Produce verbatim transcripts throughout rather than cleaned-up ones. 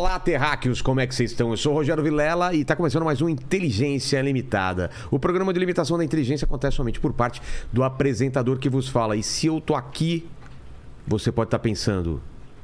Olá, terráqueos, como é que vocês estão? Eu sou o Rogério Vilela e está começando mais um Inteligência Limitada. O programa de limitação da inteligência acontece somente por parte do apresentador que vos fala. E se eu tô aqui, você pode estar pensando,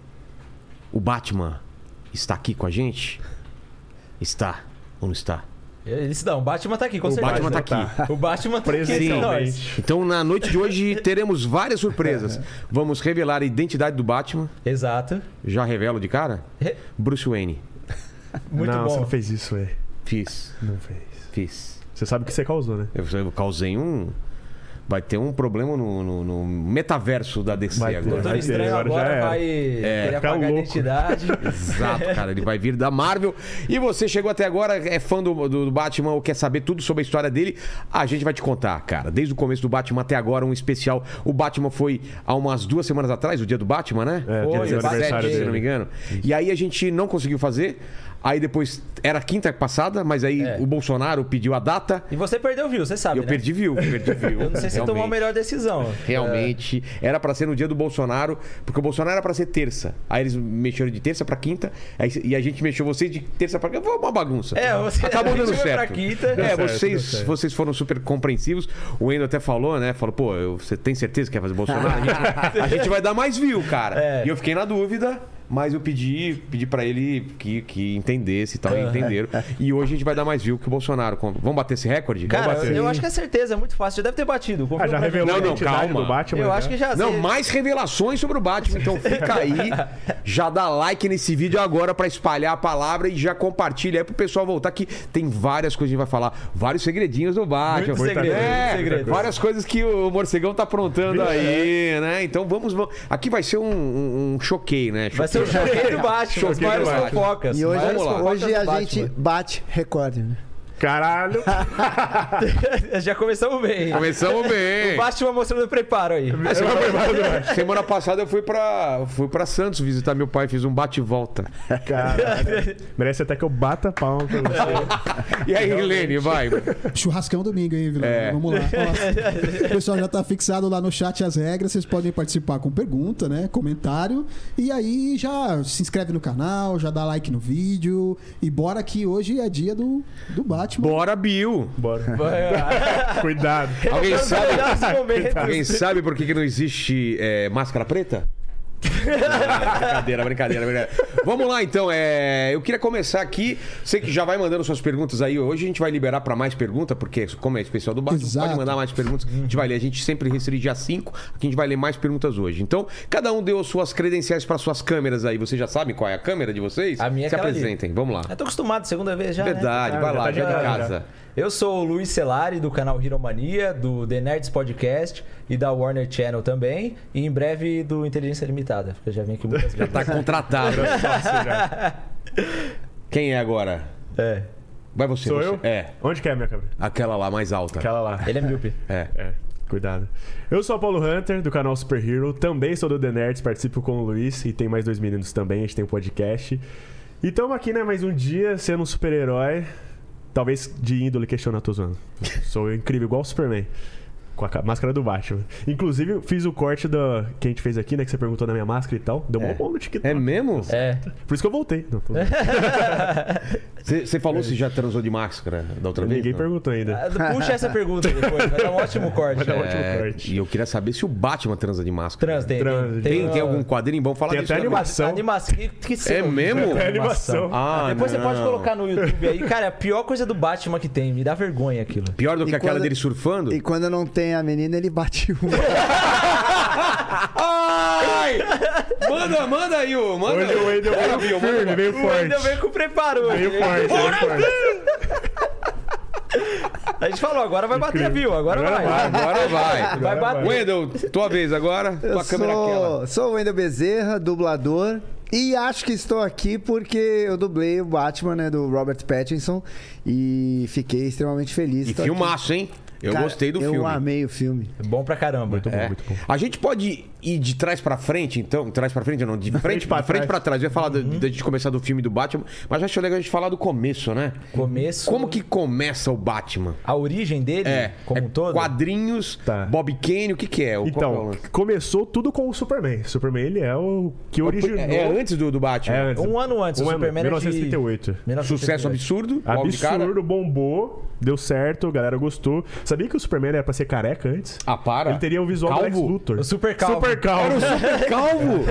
o Batman está aqui com a gente? Está ou não está? Eles dão, o Batman tá aqui, com o certeza. Batman tá aqui. O Batman tá aqui com nós. Então, na noite de hoje, teremos várias surpresas. Vamos revelar a identidade do Batman. Exato. Já revelo de cara? Re... Bruce Wayne. Muito não, bom. Você não fez isso, velho. Fiz. Não fez. Fiz. Você sabe o que você causou, né? Eu, eu causei um... Vai ter um problema no, no, no metaverso da D C vai agora. O Doutor Estranho agora, agora vai é, querer apagar a identidade. Exato, cara. Ele vai vir da Marvel. E você chegou até agora, é fã do, do Batman ou quer saber tudo sobre a história dele? A gente vai te contar, cara. Desde o começo do Batman até agora, um especial. O Batman foi há umas duas semanas atrás, o dia do Batman, né? É, foi, dia dezessete, se não me engano. E aí a gente não conseguiu fazer. Aí depois, era quinta passada, mas aí é. o Bolsonaro pediu a data. E você perdeu view, você sabe, Eu né? perdi view, perdi view. Eu não sei se tomou a melhor decisão. Realmente. É. Era pra ser no dia do Bolsonaro, porque o Bolsonaro era pra ser terça. Aí eles mexeram de terça pra quinta, aí, e a gente mexeu vocês de terça pra quinta. Foi uma bagunça. É, você acabou dando certo. Pra quinta. É, certo, vocês, vocês foram super compreensivos. O Wendel até falou, né? Falou, pô, eu, você tem certeza que quer fazer Bolsonaro? A gente, a gente vai dar mais view, cara. É. E eu fiquei na dúvida. Mas eu pedi, pedi pra ele que, que entendesse e tal, uhum. entenderam. E hoje a gente vai dar mais view que o Bolsonaro. Vamos bater esse recorde? Cara, bater. eu acho que é certeza, é muito fácil. Já deve ter batido. Ah, já revelou não, não, calma. do Batman? Eu já? acho que já... Não, sei. mais revelações sobre o Batman. Então fica aí, já dá like nesse vídeo agora pra espalhar a palavra e já compartilha aí pro pessoal voltar, que tem várias coisas que a gente vai falar. Vários segredinhos do Batman. Muito segredo, é, muito segredo. Várias coisas que o Morcegão tá aprontando aí, né? Então vamos... vamos... Aqui vai ser um, um, um choqueio, né? Vai ser um choqueio do Batman. As maiores fofocas. E hoje, hoje a Batman. gente bate recorde, né? Caralho! Já começamos bem. Começamos bem. O Batman mostrando o preparo aí. É, semana, semana passada eu fui pra, fui pra Santos visitar meu pai, fiz um bate-volta. Caralho. Merece até que eu bata a palma pra você. E aí, Helene, vai. Churrascão domingo aí, Vilão. É. Vamos lá. Ó, o pessoal já tá fixado lá no chat as regras. Vocês podem participar com pergunta, né? Comentário. E aí já se inscreve no canal, já dá like no vídeo. E bora que hoje é dia do, do Batman. Bora, Bill. Bora. Cuidado. Alguém sabe, alguém sabe por que, que não existe é, máscara preta? brincadeira, brincadeira, brincadeira. Vamos lá, então. É... Eu queria começar aqui. Você que já vai mandando suas perguntas aí. Hoje a gente vai liberar para mais perguntas, porque como é especial do Batman, Exato. pode mandar mais perguntas. A gente vai ler. A gente sempre restringe a cinco. Aqui a gente vai ler mais perguntas hoje. Então, cada um deu suas credenciais para suas câmeras aí. Vocês já sabem qual é a câmera de vocês? A minha é Se apresentem. Ali. Vamos lá. Eu tô acostumado, segunda vez já. Verdade, né? vai ah, lá, tá já de casa. já. Eu sou o Luiz Celari, do canal Hero Mania, do The Nerds Podcast e da Warner Channel também. E em breve do Inteligência Limitada, porque eu já vim aqui muitas vezes. Já tá contratado. Quem é agora? É. Vai você. Sou você. eu? É. Onde que é a minha câmera? Aquela lá, mais alta. Aquela lá. Ele é míope. É. É, cuidado. Eu sou o Paulo Hunter, do canal Super Hero. Também sou do The Nerds, participo com o Luiz. E tem mais dois meninos também, a gente tem um podcast. E estamos aqui, né, mais um dia, sendo um super-herói. Talvez de índole questionar, tô zoando. Sou incrível, igual o Superman. Com a máscara do Batman. Inclusive, fiz o corte da que a gente fez aqui, né? Que você perguntou na minha máscara e tal. Deu é. um bom no TikTok. É mesmo? É. Por isso que eu voltei. Você falou se já transou de máscara da outra vez? Ninguém não? perguntou ainda. Puxa essa pergunta depois, vai dar um ótimo corte. Vai dar um ótimo É, corte. e eu queria saber se o Batman transa de máscara. Trans, tem. Trans. Tem, Tem, tem algum quadrinho? Vamos falar Tem disso. até também. animação. Animação. Que, que É cena, mesmo? né? É animação. Ah, Depois não. você pode colocar no YouTube aí. Cara, é a pior coisa do Batman que tem. Me dá vergonha aquilo. Pior do que E aquela quando- dele surfando? E quando não tem a menina, ele bate uma. Ai! Manda, manda aí, ô. Manda. Hoje o Wendel Bora, veio Bill, manda, firme, manda. veio O Wendel forte. veio com preparo hoje. Veio forte, veio forte. A gente falou, agora vai bater a view. Agora, Agora vai. vai. Agora vai. Vai Agora bater. vai. Wendel, tua vez agora. Eu Tua câmera é aquela. sou, sou o Wendel Bezerra, dublador. E acho que estou aqui porque eu dublei o Batman, né, do Robert Pattinson. E fiquei extremamente feliz. E Tô filmaço, hein? Eu Cara, gostei do eu filme. amei o filme. Bom pra caramba. Muito bom, É. muito bom. A gente pode E de trás pra frente, então, de trás pra frente não, de frente, frente pra de frente trás. pra trás. Eu ia falar da da gente começar do filme do Batman, mas acho legal a gente falar do começo, né? Começo. Como que começa o Batman? A origem dele, É, como é um todo? quadrinhos, Tá. Bob Kane, o que que é? O, qual que é o Então, lance? começou tudo com o Superman. Superman, ele é o que originou... É, é antes do, do Batman? É antes. Um ano antes, Um o ano, Superman mil novecentos e trinta e é oito. de... mil novecentos e trinta e oito. Sucesso absurdo, logo de cara. Absurdo, bombou, deu certo, a galera gostou. Sabia que o Superman era pra ser careca antes? Ah, para. Ele teria o visual Calvo? do Lex Luthor. O Super Calvo. Super calvo. Era o Super Calvo!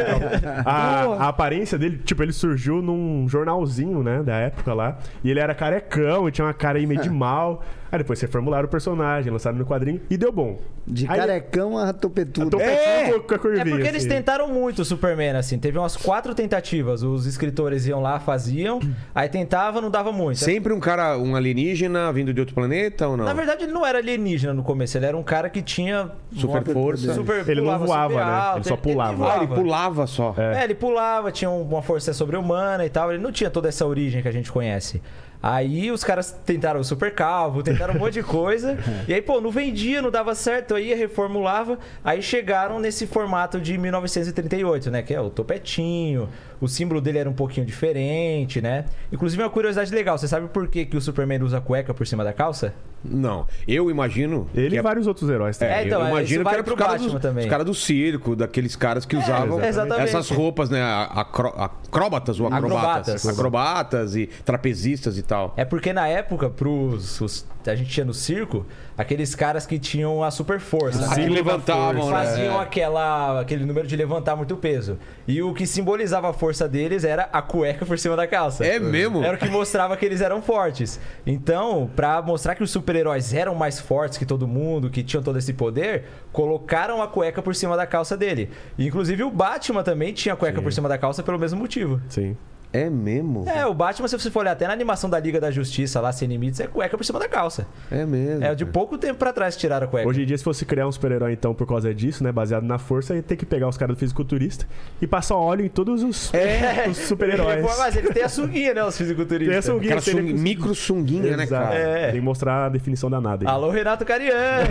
A, a aparência dele, tipo, ele surgiu num jornalzinho, né, da época lá. E ele era carecão, e tinha uma cara aí meio de mal. Aí depois reformularam o personagem, lançaram no quadrinho e deu bom. De Aí, carecão a topetudo. Tô É! com a curvinha, É porque eles assim. tentaram muito o Superman, assim. Teve umas quatro tentativas. Os escritores iam lá, faziam. Aí tentava, não dava muito. Sempre um cara, um alienígena vindo de outro planeta ou não? Na verdade, ele não era alienígena no começo. Ele era um cara que tinha... Super uma- força. Super, Ele não pulava voava, super né? alto, Ele só pulava. Ah, ele pulava só. É. ele pulava, tinha uma força sobre-humana e tal. Ele não tinha toda essa origem que a gente conhece. Aí os caras tentaram o Super Calvo, tentaram um monte de coisa. E aí, pô, não vendia, não dava certo. Aí reformulava. Aí chegaram nesse formato de mil novecentos e trinta e oito, né? Que é o topetinho. O símbolo dele era um pouquinho diferente, né? Inclusive, uma curiosidade legal. Você sabe por que, que o Superman usa cueca por cima da calça? Não. Eu imagino. Ele que e é- vários outros heróis também. É, então, eu é, imagino isso que vale era pro pros caras Batman dos, também. os caras do circo, daqueles caras que usavam exatamente. essas roupas, né? Acro, acróbatas ou acrobatas? Acrobatas. Acrobatas e trapezistas e tal. É porque na época, pros, os- a gente tinha no circo, aqueles caras que tinham a super força. Ah, que Aquele- levantavam, né? faziam aquela, aquele número de levantar muito peso. E o que simbolizava a força deles era a cueca por cima da calça. É mesmo? Era o que mostrava que eles eram fortes. Então, pra mostrar que os super-heróis eram mais fortes que todo mundo, que tinham todo esse poder, colocaram a cueca por cima da calça dele. E, inclusive, o Batman também tinha a cueca Sim. por cima da calça pelo mesmo motivo. Sim. É mesmo? É, o Batman, se você for olhar até na animação da Liga da Justiça, lá, Sem Limites, é cueca por cima da calça. É mesmo. É de pouco tempo pra trás que tiraram a cueca. Hoje em dia, se fosse criar um super-herói, então, por causa disso, né? Baseado na força, ia ter que pegar os caras do fisiculturista e passar óleo em todos os, É. os super-heróis. Mas eles têm a sunguinha, né, os fisiculturistas. Tem a sunguinha. Aquela seria sung- com- micro sunguinha, né, Exato. cara? É. Tem que mostrar a definição da nada. aí. Alô, Renato Cariano.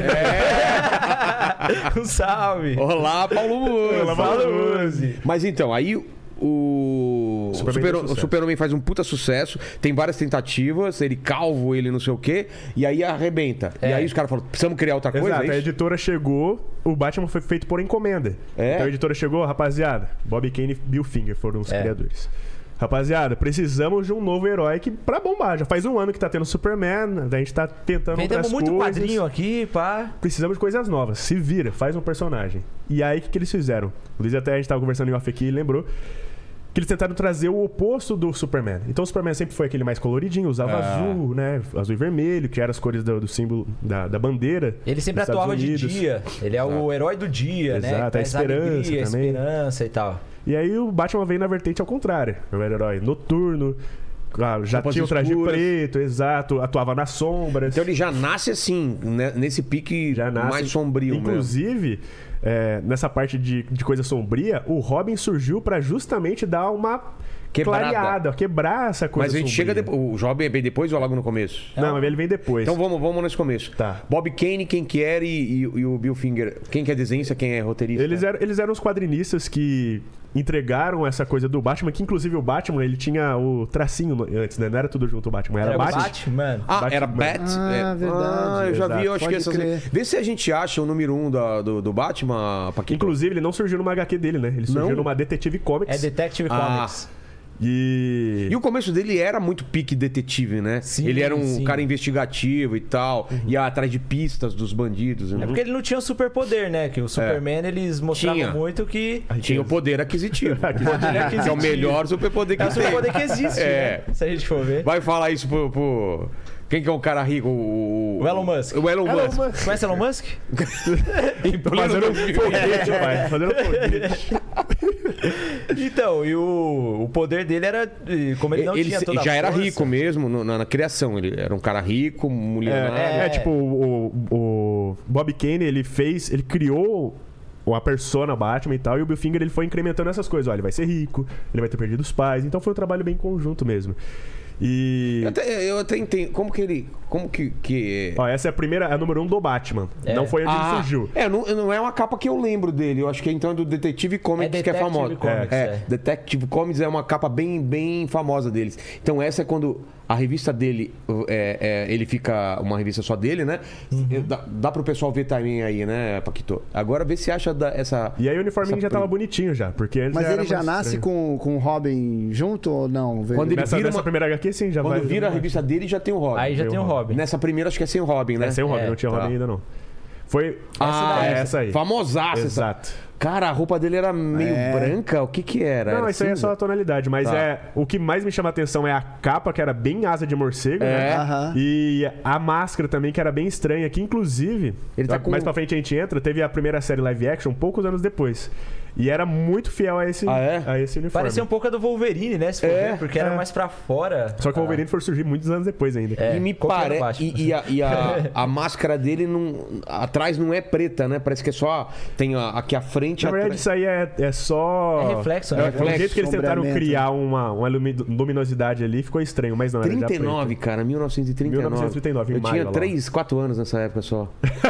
É. Um salve. Olá, Paulo Musi. Olá, Paulo Musi. Mas então, aí o Superman Super- deu o sucesso. Super-Homem faz um puta sucesso, tem várias tentativas, ele calvo, ele não sei o quê, e aí arrebenta. E É. aí os caras falam, precisamos criar outra coisa, Exato, é a isso? editora chegou, o Batman foi feito por encomenda. É? Então a editora chegou, rapaziada, Bob Kane e Bill Finger foram os É. criadores. Rapaziada, precisamos de um novo herói que, pra bombar. Já faz um ano que tá tendo Superman, a gente tá tentando Vendemos outras muito coisas. quadrinho aqui, pá. Precisamos de coisas novas. Se vira, faz um personagem. E aí, o que, que eles fizeram? O Luiz até, a gente tava conversando em off aqui e lembrou que eles tentaram trazer o oposto do Superman. Então o Superman sempre foi aquele mais coloridinho, usava Ah. azul, né? Azul e vermelho, que eram as cores do, do símbolo da, da bandeira. Ele sempre dos atuava Estados de Unidos. dia. Ele é o herói do dia, né? Exato, a Traz esperança alegria, também. esperança e tal. E aí o Batman veio na vertente ao contrário. Ele era herói noturno, claro, já Roupas tinha o traje escuras. preto, exato, atuava nas sombras. Então ele já nasce assim, né, nesse pique já nasce. mais sombrio mesmo. Inclusive, é, nessa parte de, de coisa sombria, o Robin surgiu pra justamente dar uma Quebrada. clareada, quebrar essa coisa Mas a gente sombria. chega depois. O Jovem é bem depois ou logo no começo? Não, mas ele vem depois. Então vamos, vamos nesse começo. Tá. Bob Kane, quem que era e, e- e o Bill Finger. Quem que é desenhista, quem é roteirista? Eles eram, eles eram os quadrinistas que entregaram essa coisa do Batman, que inclusive o Batman, ele tinha o tracinho no- antes, né? Não era tudo junto o Batman, era, Era o Batman. Batman. Ah, Batman. era Bat? Ah, é. verdade. Ah, eu já vi, Exato. eu acho que Pode essas. crer. Vê se a gente acha o número um da- do, do Batman, Paquito. Inclusive, ele não surgiu numa H Q dele, né? Ele surgiu Não? numa Detective Comics. É Detective Ah. Comics. E... E o começo dele era muito pique detetive, né? Sim, ele era um sim. cara investigativo e tal, ia atrás de pistas dos bandidos. É Né? porque ele não tinha o superpoder, né? Que o Superman, eles mostravam Tinha. muito que... Tinha o poder aquisitivo. aquisitivo. Que é o melhor superpoder que É o tem. superpoder que existe, É. né? Se a gente for ver. Vai falar isso pro... pro- Quem que é um cara rico? O, O Elon Musk. O Elon, Elon Musk. Musk. Conhece Elon Musk? Em pleno Fazendo um filme. foguete, pai. Fazendo foguete. Então, e o, o poder dele era... Como ele não Ele tinha se- toda a já era força- rico mesmo no- na, na criação. Ele era um cara rico, milionário. É, é, tipo, o, o Bob Kane, ele fez... Ele criou a persona Batman e tal, e o Bill Finger, ele foi incrementando essas coisas. Olha, ele vai ser rico, ele vai ter perdido os pais. Então foi um trabalho bem conjunto mesmo. E... Eu até, eu até entendo. Como que ele. Como que... que... Ó, essa é a primeira, é a número um do Batman. É. Não foi onde Ah, ele surgiu. é, não, não é uma capa que eu lembro dele. Eu acho que então é do Detective Comics, É que é Detective famosa. Comics, é, é. Detective Comics é uma capa bem, bem famosa deles. Então essa é quando a revista dele, é, é, ele fica uma revista só dele, né? Uhum. Dá, dá pro pessoal ver também aí, né, Paquito? Agora vê se acha da, essa... E aí o uniforminho essa já tava pri- bonitinho já, porque ele Mas já ele era já mais nasce estranho. com, com o Robin junto ou não? Quando ele Nessa, vira nessa uma- primeira H Q, sim, já Quando vai... vira a revista dele, já tem o Robin. Aí já Tem tem o o Robin. Nessa primeira, acho que é sem o Robin, né? É, sem o Robin, É, não tinha tá. Robin ainda não. Foi... Ah, é essa, essa aí. Famosaça. essa. Exato. Cara, a roupa dele era meio É. branca. O que que era? Não, Era isso aí é cinza? só a tonalidade, mas Tá. é o que mais me chama a atenção é a capa, que era bem asa de morcego, É. né? Aham. E a máscara também, que era bem estranha, que inclusive, Ele tá com- mais pra frente a gente entra, teve a primeira série live action poucos anos depois. E era muito fiel a esse, Ah, é? a esse uniforme. Parecia um pouco a do Wolverine, né? Se for É, ver, porque era é. mais pra fora. Só que o Wolverine foi surgir muitos anos depois ainda. É. E me copiando parece. Batman. E, e a, e a- a máscara dele não, atrás não é preta, né? Parece que é só. Tem a- aqui a frente. Na verdade, atrás- isso aí é, é só... É reflexo, É, né? é o jeito que eles tentaram sombreamento. criar uma, uma lumi- luminosidade ali, ficou estranho, mas não era já trinta e nove, preto. cara, mil novecentos e trinta e nove. mil novecentos e trinta e nove, em Eu maio, tinha lá. três, quatro anos nessa época só.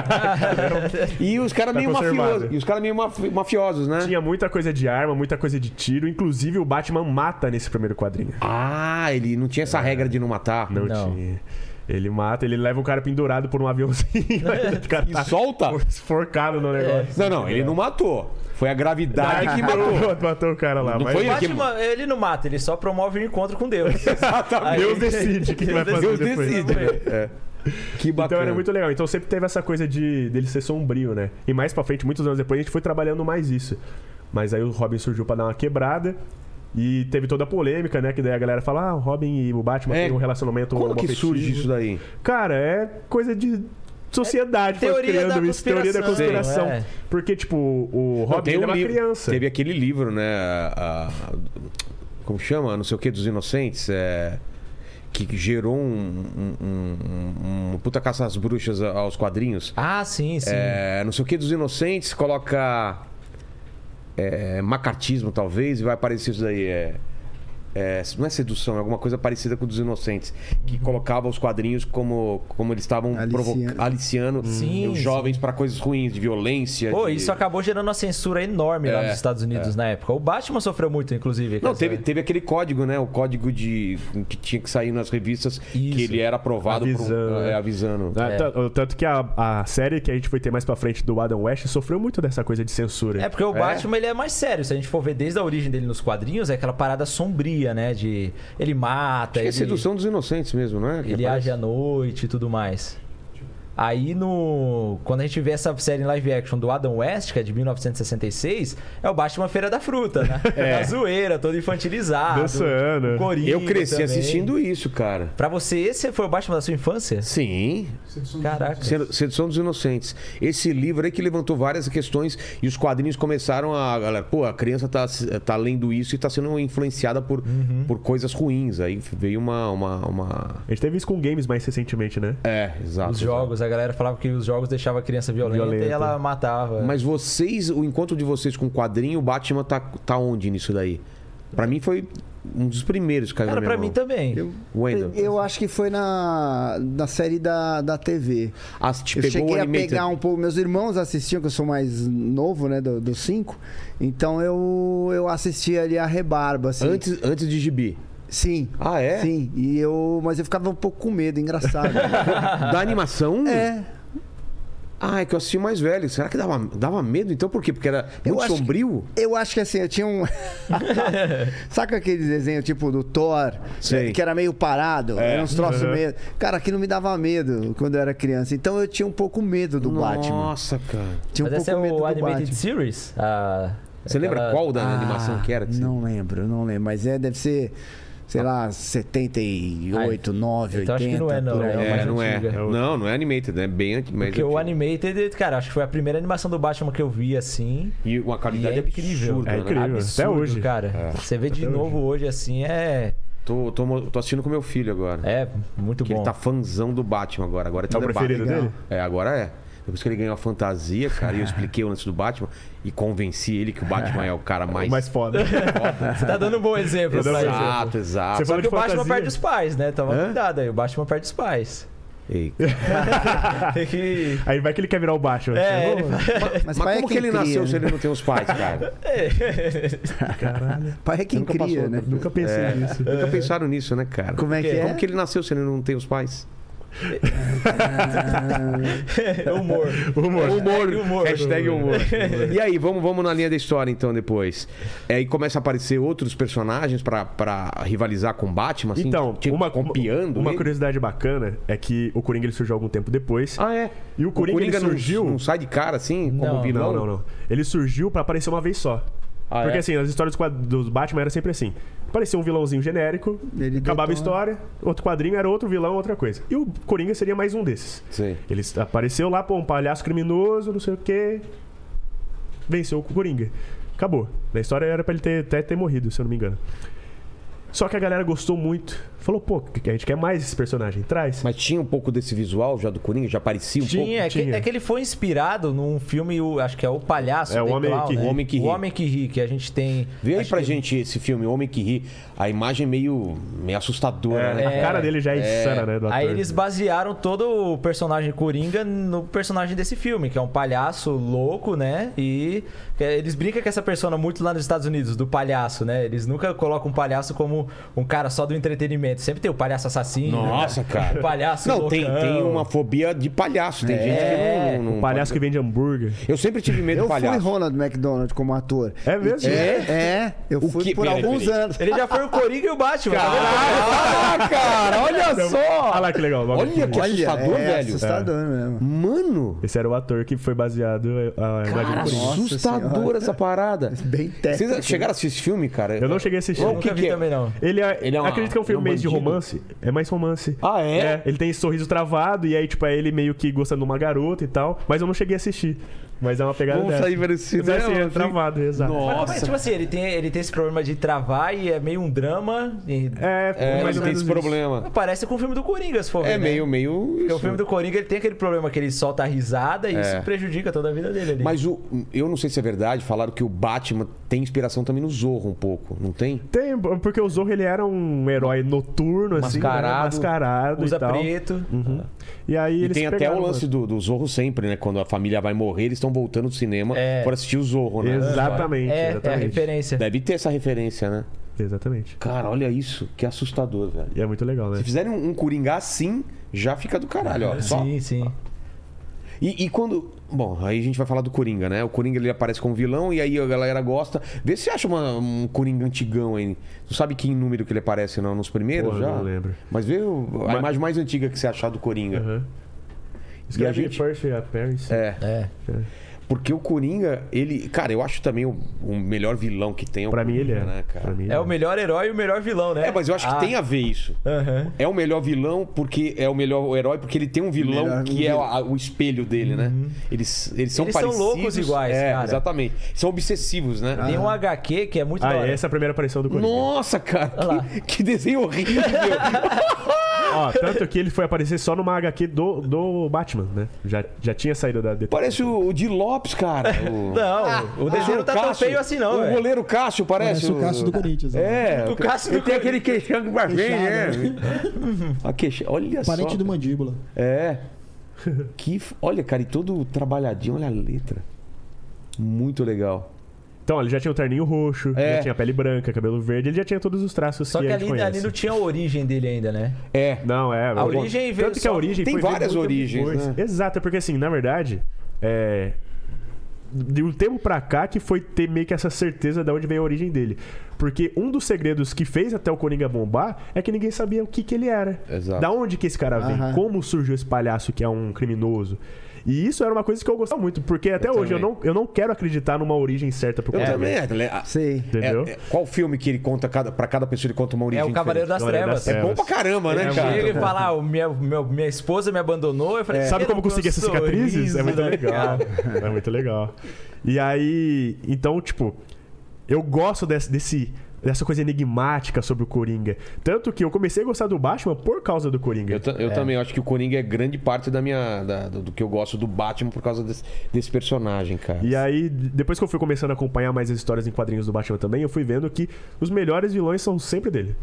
E os caras Tá meio conservado. mafiosos. E os caras meio maf- mafiosos, né? Tinha muita coisa de arma, muita coisa de tiro. Inclusive, o Batman mata nesse primeiro quadrinho. Ah, ele não tinha essa regra de não matar. Não, Não. tinha. Ele mata, ele leva um cara pendurado por um aviãozinho. o cara E tá solta? esforcado no negócio. Não, não, ele não matou. Foi a gravidade que matou. matou. matou o cara lá. Não mas foi O ele que- Batman, ele não mata, ele só promove o encontro com Deus. Aí- Deus decide o que, que vai fazer Deus depois. decide, né? É. Que bacana. Então era muito legal. Então sempre teve essa coisa de dele ser sombrio, né? E mais pra frente, muitos anos depois, a gente foi trabalhando mais isso. Mas aí o Robin surgiu pra dar uma quebrada. E teve toda a polêmica, né? Que daí a galera fala, ah, o Robin e o Batman É. têm um relacionamento Quando que homoafetivo. surge isso daí? Cara, é coisa de sociedade, foi teoria criando da isso, teoria da conspiração, conspiração. é. Porque, tipo, o Não, Robin tem ele é um uma livro- criança. Teve aquele livro, né? a- a- como chama? Não sei o que, dos Inocentes. É, que gerou um, um, um, um- um puta caça às bruxas aos quadrinhos. Ah, sim, sim. É, não sei o que dos Inocentes, coloca é, macartismo, talvez, e vai aparecer isso daí. É, é, não é sedução, é alguma coisa parecida com o dos Inocentes. Que colocava os quadrinhos como, como eles estavam Aliciando. provo- aliciando Sim, os jovens para coisas ruins, de violência. Pô, de... isso acabou gerando uma censura enorme lá É, nos Estados Unidos na época. O Batman sofreu muito, inclusive. com Não, essa- teve, teve aquele código, né? O código de que tinha que sair nas revistas, Isso. que ele era aprovado Avisando, por, né? é, avisando. Ah, t- Tanto que a, a série que a gente foi ter mais pra frente do Adam West sofreu muito dessa coisa de censura. É, porque o É? Batman ele é mais sério. Se a gente for ver desde a origem dele nos quadrinhos, é aquela parada sombria, né? De ele mata, Acho que é ele, sedução dos inocentes mesmo, não é? Que ele aparece? age à noite e tudo mais. Aí no. Quando a gente vê essa série em live action do Adam West, que é de mil novecentos e sessenta e seis, é o Batman Feira da Fruta, né? É. A zoeira, todo infantilizado. Dançando. o Coringa Eu cresci também. assistindo isso, cara. Pra você, esse foi o Batman da sua infância? Sim, Caraca. Sedu- Sedução dos Inocentes. Esse livro aí que levantou várias questões e os quadrinhos começaram a... Galera, pô, a criança tá, tá lendo isso e tá sendo influenciada por, Uhum. por coisas ruins. Aí veio uma, uma, uma... A gente teve isso com games mais recentemente, né? É, exato. Os jogos, a galera falava que os jogos deixavam a criança violenta, Violenta. e ela matava. Mas vocês, o encontro de vocês com o quadrinho, o Batman tá, tá onde nisso daí? Pra mim foi um dos primeiros que caiu Cara, na pra minha mim mão. também. Eu, Wendel. eu acho que foi na, na série da, da T V. Ah, te Eu pegou o cheguei a Animated. pegar um pouco. Meus irmãos assistiam, que eu sou mais novo, né? Dos do cinco. Então eu, eu assistia ali a rebarba, assim. Antes, antes de Gibi. Sim. Ah, é? Sim. E eu, mas eu ficava um pouco com medo, engraçado. Da animação? é. Ah, é que eu assisti mais velho. Será que dava, dava medo então? Por quê? Porque era Eu muito acho que- sombrio? Eu acho que assim, eu tinha um. Saca aquele desenho tipo do Thor? Sei. Que era meio parado? É. Era uns troços Uhum. meio. Cara, aquilo me dava medo quando eu era criança. Então eu tinha um pouco medo do Batman. Nossa, cara. Tinha um Mas esse é pouco medo o do Animated Batman. Series? A- Você lembra aquela- qual da Ah, animação que era? Não lembro, não lembro. Mas é, deve ser, sei lá, setenta e oito, nove, então acho que oitenta. não é, não. por aí. É uma É, mais não é. antiga. Não, não é animated, é bem antigo. Porque o Animated, cara, acho que foi a primeira animação do Batman que eu vi assim. E uma qualidade E é incrível. absurda, É né? incrível. Até hoje. cara. É. Você vê de Até novo hoje assim, é. Tô, tô, mo- tô assistindo com meu filho agora. É muito que bom. ele tá fãzão do Batman agora. Agora É o tudo preferido Batman. dele? É, agora é. Depois que ele ganhou a fantasia, cara, e eu expliquei o lance do Batman e convenci ele que o Batman é o cara mais. O mais foda. Você tá dando um bom exemplo Tô pra dando ele. Exato, exato. Você Só falou que de o Batman fantasia. perde os pais, né? Toma Hã? cuidado aí. O Batman perde os pais. Ei. Tem que... Aí vai que ele quer virar o Batman. É, Assim, ele "Ô, Mas, Mas pai como é que quem ele cria, nasceu né? se ele não tem os pais, cara? Caralho. Pai é quem Nunca cria, passou, né? Nunca pensei É. nisso. Nunca pensaram nisso, né, cara? Como é que é? Como que ele nasceu se ele não tem os pais? humor. Humor. Humor. humor. Hashtag humor. E aí, vamos, vamos na linha da história então depois. É, e começa a aparecer outros personagens pra, pra rivalizar com o Batman, assim? Então, tipo, uma, copiando uma ele? curiosidade bacana é que o Coringa ele surgiu algum tempo depois. Ah, é? E o Coringa, ele não- surgiu... Não, sai de cara assim, como Não, vilão? Não, não, não. Ele surgiu pra aparecer uma vez só. Ah, Porque é? assim, as histórias dos quad- dos Batman era sempre assim. Aparecia um vilãozinho genérico, Ele acabava a detona. história, outro quadrinho era outro vilão, outra coisa. E o Coringa seria mais um desses. Sim. Ele apareceu lá, pô, um palhaço criminoso, não sei o quê. Venceu o Coringa. Acabou. Na história era pra ele ter, até ter morrido, se eu não me engano. Só que a galera gostou muito. Falou, pô, a gente quer mais esse personagem. Traz. Mas tinha um pouco desse visual já do Coringa? Já parecia um Tinha, é que, Tinha. é que ele foi inspirado num filme, o- acho que é O Palhaço. É, O The Homem Clown, que né? Ri. O Homem que Ri. O Homem que Ri, que a gente tem... pouco? Vê aí acho pra que- gente esse filme, O Homem que Ri. A imagem meio, meio assustadora, É, né? a cara dele já é, insana, né? Do Aí ator. eles basearam todo o personagem Coringa no personagem desse filme, que é um palhaço louco, né? E que eles brincam com essa persona muito lá nos Estados Unidos, do palhaço, né? Eles nunca colocam um palhaço como um cara só do entretenimento. Sempre tem o palhaço assassino. Nossa, né? cara. O palhaço Não, tem, loucão. tem uma fobia de palhaço. Tem É. gente que não... não O palhaço que pode- vende hambúrguer. Eu sempre tive medo Eu de palhaço. fui Ronald McDonald como ator. É mesmo? E tinha- É, eu O fui que- por peraí, alguns peraí. anos. Ele já foi o Coringa e o Batman. tá vendo? Ah, cara, olha só! Olha lá que legal. logo Olha aqui. que assustador, é velho. assustador mesmo. Mano, Esse era o ator que foi baseado a imagem cara, do Coringa. Nossa assustadora Senhora. essa parada. Bem técnico. Vocês chegaram a assistir esse filme, cara? Eu não cheguei a assistir. Eu O nunca que vi que é? também, não. Ele é, Ele é uma- acredito que é um filme ele é um meio de bandido? romance. É mais romance. Ah, é? Ele tem esse sorriso travado e aí, tipo, é ele meio que gostando de uma garota e tal. Mas eu não cheguei a assistir. Mas é uma pegada Vamos dessa. sair vendo esse Mas é assim, cinema, é assim. travado, exato. Nossa. Mas, tipo assim, ele tem, ele tem esse problema de travar e é meio um drama. E... É, É, mais mas ou tem menos esse isso. problema. Parece com o filme do Coringa, se for ver, É né? meio, meio Porque isso. o filme do Coringa ele tem aquele problema que ele solta a risada e É. isso prejudica toda a vida dele ali. Mas o, eu não sei se é verdade, falaram que o Batman tem inspiração também no Zorro um pouco, não tem? Tem, porque o Zorro ele era um herói noturno, assim, Mascarado. né? mascarado Usa e tal. preto. Uhum. E aí E eles tem até pegaram, o lance do, do Zorro sempre, né? Quando a família vai morrer, eles estão voltando do cinema É. para assistir o Zorro, né? Exatamente, É, é a exatamente. referência. Deve ter essa referência, né? Exatamente. Cara, olha isso, que assustador, velho. E é muito legal, né? Se fizerem um, um Coringa assim, já fica do caralho, ó. Só- Sim, sim. E, e quando. Bom, aí a gente vai falar do Coringa, né? O Coringa ele aparece como vilão e aí a galera gosta. Vê se acha uma- um Coringa antigão aí. Não sabe que número que ele aparece, não? Nos primeiros Porra, já? não lembro. Mas vê o- a Mas- imagem mais antiga que você achar do Coringa. Uhum. E a Escreve gente- First Appearance. É. É. Porque o Coringa, ele. Cara, eu acho também o, o melhor vilão que tem. É o Pra mim ele Coringa, é. Né, cara? Pra mim, É o melhor herói e o melhor vilão, né? É, mas eu acho que Ah. tem a ver isso. Aham. É o melhor vilão porque é o melhor herói porque ele tem um vilão Melhor que é a- o espelho dele, né? Eles, eles são Eles são parecidos. loucos iguais, é, cara. exatamente. São obsessivos, né? Tem um H Q que é muito da Ah, hora. essa é a primeira aparição do Coringa. Nossa, cara, Olha lá. que, que desenho horrível. Ó, tanto que ele foi aparecer só numa H Q do, do Batman, né? Já, já tinha saído da D T. Parece o, o Di Lopes, cara. O... Não, o desenho não tá tão Cássio. feio assim, não, O velho. goleiro Cássio parece. Parece o Cássio do Corinthians, É, O Cássio ele do tem aquele queixão pra frente, Queixado, né? A queixa... Olha Parente só. do mandíbula. É. Que... f- Olha, cara, e todo trabalhadinho, olha a letra. Muito legal. Então, ele já tinha o terninho roxo, É. já tinha pele branca, cabelo verde, ele já tinha todos os traços Só que, que a gente ali, conhece. ali não tinha a origem dele ainda, né? É. Não, é. A bom, origem veio Tanto que a só- origem Tem foi ver várias muito origens, depois. né? Exato, porque assim, na verdade, é... de um tempo pra cá que foi ter meio que essa certeza de onde veio a origem dele. Porque um dos segredos que fez até o Coringa bombar é que ninguém sabia o que, que ele era. Exato. Da onde que esse cara vem, Aham. como surgiu esse palhaço que é um criminoso. E isso era uma coisa que eu gostava muito, porque até Eu hoje eu também. não, eu não quero acreditar numa origem certa pro Eu Coringa. também. É, é, Sei. Entendeu? é, qual filme que ele conta cada, pra cada pessoa ele conta uma origem É o Cavaleiro das Cavaleiro Trevas. das É bom pra caramba, né, Ele cara? chega e fala, ah, o minha, meu- minha esposa me abandonou. Eu falei, Sabe "Você como não conseguir essas tem um cicatrizes? sorriso, É muito né, legal. cara?" É muito legal. E aí, então, tipo, eu gosto desse, desse- dessa coisa enigmática sobre o Coringa. Tanto que eu comecei a gostar do Batman por causa do Coringa. Eu, ta- eu também acho que o Coringa é grande parte da minha, da- do, do que eu gosto do Batman por causa desse, desse personagem, cara. E aí, depois que eu fui começando a acompanhar mais as histórias em quadrinhos do Batman também, eu fui vendo que os melhores vilões são sempre dele.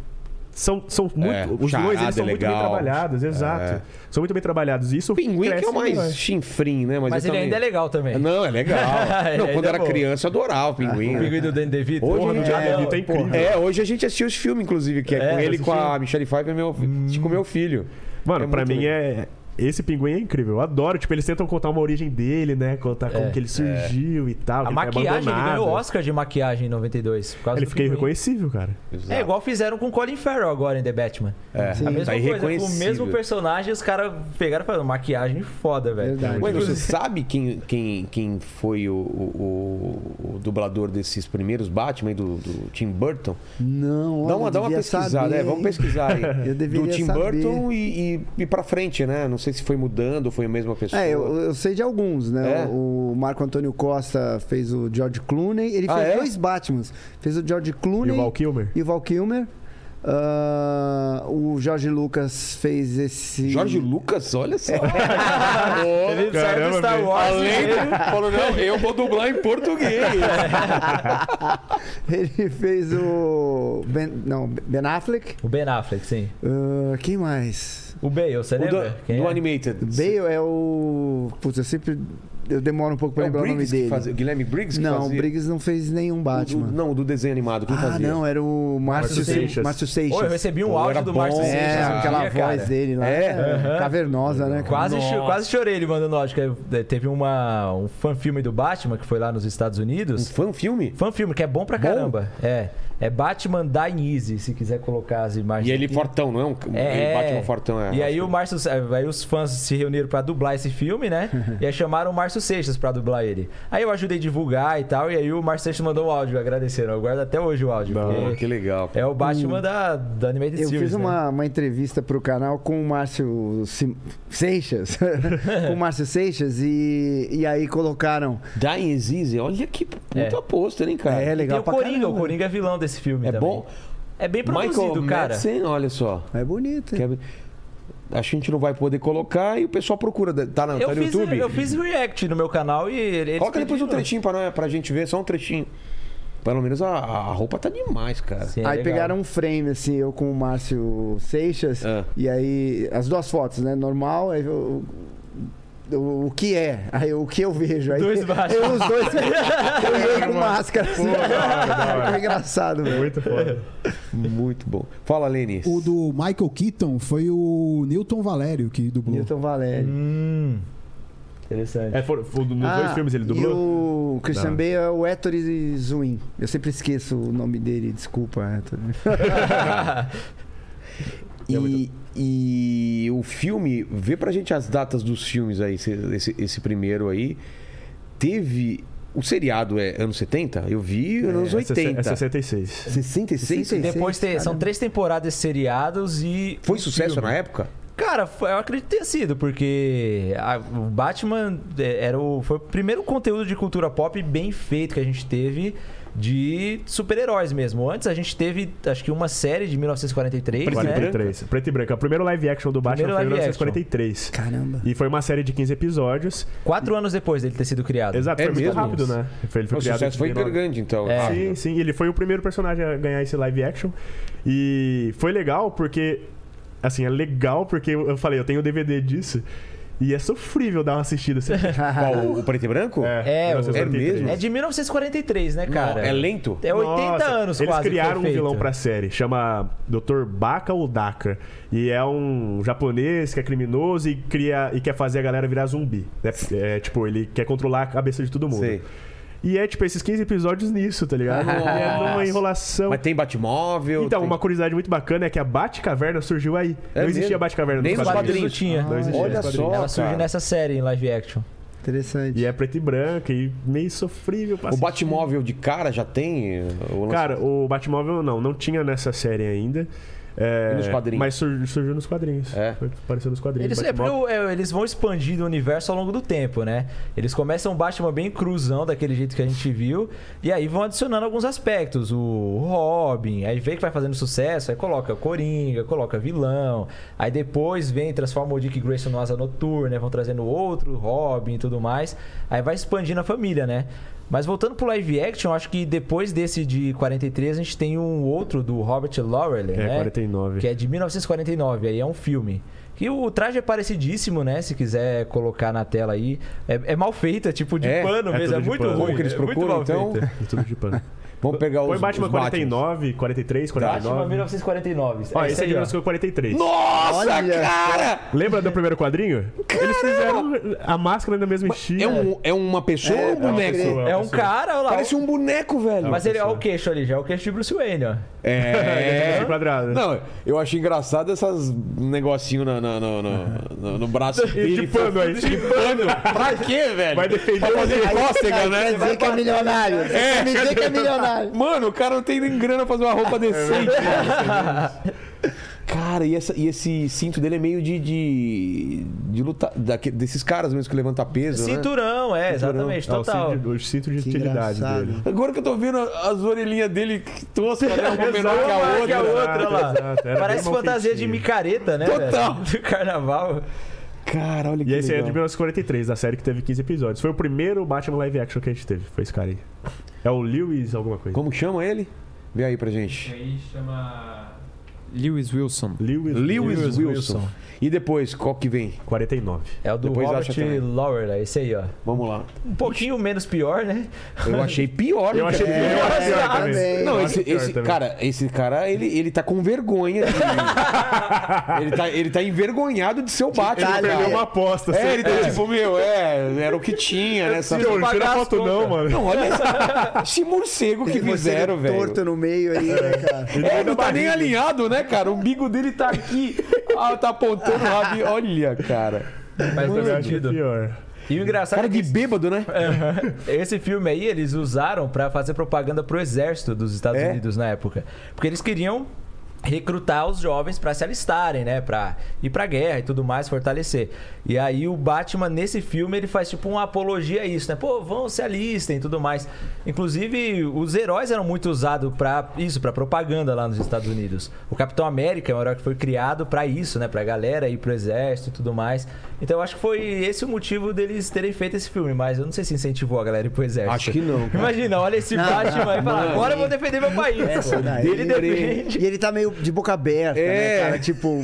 são, são muito. É, os Charada dois eles são é muito bem legal. trabalhados, exato. É. São muito bem trabalhados. Isso O Pinguim que é o mais mais chinfrim, né? Mas, Mas eu ele também... ainda é legal também. Não, é legal. Não, Ele quando é era bom. criança, eu adorava o Pinguim. O né? Pinguim do Danny DeVito. Hoje Porra, a não gente- dá é, não. Vitor é Porra. incrível. É, hoje a gente assistiu os filmes, inclusive, que é, É, com ele, eu com a assisti. Michelle Pfeiffer e meu, com o meu filho. Mano, É pra muito mim legal. é. Esse pinguim é incrível. Eu adoro. Tipo, eles tentam contar uma origem dele, né? Contar como É, que ele surgiu e tal. A que ele foi maquiagem, ele abandonado. ganhou o Oscar de maquiagem em noventa e dois. Por causa Ele do fica Pinguim. irreconhecível, cara. Exato. É igual fizeram com Colin Farrell agora em The Batman. É, A mesma tá coisa, com o irreconhecível. mesmo personagem, os caras pegaram e falaram, maquiagem foda, velho. Verdade. Ué, você sabe quem, quem, quem foi o, o, o- o dublador desses primeiros Batman, do, do Tim Burton? Não, Dá olha, uma, dá uma devia pesquisada, saber, é, vamos hein? pesquisar aí. Eu deveria do Tim saber. Burton e, e, e pra frente, né? Não sei se foi mudando ou foi a mesma pessoa. É, eu, eu sei de alguns, né? É? O Marco Antônio Costa fez o George Clooney. Ele Ah, fez é? dois Batmans. Fez o George E Clooney o Val Kilmer. e o Val Kilmer. Ah, o Jorge Lucas fez esse... Jorge Lucas, olha só. Ele saiu Caramba, do Star velho. Wars. Além ele- do... Falou, não, eu vou dublar em português. Ele fez o... Ben, não, Ben Affleck. O Ben Affleck, sim. Ah, quem mais? O Bale, você O do, lembra? Quem do é? Animated. Bale é o... Putz, eu sempre... Eu demoro um pouco pra É o lembrar o nome Briggs que dele. fazia- Guilherme Briggs que Não, o fazia? Briggs não fez nenhum O Batman. do- não, o do desenho animado, quem Ah, fazia? não, era o Márcio Márcio Seixas. Seixas. Márcio Seixas. Pô, eu recebi um Pô, áudio era do bom. Márcio É, Seixas. um aquela dia, voz cara. dele lá. É? É, cavernosa, né? cara? Quase, cho- Nossa. quase chorei ele mandando áudio. que é, Teve uma, um fan-filme do Batman que foi lá nos Estados Um Unidos. fã-filme? Fan-filme que é bom pra Bom? caramba. É. É Batman Dying Easy, se quiser colocar as imagens. E ele aqui. fortão, não é um... É, Ele bate um fortão, é. E aí o Márcio, aí os fãs se reuniram pra dublar esse filme, né? E aí chamaram o Márcio Seixas pra dublar ele. Aí eu ajudei a divulgar e tal, e aí o Márcio Seixas mandou um áudio agradecendo. Eu guardo até hoje o áudio. Pô, porque que legal. é o Batman da, da Animated Eu Series, fiz né? uma, uma entrevista pro canal com o Márcio Sim- Seixas. com o Márcio Seixas e, e aí colocaram. Dying is Easy, olha que muito É. aposto, hein, cara? É, Tem legal o pra Coringa, caramba. o Coringa é vilão desse filme É também. bom? É bem produzido, Michael cara. Madsen, olha só. É bonito. Que hein? é- Acho que a gente não vai poder colocar e o pessoal procura. Tá, na, Eu, tá no fiz, YouTube? eu fiz react no meu canal e eles Coloca depois um pediram. trechinho pra, nós- pra gente ver, só um trechinho. Pelo menos a, a roupa tá demais, cara. Sim, é Aí legal. pegaram um frame, assim, eu com o Márcio Seixas, Ah. e aí as duas fotos, né? Normal, aí eu- o, o que é? Aí o que eu vejo? Aí Dois baixos. eu, os dois, eu ia com máscara, assim. Pô, da hora, da hora. Foi engraçado, velho. Muito foda. Muito bom. Fala, Lênis. O do Michael Keaton foi o Newton Valério que dublou. Newton Valério. Hum, interessante. É, for, for, nos Ah, dois filmes ele E dublou? o Christian Não. Bale é o Héctor Zwin. Eu sempre esqueço o nome dele, desculpa, Héctor. E, e o filme, vê pra gente as datas dos filmes aí, esse, esse, esse primeiro aí. Teve. O seriado é anos setenta? Eu vi anos É, é oitenta. sessenta e seis. sessenta e seis? sessenta e seis. Depois tem- são caramba. três temporadas seriados e. Foi um sucesso filme. na época? Cara, foi- eu acredito que tenha sido, porque a- o Batman é, era o, foi o primeiro conteúdo de cultura pop bem feito que a gente teve de super-heróis mesmo. Antes a gente teve, acho que uma série de mil novecentos e quarenta e três, Preto e né? branco? quarenta e três. Preto e branco. O primeiro live action do Batman Primeiro foi em mil live novecentos e quarenta e três. Caramba. E foi uma série de quinze episódios. Quatro anos depois dele ter sido criado. Exato, É foi muito mesmo? rápido, né? Foi, ele foi O criado sucesso em foi oitenta e nove. grande, então. É. Ah, Sim, sim. Ele foi o primeiro personagem a ganhar esse live action. E foi legal porque... Assim, é legal porque eu eu falei, eu tenho o D V D disso. E é sofrível dar uma assistida. Assim. Qual, o, o preto e branco? É, mil novecentos e quarenta e três. é mesmo? É de mil novecentos e quarenta e três, né, cara? É lento? É oitenta Nossa, anos eles quase. que criaram foi um feito. vilão pra série, chama doutor Baka ou Daka. E é um japonês que é criminoso e, cria, e quer fazer a galera virar zumbi. Né? É, tipo, ele quer controlar a cabeça de todo mundo. Sei. E é tipo esses quinze episódios nisso, tá ligado? E é numa enrolação. Mas tem Batmóvel. Então, tem... uma curiosidade muito bacana é que a Batcaverna surgiu aí. É não existia mesmo? a Batcaverna Nem nos nos quadrinhos. quadrinhos. Não tinha. Não existia Olha nos quadrinhos. só. Ela surge cara. nessa série em live action. Interessante. E é preto e branco e meio sofrível pra O assistir. Batmóvel de cara já tem? o lance- Cara, o Batmóvel não, não tinha nessa série ainda. É, E nos quadrinhos? Mas sur- surgiu nos quadrinhos. É. Foi- Apareceu nos quadrinhos. Eles, é porque Batmóvel. o- é, eles vão expandindo o universo ao longo do tempo, né? Eles começam o Batman bem cruzão, daquele jeito que a gente viu, e aí vão adicionando alguns aspectos. O Robin, aí vê que vai fazendo sucesso, aí coloca Coringa, coloca vilão, aí depois vem, transforma o Dick Grayson no Asa Noturna, né? Vão trazendo outro Robin e tudo mais. Aí vai expandindo a família, né? Mas voltando pro live action, acho que depois desse de quarenta e três, a gente tem um outro do Robert Lowry, É, né? quarenta e nove. Que é de mil novecentos e quarenta e nove, aí é um filme. E o traje é parecidíssimo, né? Se quiser colocar na tela aí. É, é mal feito, é tipo de É, pano é mesmo, tudo é de muito pano. ruim. Como que eles é muito procuram, mal então? feito. É tudo de pano. Vamos pegar os Põe Batman os quarenta e nove, quarenta e três, quarenta e Batman nove. mil novecentos e quarenta e nove. Ó, É esse isso é de aí, ó. mil novecentos e quarenta e três. Nossa, Olha cara! Lembra do primeiro quadrinho? Eles fizeram a máscara do mesmo estilo. É, um, é uma pessoa ou um É, boneco? pessoa. É um cara, olha lá. Parece um boneco, velho. Mas ele é pessoa. o queixo ali, já é o queixo de Bruce Wayne, ó. É. É quadrado. Não, eu achei engraçado essas negocinho na, na- no, no, no- no braço dele. De pano aí. De pano. Pra quê, velho? Vai defender Pra fazer o cócega, né? Quer dizer que é milionário. Quer me dizer que é milionário. Mano, o cara não tem nem grana pra fazer uma roupa decente. Cara, e, essa, e esse cinto dele é meio de. de, de lutar. daque- desses caras mesmo que levantam peso, né? Cinturão, é, exatamente, É, o total. cinto, o cinto de Que utilidade engraçado. dele. Agora que eu tô vendo as orelhinhas dele toscas, né? Uma menor que Uma a maior que a outra. outra, olha lá. Exato, era Parece bem mal fantasia de feitinho. micareta, né? Total. velho? Do carnaval. Cara, olha que E esse aí é de legal. mil novecentos e quarenta e três, da série que teve quinze episódios. Foi o primeiro Batman live action que a gente teve. Foi esse cara aí. É o Lewis alguma coisa. Como que chama ele? Vê aí pra gente. aí chama Lewis Wilson. Lewis, Lewis, Lewis Wilson. Wilson. E depois, qual que vem? quarenta e nove. É o do Depois Robert acha também. Lowry, esse aí, ó. Vamos lá. Um pouquinho menos pior, né? Eu achei pior. Eu cara. achei É, eu achei pior também. também. Não, Eu esse, acho pior esse também. cara, esse cara, ele, ele tá com vergonha. de- ele, tá, ele tá envergonhado de ser o Batman. Ele cara. Perdeu uma aposta. É, ele tá é. tipo, meu, é, era o que tinha nessa. Tira, pagar tira as foto não, contas. mano. Não, olha esse, esse morcego que Tem você fizeram, velho. torto no meio aí, né, cara? É, não tá nem alinhado, né, cara? O umbigo dele tá aqui. Ah, tá apontando o rabo. Olha, cara. Faz todo Eu acho sentido. pior. E o engraçado Cara é que de bêbado, né? esse filme aí eles usaram pra fazer propaganda pro exército dos Estados É? Unidos na época. Porque eles queriam recrutar os jovens pra se alistarem, né? Pra ir pra guerra e tudo mais, fortalecer. E aí o Batman, nesse filme, ele faz tipo uma apologia a isso, né? Pô, vão, se alistem e tudo mais. Inclusive, os heróis eram muito usados pra isso, pra propaganda lá nos Estados Unidos. O Capitão América é um herói que foi criado pra isso, né? Pra galera ir pro exército e tudo mais. Então eu acho que foi esse o motivo deles terem feito esse filme, mas eu não sei se incentivou a galera a ir pro exército. Acho que não. Cara. Imagina, olha esse Não, Batman aí e fala, não. agora eu vou defender meu país. Essa pô. daí. Ele defende. E ele tá meio de boca aberta, É. né, cara? Tipo,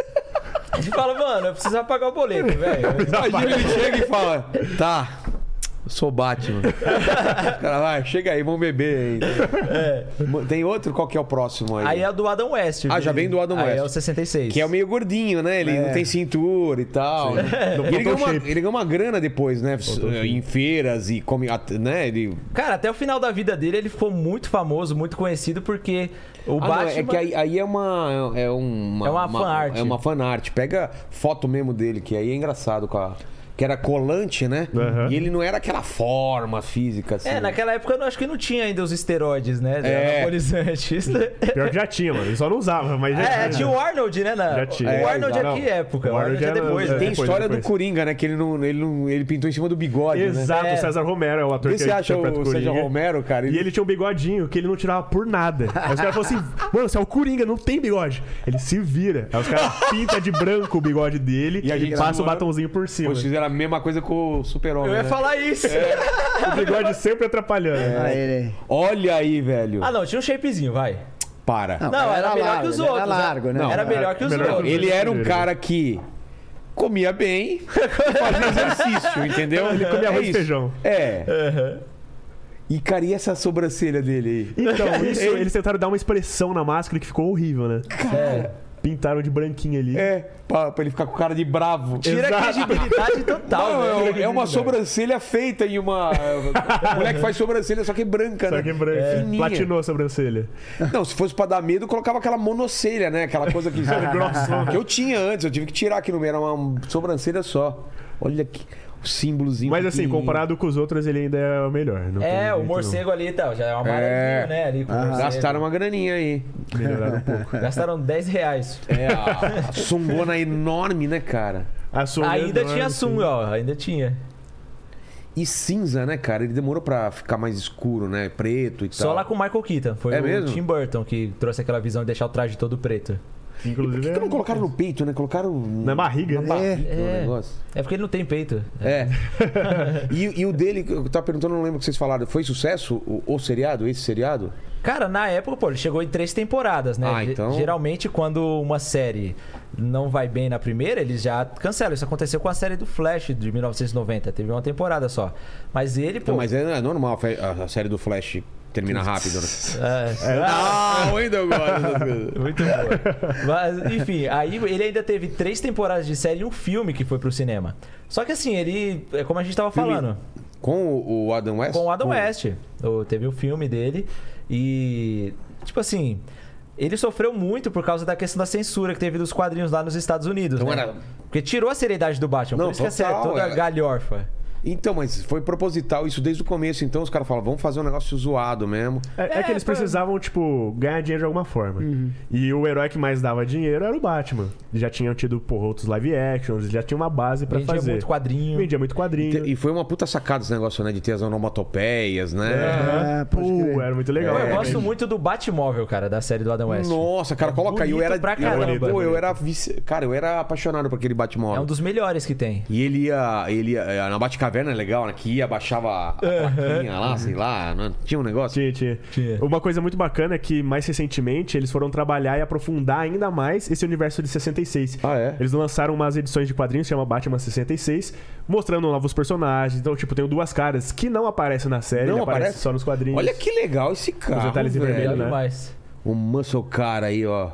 A gente fala, mano, eu preciso pagar o boleto, velho. Imagina ele chega e fala: Tá, eu sou Batman. O cara vai, chega aí, vamos beber aí. Tem outro? Qual que é o próximo aí? Aí é o do Adam West. Ah, já vem do Adam aí West. é o sessenta e seis. Que é o meio gordinho, né? Ele É. não tem cintura e tal. Não E ele, ganhou botou uma, shape. ele ganhou uma grana depois, né? Botou shape. Em feiras e come, né? Ele... Cara, até o final da vida dele, ele ficou muito famoso, muito conhecido, porque o Ah, não, Batman... é que aí, aí é uma. É, uma, É uma fanart. É uma fanart. Pega foto mesmo dele, que aí é engraçado com a. Que era colante, né? Aham. E ele não era aquela forma física assim. É, naquela época eu não- acho que não tinha ainda os esteroides, né? É. Anabolizantes. Pior que já tinha, mano. Ele só não usava, mas já É, tinha o Arnold, né? Na... Já tinha. O É, Arnold é exato. que época? O O Arnold é Arnold depois, era- né? Tem depois, história depois. do Coringa, né? Que ele não, ele não. Ele pintou em cima do bigode, né? Exato, É. o César Romero é o ator Vê que se acha interpreta o Sérgio Coringa. Romero, cara. E ele tinha um bigodinho que ele não tirava por nada. Aí os caras falaram assim: mano, você é o Coringa, não tem bigode. Ele se vira. Aí os caras pintam de branco o bigode dele E a gente passa o agora- batonzinho por cima. Pô, fizeram a mesma coisa com o Super-Homem. Eu ia né? falar isso. O bigode sempre atrapalhando. ah, ele... Olha aí, velho. Ah, não, tinha um shapezinho, vai. Para. Não, Não, era, era melhor largo, que os ele era outros. largo, né? Não, Era é, melhor que os melhor que outros. Ele era um dele. cara que comia bem e fazia exercício, entendeu? Ele comia É arroz e isso. feijão. É. E, cara, e essa sobrancelha dele aí? Então, isso, eles tentaram dar uma expressão na máscara que ficou horrível, né? É. Pintaram de branquinho ali. É, pra, pra ele ficar com cara de bravo. Tira a Exato. credibilidade total, Não, né? é, é uma sobrancelha feita em uma. O moleque faz sobrancelha, só que branca, Só né? que branco. Fininha. Platinou a sobrancelha. Não, se fosse pra dar medo, colocava aquela monocelha, né? Aquela coisa que. Grossona. que eu tinha antes, eu tive que tirar aqui no meio, era uma sobrancelha só. Olha que. O símbolozinho. Mas assim, pequenininho. comparado com os outros, ele ainda é o melhor. Não tem É, o jeito, morcego ali e tal, já é uma É. maravilha, né? Ali com o morcego. Gastaram uma graninha aí. não. Melhoraram um pouco. Gastaram dez reais. É, a, a sungona enorme, né, cara? A sunga Ainda enorme, tinha assim. sunga, ó. Ainda tinha. E cinza, né, cara? Ele demorou pra ficar mais escuro, né? Preto e tal. Só lá com o Michael Keaton. Foi É o mesmo? Tim Burton que trouxe aquela visão de deixar o traje todo preto. Inclusive, Por que, que não é- colocaram no peito, né? Colocaram Na barriga, na né? barriga o É. negócio. É porque ele não tem peito. É. e, e o dele, que eu tava perguntando, não lembro o que vocês falaram. Foi sucesso o, o seriado, esse seriado? Cara, na época, pô, ele chegou em três temporadas, né? Ah, Ge- então- Geralmente, quando uma série não vai bem na primeira, eles já cancelam. Isso aconteceu com a série do Flash de mil novecentos e noventa. Teve uma temporada só. Mas ele, pô... Não, mas é, é normal a, a série do Flash termina rápido, né? É, Ah, ainda eu gosto dessas coisas. muito boa. Mas, enfim, aí ele ainda teve três temporadas de série e um filme que foi pro cinema. Só que assim, ele... É como a gente tava Filme falando. Com o, o Adam West? Com o Adam West. O- Teve o filme dele. E... Tipo assim... Ele sofreu muito por causa da questão da censura que teve dos quadrinhos lá nos Estados Unidos, Então né? era- Porque tirou a seriedade do Batman. Não, por isso que a série é total, toda é. galhorfa. Então, mas foi proposital isso desde o começo. Então os caras falam, vamos fazer um negócio zoado mesmo. É, é que eles foi- precisavam, tipo, ganhar dinheiro de alguma forma. E o herói que mais dava dinheiro era o Batman. Eles já tinham tido, porra, outros live actions, eles já tinham uma base pra Vendia fazer. muito quadrinho. Vendia muito quadrinho. E foi uma puta sacada esse negócio, né? De ter as onomatopeias, né? É, pode Pô, crer. era muito legal. Eu É, gosto mas- muito do Batmóvel, cara, da série do Adam West. Nossa, cara, É coloca aí. Eu bonito era. pra eu, caramba. pô, eu era vice... Cara, eu era apaixonado por aquele Batmóvel. É um dos melhores que tem. E ele ia, ele ia. Na Batcaverna é legal, né? Que ia, baixava a plaquinha lá, sei lá. Não tinha um negócio. Tinha, tinha. Tinha. Uma coisa muito bacana é que, mais recentemente, eles foram trabalhar e aprofundar ainda mais esse universo de sessenta e seis. Ah, é? Eles lançaram umas edições de quadrinhos, chama Batman sessenta e seis, mostrando novos personagens. Então, tipo, tem duas caras que não aparecem na série, Não ele aparece aparece? só nos quadrinhos. Olha que legal esse carro. detalhes em velho. vermelho, Legal né? demais. O Muscle Car aí, ó.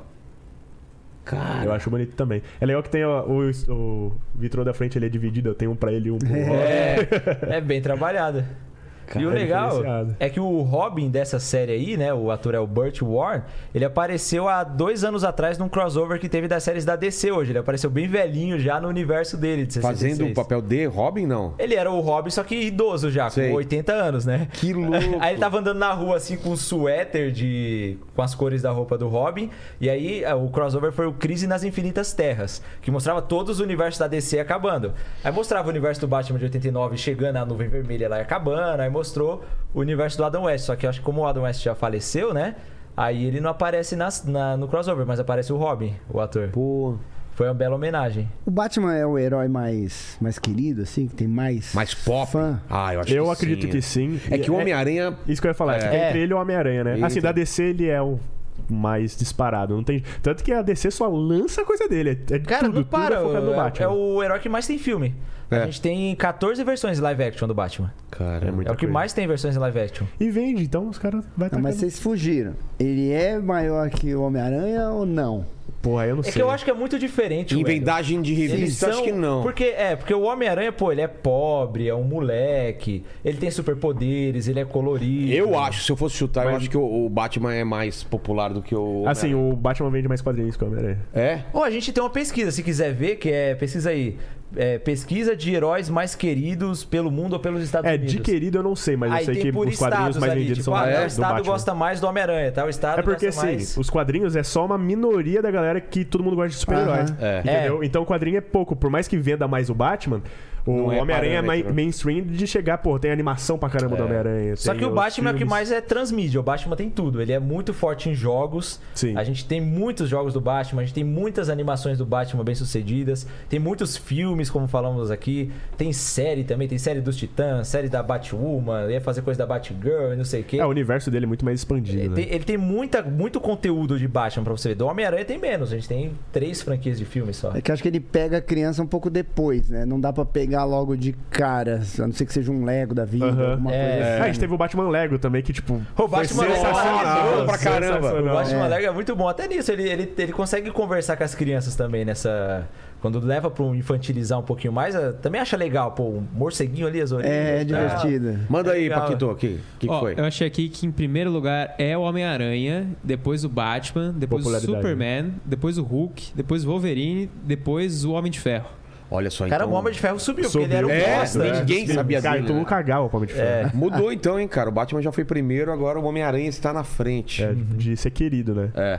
Cara. Eu acho bonito também. É legal que tem ó, o, o vitrô da frente, ele é dividido. Eu tenho um pra ele e um pro Robin. É, é bem trabalhado. E o Cara, legal diferenciado. é que o Robin dessa série aí, né? O ator é o Burt Ward. Ele apareceu há dois anos atrás num crossover que teve das séries da D C hoje. Ele apareceu bem velhinho já no universo dele, de sessenta e seis. Fazendo o papel de Robin, não? Ele era o Robin, só que idoso já, Sei. com oitenta anos, né? Que louco. Aí ele tava andando na rua assim com um suéter de... com as cores da roupa do Robin. E aí o crossover foi o Crise nas Infinitas Terras, que mostrava todos os universos da D C acabando. Aí mostrava o universo do Batman de oitenta e nove chegando a nuvem vermelha lá e acabando. Aí mostrou o universo do Adam West. Só que eu acho que como o Adam West já faleceu, né? Aí ele não aparece nas- na- no crossover, mas aparece o Robin, o ator. Pô. Foi uma bela homenagem. O Batman é o herói mais, mais querido, assim, que tem mais, Mais pop? fã. Ah, eu acho Eu que acredito sim. que sim. É que o E Homem-Aranha. Isso que eu ia falar. É. É. Tipo, entre ele e o Homem-Aranha, né? Isso. Assim, da D C ele é o mais disparado. Não tem... Tanto que a D C só lança coisa dele. É Cara, tudo, não para. tudo é focado no é, Batman. é o herói que mais tem filme. É. A gente tem catorze versões de live action do Batman. Cara, É muito- É o que coisa. mais tem versões em live action. E vende, então os caras vai Não, tacando. mas vocês fugiram. Ele é maior que o Homem-Aranha ou não? Porra, eu não É sei. que eu acho que é muito diferente. Em velho. vendagem de Eles revista, acho são- que não. Porque, é, porque o Homem-Aranha, pô, ele é pobre, é um moleque, ele tem superpoderes, ele é colorido. Eu acho, se eu fosse chutar, eu Mas- acho que o, o Batman é mais popular do que o. Assim, Homem-Aranha. o Batman vende mais quadrinhos que o Homem-Aranha. É? Ou a gente tem uma pesquisa, se quiser ver, que é, pesquisa aí, é, pesquisa de heróis mais queridos pelo mundo ou pelos Estados É, Unidos. de querido eu não sei, mas Aí eu sei tem que por os quadrinhos estados mais ali, vendidos tipo, são ah, mais tal do estado Batman. gosta mais do Homem-Aranha, tal estado É porque, gosta assim, mais... os quadrinhos é só uma minoria da galera que todo mundo gosta de super-herói. Aham. É. Entendeu? Então o quadrinho é pouco. Por mais que venda mais o Batman, o Não é Homem-Aranha é mai- parâmetro. mainstream de chegar, pô, tem animação pra caramba do Homem-Aranha. Só tem que o os Batman é o que filmes. mais é transmídia. O Batman tem tudo. Ele é muito forte em jogos. Sim. A gente tem muitos jogos do Batman. A gente tem muitas animações do Batman bem-sucedidas. Tem muitos filmes, como falamos aqui. Tem série também. Tem série dos Titãs, série da Batwoman. Ia fazer coisa da Batgirl e não sei o quê. É, o universo dele é muito mais expandido, Ele né? tem, ele tem muita, muito conteúdo de Batman pra você ver. Do Homem-Aranha tem menos. A gente tem três franquias de filmes só. É que eu acho que ele pega a criança um pouco depois, né? Não dá pra pegar logo de cara, a não ser que seja um Lego da vida, Aham. alguma É. coisa É, assim. a gente teve o Batman Lego também, que, tipo, O foi Batman Lego sensacional. é bom pra caramba. O sensacional. Batman É. Lego é muito bom. Até nisso, ele, ele, ele consegue conversar com as crianças também nessa... Quando leva pra um infantilizar um pouquinho mais, eh, também acha legal, pô, um morceguinho ali, as orelhas. É, é tal. divertido. Manda É aí, legal. Paquito, aqui. O que, que Ó, foi? eu achei aqui que em primeiro lugar é o Homem-Aranha, depois o Batman, depois o Popularidade, Superman, depois o Hulk, depois o Wolverine, depois o Homem de Ferro. Olha só, Cara, então. o Homem de Ferro subiu, porque ele Subiu. era um É, bosta. ninguém- ninguém sabia Cara, dele, todo né? mundo cagava o Palma de Ferro. É. Mudou então, hein, cara. O Batman já foi primeiro, agora o Homem-Aranha está na frente. É, de ser querido, né? É.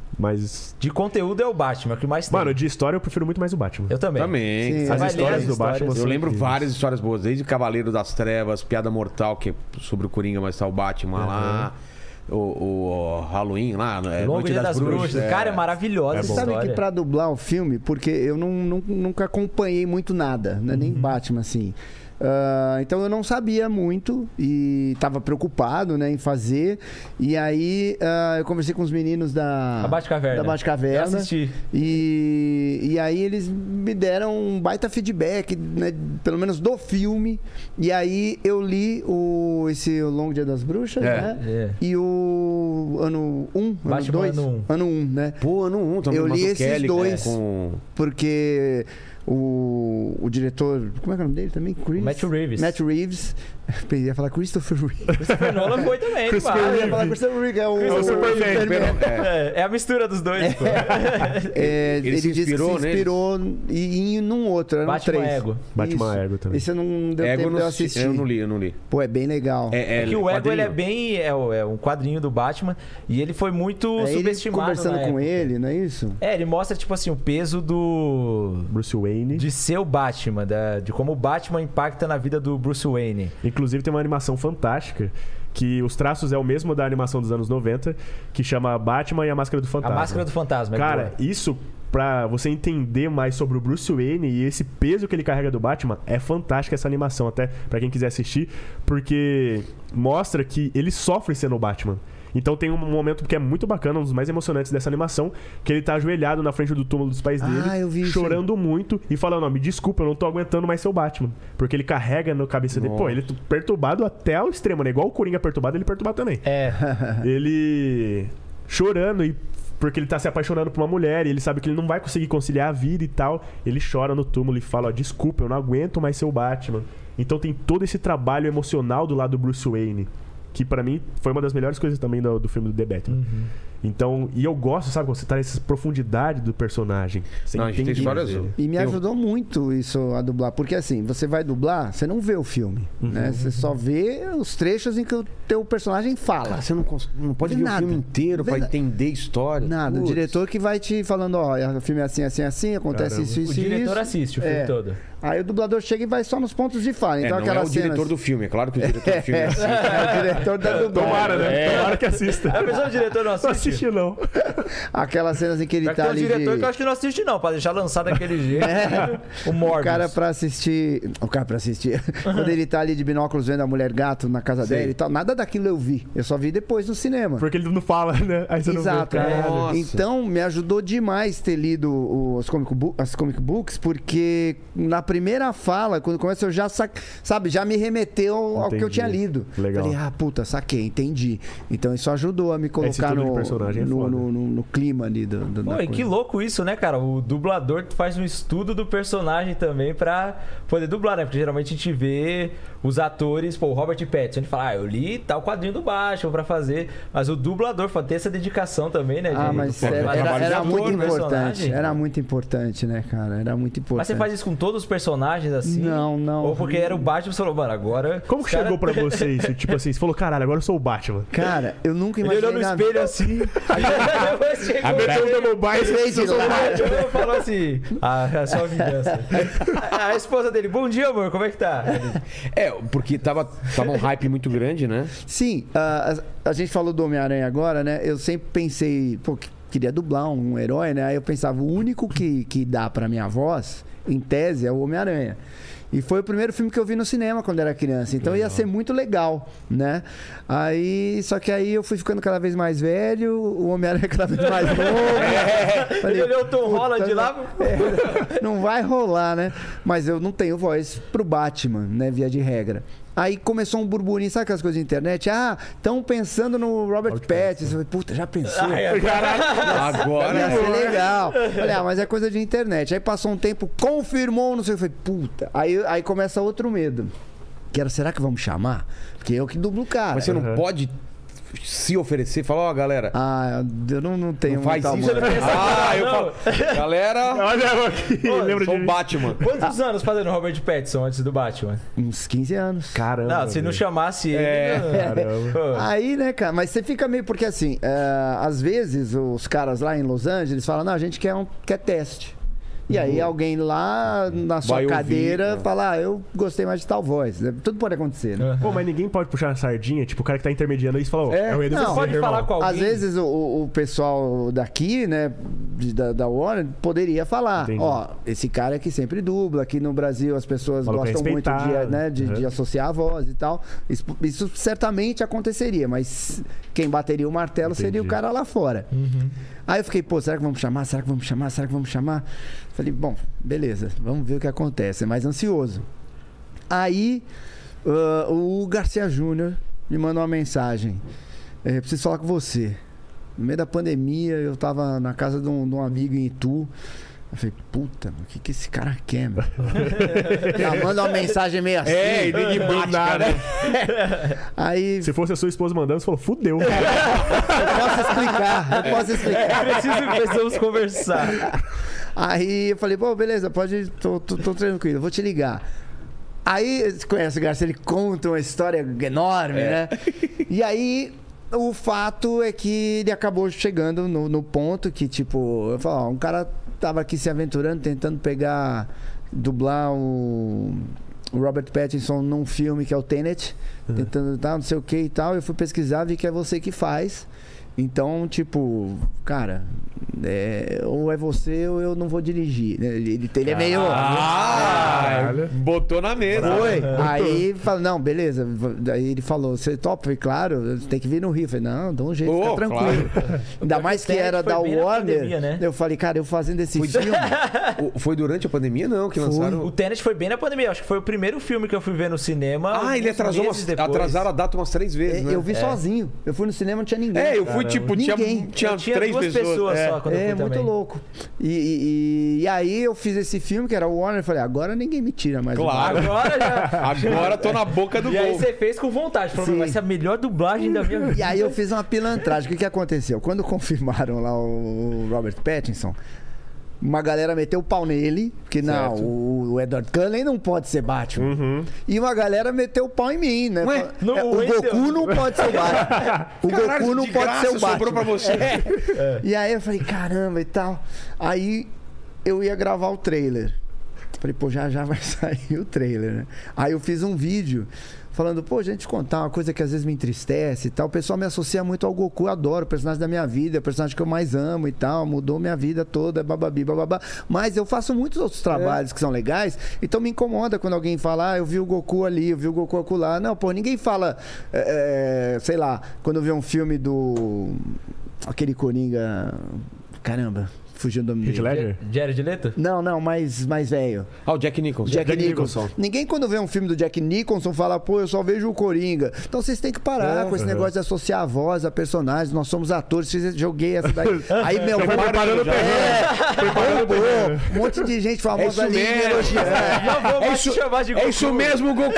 Mas, De conteúdo é o Batman, é o que mais tem. mano, de história eu prefiro muito mais o Batman. eu também. Também. Sim. Você As vai ler histórias as do histórias. Batman Eu são lembro incríveis. várias histórias boas, desde Cavaleiro das Trevas, Piada Mortal, que é sobre o Coringa, mas tá o Batman lá. o, o Halloween lá, é, Longo Noite Dia das, das Bruxas. é. Cara, é maravilhosa É essa Você sabe história. que pra dublar o filme, porque eu não, não- nunca acompanhei muito nada, né? Nem Batman, assim. Ah, então eu não sabia muito e tava preocupado, né, em fazer. E aí ah, eu conversei com os meninos da A Batcaverna. da Batcaverna. Eu assisti. E, e aí eles me deram um baita feedback, né, pelo menos do filme. E aí eu li o, esse o Longo Dia das Bruxas, É. né? É. E o ano um, ano Batman dois, ano um. ano um, né? Pô, ano um, também. Eu li esses Mazzucchelli, dois. Com... Porque o, o diretor, como é que é o nome dele também? Chris? Matt Reeves. Matt Reeves. Eu ia falar Christopher Reeves. Christopher Nolan foi também, Christopher pá. Eu ia falar Christopher Reeves, é o, É o Superman. Superman. É, é a mistura dos dois, pô. É, Ele ele se disse que inspirou se inspirou em, em num outro, era um Batman três. Ego. Batman Isso. Ego também. Esse eu não deu Ego tempo eu de eu não, assistir. eu não li, eu não li. Pô, é bem legal. É, é, que o Ego quadrinho. ele é bem. É, o- é um quadrinho do Batman. E ele foi muito É ele subestimado. conversando na com época. ele, não é isso? É, ele mostra, tipo assim, o peso do. Bruce Wayne. De ser o Batman, da- de como o Batman impacta na vida do Bruce Wayne. Inclusive tem uma animação fantástica, que os traços é o mesmo da animação dos anos noventa, que chama Batman e a Máscara do A Fantasma. Máscara do Fantasma. é Cara, boa. isso, pra você entender mais sobre o Bruce Wayne e esse peso que ele carrega do Batman, é fantástica essa animação, até pra quem quiser assistir, porque mostra que ele sofre sendo o Batman. Então tem um momento que é muito bacana, um dos mais emocionantes dessa animação, que ele tá ajoelhado na frente do túmulo dos pais dele, Ah, eu vi isso chorando muito e falando, ó, me desculpa, eu não tô aguentando mais ser o Batman. Porque ele carrega na cabeça dele. Pô, ele é perturbado até o extremo, né? Igual o Coringa perturbado, ele é perturbado também. É. Ele chorando e porque ele tá se apaixonando por uma mulher e ele sabe que ele não vai conseguir conciliar a vida e tal. Ele chora no túmulo e fala, ó, desculpa, eu não aguento mais ser o Batman. Então tem todo esse trabalho emocional do lado do Bruce Wayne, que pra mim foi uma das melhores coisas também do, do filme do The Batman. Uhum. Então, e eu gosto, sabe, quando você tá nessa profundidade do personagem. Você Não, a gente tem entende histórias- ele. E me Tem um- ajudou muito isso a dublar, porque assim, você vai dublar, você não vê o filme, né? Você só vê os trechos em que o teu personagem fala. Cara, você não, cons- não pode Vê ver nada. o filme inteiro Vê pra na- entender a história. Nada, o Putz. diretor que vai te falando, ó, o filme é assim, assim, assim, acontece Caramba. isso, O isso, diretor isso. assiste o filme É. todo. Aí o dublador chega e vai só nos pontos de fala. É, Então não é aquelas o diretor cenas... do filme, é claro que o diretor do filme é assim. É, o diretor da dublagem. Tomara, né? Tomara que assista. A pessoa do diretor não Não assiste? assisti, não. Aquelas cenas em que ele Pior que tá tem um ali diretor de... que eu acho que não assiste, não, pra deixar lançado daquele jeito. O Morbius. O cara pra assistir. O cara pra assistir. Quando ele tá ali de binóculos vendo a mulher gato na casa Sim. dele e tal, nada daquilo eu vi. Eu só vi depois no cinema. Porque ele não fala, né? Aí você Exato. não vê. é. Nossa. Então me ajudou demais ter lido os comic bu- as comic books, porque na primeira fala, quando começa, eu já sa... sabe, já me remeteu ao que eu Entendi. tinha lido. Legal. Falei, ah, puta, saquei, entendi. Então isso ajudou a me colocar tudo de no, personagem é no, foda. no, no- no clima ali do, do, Pô, da e que coisa. louco isso, né, cara? O dublador faz um estudo do personagem também pra poder dublar, né? Porque geralmente a gente vê os atores, pô, o Robert Pattinson, a gente fala, ah, eu li tal quadrinho do Batman pra fazer, mas o dublador foi ter essa dedicação também, né? Ah, de- mas pô, era, fazer era, esse era ator muito do importante. personagem. Era muito importante, né, cara? Era muito importante. Mas você faz isso com todos os personagens assim? Não, não. Ou porque era o Batman, você falou, mano, agora... Como que os cara- chegou pra você isso? Tipo assim, você falou, caralho, agora eu sou o Batman. Cara, eu nunca Ele imaginei. olhou no na- espelho assim, aí depois chegou... Abertou o Double Bice, Três de eu sou o lá. Batman. Ele falou assim, ah, é só vingança. A, a esposa dele, bom dia, amor, como é que tá? É, porque tava, tava um hype muito grande, né? Sim, a, a- a gente falou do Homem-Aranha agora, né? Eu sempre pensei, pô, que- queria dublar um herói, né? Aí eu pensava, o único que, que dá pra minha voz, em tese, é o Homem-Aranha. E foi o primeiro filme que eu vi no cinema quando era criança. Então ia ser muito legal, né? Aí, só que aí eu fui ficando cada vez mais velho, o Homem-Aranha cada vez mais novo. Falei, Ele olhou o Tom puta, Holland lá... é, não vai rolar, né? Mas eu não tenho voz pro Batman, né? Via de regra. Aí começou um burburinho, sabe aquelas coisas de internet? Ah, estão pensando no Robert Pattinson. Eu falei, puta, já pensou? Ai, agora- Agora. Ia ser legal. Falei, ah, mas é coisa de internet. Aí passou um tempo, confirmou, não sei. Eu falei, puta. Aí, aí começa outro medo. Que era, será que vamos chamar? Porque eu que dublo o cara. Mas você não Uhum. pode se oferecer e falar, ó, galera. Ah, eu não, não tenho Não faz muita isso, mão. ele pensa, ah, eu Não. falo, galera, Olha eu aqui, Ô, lembra sou de o mim? Batman. Quantos anos fazendo Robert Pattinson antes do Batman? Uns quinze anos. Caramba. Não, se não velho. chamasse ele... É. não. Caramba. Pô. Aí, né, cara, mas você fica meio. Porque assim, é, às vezes os caras lá em Los Angeles falam: não, a gente quer, um, quer teste. E aí alguém lá na sua Vai ouvir, cadeira né? fala, ah, eu gostei mais de tal voz. Tudo pode acontecer, né? Pô, mas ninguém pode puxar a sardinha, tipo, o cara que tá intermediando isso falou, É, é o Edu não, Bezerra, pode irmão. falar com alguém. Às vezes o, o pessoal daqui, né, de- da, da Warner, poderia falar, Entendi. ó, esse cara aqui sempre dubla, aqui no Brasil as pessoas Maluco é gostam muito de, respeitado. né, de, Uhum. de associar a voz e tal. Isso, isso certamente aconteceria, mas quem bateria o martelo seria o Entendi. cara lá fora. Aí eu fiquei, pô, será que vamos chamar? Será que vamos chamar? Será que vamos chamar? Falei, bom, beleza, vamos ver o que acontece. É mais ansioso. Aí ah, o Garcia Júnior me mandou uma mensagem. É, preciso falar com você. No meio da pandemia, eu tava na casa de um, de um amigo em Itu. Eu falei, puta, mano, o que, que esse cara quer, mano? Já manda uma mensagem meio assim. É, enigmática, né? Aí Se fosse a sua esposa mandando, você falou, fudeu. eu posso explicar, eu posso explicar. Preciso, precisamos conversar. Aí eu falei, pô, beleza, pode, tô, tô, tô tranquilo, eu vou te ligar. Aí, você conhece o Garcia, ele conta uma história enorme, né? E aí, o fato é que ele acabou chegando no, no ponto que, tipo, eu falo, ó, um cara tava aqui se aventurando, tentando pegar, dublar o, o Robert Pattinson num filme que é o Tenet, tentando tal, não sei o que e tal. Eu fui pesquisar, vi que é você que faz. Então, tipo, cara, é, ou é você ou eu não vou dirigir. Ele, ele, ele é meio. Ah, Caralho. botou na mesa. Foi. Aí fala, não, beleza. Daí ele falou, você topa? Eu falei, claro, você tem que vir no Rio. Eu falei, não, dá um jeito, Oh, fica tranquilo. Ainda mais que Tenet era foi da bem na Warner. pandemia, né? Eu falei, cara, eu fazendo esse Foi- filme. O- Foi durante a pandemia, não, que Foi. lançaram... O Tenet foi bem na pandemia. Acho que foi o primeiro filme que eu fui ver no cinema. Ah, ele alguns atrasou umas, meses depois. atrasaram a data umas três vezes, né? Eu vi sozinho. Eu fui no cinema, não tinha ninguém. É, eu fui, tipo, tinha, Ninguém. tinha, Eu tinha três duas pessoas. pessoas é. só quando eu É, fui muito também. louco. E, e- e aí eu fiz esse filme, que era o Warner, eu falei, agora ninguém me tira mais. o Claro. Agora já. Agora tô na boca do E aí gol. você fez com vontade. Falou, Sim. vai ser a melhor dublagem da minha vida. E aí eu fiz uma pilantragem. O que, que aconteceu? Quando confirmaram lá o Robert Pattinson, uma galera meteu o pau nele, porque não, Certo. o, o Edward Cullen não pode ser Batman. Uhum. E uma galera meteu o pau em mim, né? Ué, Fala- não, é, o o Goku Esse- não pode ser o Batman. O Caralho, Goku não de pode graça ser o Batman. sobrou pra você. É. E aí eu falei, caramba e tal. Aí eu ia gravar o trailer. Falei, pô, já já vai sair o trailer, né? Aí eu fiz um vídeo falando, pô, gente, contar uma coisa que às vezes me entristece e tal. O pessoal me associa muito ao Goku, eu adoro, o personagem da minha vida, é o personagem que eu mais amo e tal, mudou minha vida toda, bababi, bababá. Mas eu faço muitos outros trabalhos que são legais, então me incomoda quando alguém fala, ah, eu vi o Goku ali, eu vi o Goku acolá. Não, pô, ninguém fala, é, é, sei lá, quando eu vi um filme do... aquele Coringa... Caramba, fugiu do nome Heath dele. Ledger? Jared Leto? Não, não, mais, mais velho. Ah, o Jack Nicholson. Jack, Jack Nicholson. Nicholson. Ninguém, quando vê um filme do Jack Nicholson, fala, pô, eu só vejo o Coringa. Então vocês têm que parar com esse negócio de associar a voz a personagens. Nós somos atores, fiz- joguei essa daí. Aí, meu, Já foi bom- preparando o terreno. é, bombou. Um monte de gente É famosa isso ali me mesmo. elogiando. Não vou É mais isso, te chamar de é Goku. isso mesmo, Goku!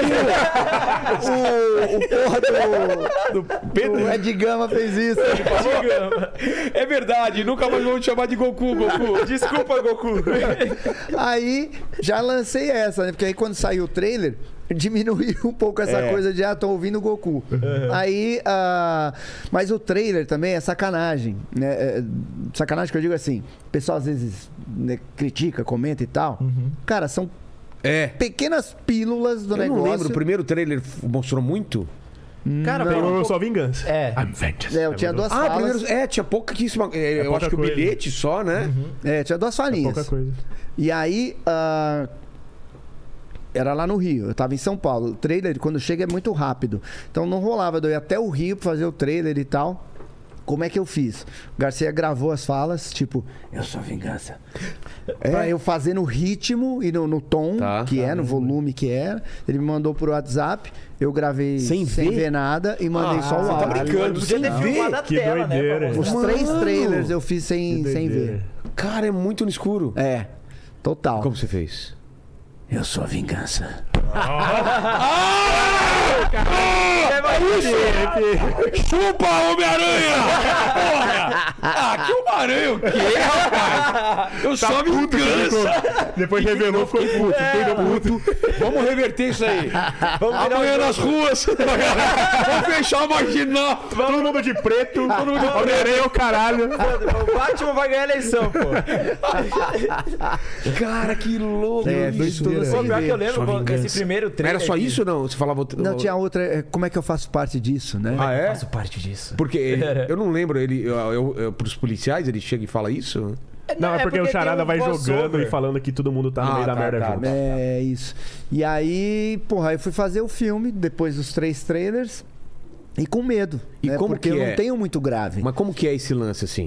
O, o porra do, Do Pedro. o Ed Gama fez isso. É verdade, nunca mais vamos te chamar de Goku, Goku. Desculpa, Goku. Aí já lancei essa, né? Porque aí quando saiu o trailer, diminuiu um pouco essa É. coisa de, ah, tô ouvindo o Goku. Aí, ah, mas o trailer também é sacanagem, né? É, sacanagem que eu digo assim, o pessoal às vezes né, critica, comenta e tal. Cara, são É. pequenas pílulas do Eu negócio. não lembro, o primeiro trailer f- mostrou muito? Cara, Tem fala um o pouco- Sua Vingança. É. I'm vengeance. É, eu tinha duas Ah, o falas. primeiro. É, tinha pouquíssima. é, eu pouca acho que coisa. o bilhete só, né? É, tinha duas falinhas. Pouca coisa. E aí, ah, era lá no Rio, eu tava em São Paulo. O trailer, quando chega, é muito rápido. Então não rolava, eu ia até o Rio pra fazer o trailer e tal. Como é que eu fiz? O Garcia gravou as falas, tipo, eu sou a vingança. Pra eu fazer no ritmo e no, no tom Tá. que é, no volume que era. Ele me mandou por WhatsApp, eu gravei Sem ver? nada e mandei Ah, só o você tá áudio. brincando, Podia ter sem filmado ver. a Que tela, doideira. né? pra Os mostrar. três Mano! trailers eu fiz sem, Que sem doideira. ver. Cara, é muito no escuro. É, total. Como você fez? Eu sou a vingança. Vai é isso? Chupa, Homem-Aranha! Porra! Ah, que Homem-Aranha o quê, rapaz? Eu só vingança! Depois revelou, ficou puto. É, puto. Vamos reverter isso aí. Vamos virar Amanhã um nas jogo. ruas. Vamos fechar a marginal. Todo mundo de preto, todo mundo de Homem-Aranha é o caralho. O Batman vai ganhar a eleição, pô. Cara, que louco. É, isso. fez tudo Pô, assim. pior que eu lembro Só pô, vingança. esse primeiro trailer. Era só aqui. isso ou não? Você falava outra... Não, tinha outra. é, Como é que eu faço parte disso, né? Ah, Eu é? faço parte disso. Porque ele- eu não lembro, ele, eu, eu, eu, pros policiais ele chega e fala isso? Não, é porque o Charada tem um vai crossover. jogando e falando que todo mundo tá no Ah, meio da tá, merda tá, junto. tá. É isso. E aí, porra, aí eu fui fazer o filme depois dos três trailers e com medo. E né? como Porque que eu é? não tenho muito grave. Mas como que é esse lance assim?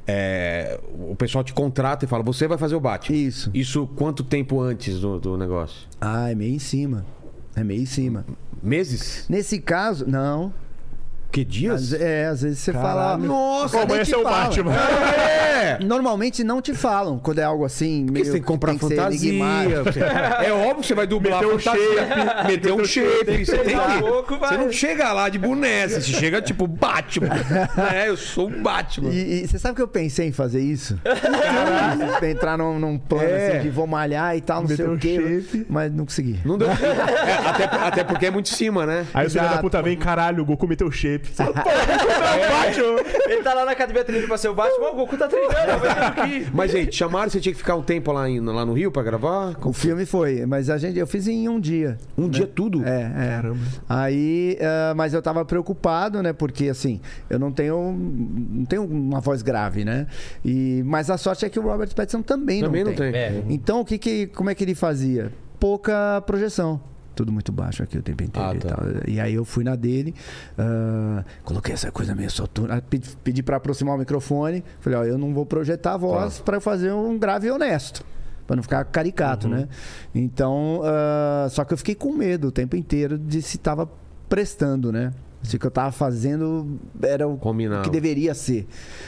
É, o pessoal te contrata e fala, você vai fazer o Batman. Isso. Isso quanto tempo antes do, do negócio? Ah, é meio em cima. É meio em cima. Meses? Nesse caso, não. Que dias? Às- é, às vezes você Caralho. fala. Nossa, Cadê amanhã te é o fala? Batman. É! Normalmente não te falam quando é algo assim. Porque meio você tem que comprar ser fantasia. enigmático. Você- É óbvio que você vai dublar Meter um fantasia, meter um shape. Você, tem Daqui a que, pouco vai. você não chega lá de boné, você chega tipo Batman. É, eu sou o Batman. E, e você sabe que eu pensei em fazer isso? Caralho. Entrar num, num plano É. assim de vou malhar e tal, não Meter sei um o quê. shape. Mas não consegui. Não deu. É, até, até porque é muito em cima, né? Aí o filho da Exato. puta vem, caralho, o Goku meteu shape. Você fala, pô, o Goku tá o Batman. Ele tá lá na academia treinando pra ser o Batman, o Goku tá treinando, vai ter que ir. Mas, gente, chamaram, você tinha que ficar um tempo lá, em- lá no Rio pra gravar? O filme foi, mas a gente, eu fiz em um dia. Um dia tudo? É, é. Caramba. Aí, ah, mas eu tava preocupado, né? Porque assim, eu não tenho, não tenho uma voz grave, né? E, mas a sorte é que o Robert Pattinson também, Também não não tem. tem. É. Então, o que que, como é que ele fazia? Pouca projeção. Tudo muito baixo aqui o tempo inteiro Ah, e tá. tal. E aí eu fui na dele, ah, coloquei essa coisa meio soturna, ah, pedi, pedi pra aproximar o microfone. Falei, ó, eu não vou projetar a voz Tá. pra eu fazer um grave honesto. Pra não ficar caricato, Uhum. né? Então, ah, só que eu fiquei com medo o tempo inteiro de se tava prestando, né? Se o que eu tava fazendo era o Combinava. que deveria ser.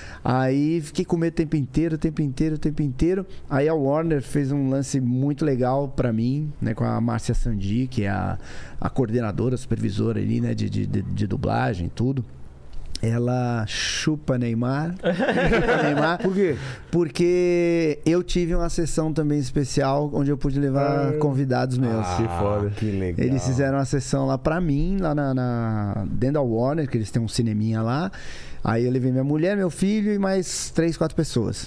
Aí fiquei com medo o tempo inteiro, o tempo inteiro, o tempo inteiro. Aí a Warner fez um lance muito legal pra mim, né? Com a Márcia Sandi, que é a, a coordenadora, a supervisora ali, né? De, de, de, de dublagem e tudo. Ela chupa Neymar. chupa Neymar. Por quê? Porque eu tive uma sessão também especial onde eu pude levar Ah. convidados meus. que foda. Que legal. Eles fizeram uma sessão lá pra mim, lá na, na- dentro da Warner, que eles têm um cineminha lá. Aí eu levei minha mulher, meu filho e mais três, quatro pessoas.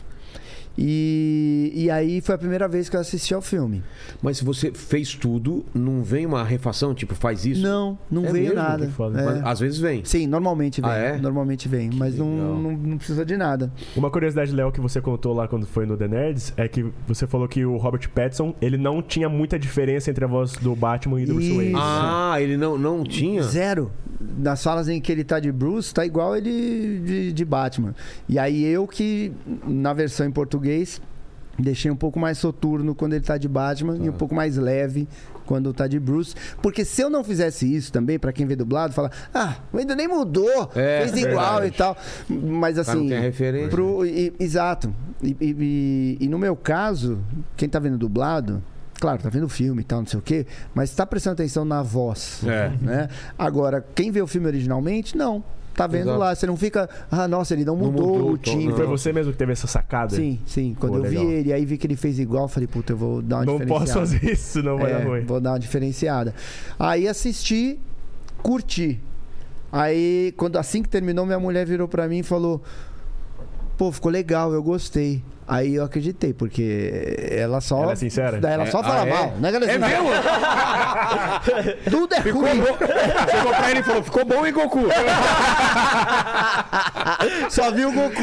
E, e aí foi a primeira vez que eu assisti ao filme. Mas se você fez tudo, não vem uma refação, tipo, faz isso? Não, não É veio mesmo? nada. Que foda. É. Mas às vezes vem. Sim, normalmente vem. Ah, é? Normalmente vem, mas não, legal. não, não precisa de nada. Uma curiosidade, Léo, que você contou lá quando foi no The Nerds, é que você falou que o Robert Pattinson, ele não tinha muita diferença entre a voz do Batman e do Bruce Wayne. Isso. Ah, ele não, não tinha? Zero. Nas falas em que ele tá de Bruce, tá igual ele de, de Batman. E aí eu que, na versão em português, deixei um pouco mais soturno quando ele tá de Batman e um pouco mais leve quando tá de Bruce. Porque se eu não fizesse isso também, pra quem vê dublado, fala, ah, ainda nem mudou, É, fez igual verdade. e tal. Mas cara não assim. tem a referência. pro- e- exato. E, e- e- e no meu caso, quem tá vendo dublado. Claro, tá vendo o filme e tal, não sei o quê, mas tá prestando atenção na voz. É. Né? Agora, quem vê o filme originalmente, não. Tá vendo Exato. lá. Você não fica, ah, nossa, ele não Não mudou, mudou o o tom, timbre. não. Foi você mesmo que teve essa sacada? Sim, sim. Quando Pô, eu vi legal. ele, aí vi que ele fez igual, eu falei, puta, eu vou dar uma Não diferenciada. posso fazer isso, não vai É, dar ruim. vou dar uma diferenciada. Aí assisti, curti. Aí, quando, assim que terminou, minha mulher virou pra mim e falou, pô, ficou legal, eu gostei. Aí eu acreditei, porque ela só. Ela é sincera? Ela É, só fala ah, é? mal. Não é, que ela É assim, mesmo? Tudo é Ficou ruim. bom. Chegou pra ele e falou, ficou bom, hein, Goku? Só vi o Goku.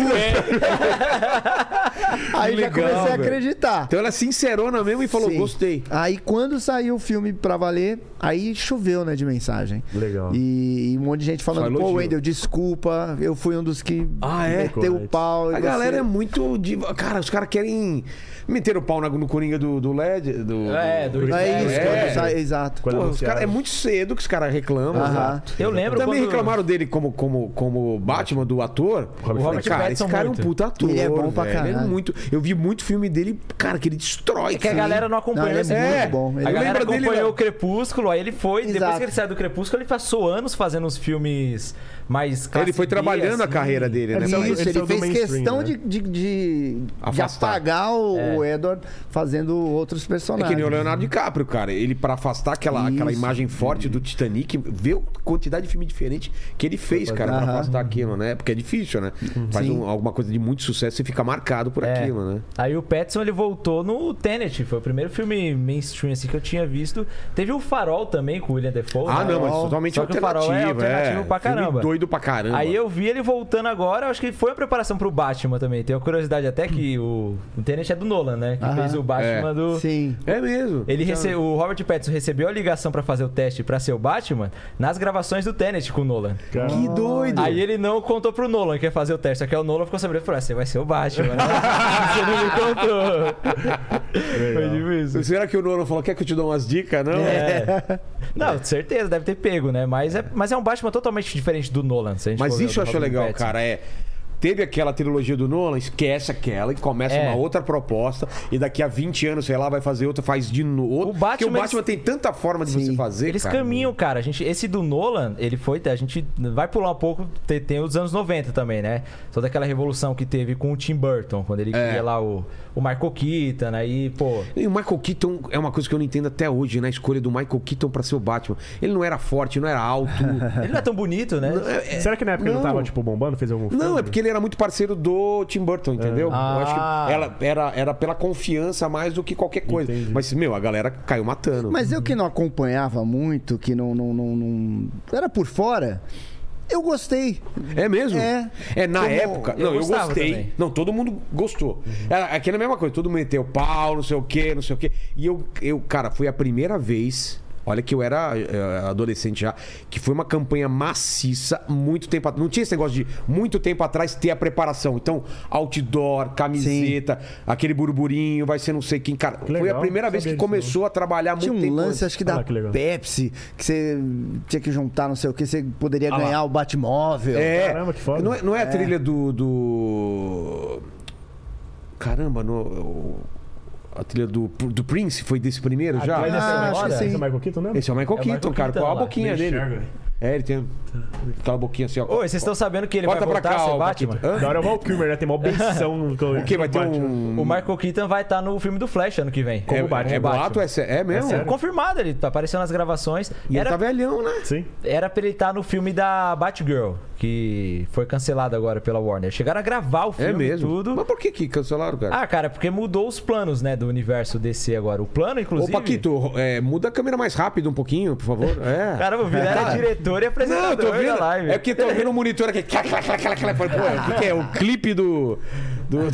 Aí Que já legal, comecei a velho. acreditar. Então ela é sincerona mesmo e falou, Sim. gostei. Aí quando saiu o filme pra valer, aí choveu, né, de mensagem. Legal. E, e um monte de gente Só falando, pô, elogio. Wendel, desculpa, eu fui um dos que Ah, é? meteu o Correto. pau. e A você- galera é muito diva. Cara, os caras querem meter o pau na- no Coringa do, do L E D. Do, É, do- Não é isso, É. quando sai- exato. Quando Pô, os anunciaram. cara, é muito cedo que os caras reclamam. Aham. Eu lembro Também quando... reclamaram dele como, como, como Batman, do ator. Robert Eu falei, cara, Pattinson esse cara é um muito. puta ator. Ele é bom pra velho. Ele é caralho. verdade. muito. Eu vi muito filme dele, cara, que ele destrói. É que a sim. galera não acompanhou Não, ele esse é muito filme. bom. Ele A é- galera lembra dele, acompanhou né? o Crepúsculo, aí ele foi. Depois Exato. que ele saiu do Crepúsculo, ele passou anos fazendo uns filmes mais classe Ele foi B, trabalhando a assim. carreira dele, né? Ele saiu- Isso, ele ele saiu do fez mainstream, questão né? de, de, de, de Afastar. apagar o, É. o Edward fazendo outros É personagens. que nem o Leonardo DiCaprio, cara. Ele, pra afastar aquela, aquela Isso. imagem forte do Titanic, vê a quantidade de filme diferente que ele fez, cara, pra Aham. afastar aquilo, né? Porque é difícil, né? Faz Sim. um- alguma coisa de muito sucesso e fica marcado por É. aquilo, né? Aí o Pattinson, ele voltou no Tenet. Foi o primeiro filme mainstream assim, que eu tinha visto. Teve o Farol também, com o William Dafoe. Ah, né? não, mas totalmente Só que o Farol é alternativo. alternativo pra Filme caramba. doido pra caramba. Aí eu vi ele voltando agora, acho que foi a preparação pro Batman também. Tenho a curiosidade até que o, o Tenet é do Nolan, né? Que Aham. fez o Batman É. do... Sim. É mesmo. Ele rece... O Robert Pattinson recebeu a ligação pra fazer o teste pra ser o Batman nas gravações do Tenet com o Nolan. Que doido. Aí ele não contou pro Nolan que ia fazer o teste, só que aí o Nolan ficou sabendo e falou: ah, você vai ser o Batman, né? Você não me contou. Foi tipo isso. Será que o Nolan falou, quer que eu te dou umas dicas? Não? É. Não, certeza, deve ter pego, né? Mas é, mas é um Batman totalmente diferente do Nolan. Se a gente Mas for ver isso eu o do acho Robert legal, Pattinson. cara. É. Teve aquela trilogia do Nolan, esquece aquela e começa É. uma outra proposta. E daqui a vinte anos, sei lá, vai fazer outra, faz de novo. O Batman, Porque o Batman eles- tem tanta forma de você Sim. fazer. Eles cara. caminham, cara. A gente, esse do Nolan, ele foi. A gente vai pular um pouco. Tem, tem os anos noventa também, né? Toda aquela revolução que teve com o Tim Burton, quando ele É. queria lá o, o Michael Keaton, aí, pô. E o Michael Keaton é uma coisa que eu não entendo até hoje, na escolha do Michael Keaton pra ser o Batman. Ele não era forte, não era alto. Ele não é tão bonito, né? Será que na época ele não não. tava, tipo, bombando? Fez algum filme? Não, é porque ele era muito parceiro do Tim Burton, entendeu? Ah. Eu acho que ela, era, era pela confiança mais do que qualquer coisa. Entendi. Mas, meu, a galera caiu matando. Mas eu que não acompanhava muito, que não, não, não, não- era por fora, eu gostei. É mesmo? É. É, na Como- época. eu Não, eu gostava gostei. também. Não, todo mundo gostou. Era aquela mesma coisa, todo mundo meteu pau, não sei o quê, não sei o quê. E eu, eu cara, foi a primeira vez. Olha que eu era eh, adolescente já, que foi uma campanha maciça, muito tempo atrás. Não tinha esse negócio de muito tempo atrás ter a preparação. Então, outdoor, camiseta, aquele burburinho, vai ser não sei quem. Cara, foi a legal, primeira vez que sabia disso, começou a trabalhar Tinha muito um tempo lance, antes. acho que da Ah, que legal. Pepsi, que você tinha que juntar não sei o que, você poderia Ah lá. ganhar o Batmóvel. É, Caramba, que foda. Não é, não é a trilha do, do. Caramba, no, o- a trilha do, do Prince foi desse primeiro já? Vai descer o Ah, Michael- acho que esse sim. é o Michael Keaton, né? Esse é o Michael É o Keaton, Michael cara. Keaton Qual a lá. boquinha Nem dele? enxerga. É, ele tem aquela boquinha assim, ó. Ô, vocês estão sabendo que ele Corta vai pra voltar cá, a ser ó, Batman? Paquito. Hã? Da hora é o Val Kilmer, né? Tem mó benção no O quê? Vai ter um. O Michael Keaton vai estar no filme do Flash ano que vem. É, como Batman. é boato? É, sé- é mesmo? É confirmado, ele tá aparecendo nas gravações. E Era, ele tá velhão, né? Sim. era pra ele estar no filme da Batgirl, que foi cancelado agora pela Warner. Chegaram a gravar o filme É mesmo. e tudo. Mas por que que cancelaram, cara? Ah, cara, porque mudou os planos, né, do universo D C agora. O plano, Ô, inclusive... Paquito, é, muda a câmera mais rápido um pouquinho, por favor. É. Caramba, o Vila era Cara, diretor e Não, eu apresentador tô vendo. da live. É porque tô vendo o monitor aqui. Clac, clac, clac, clac, clac. Falei, pô, o que, que é? O clipe do. do...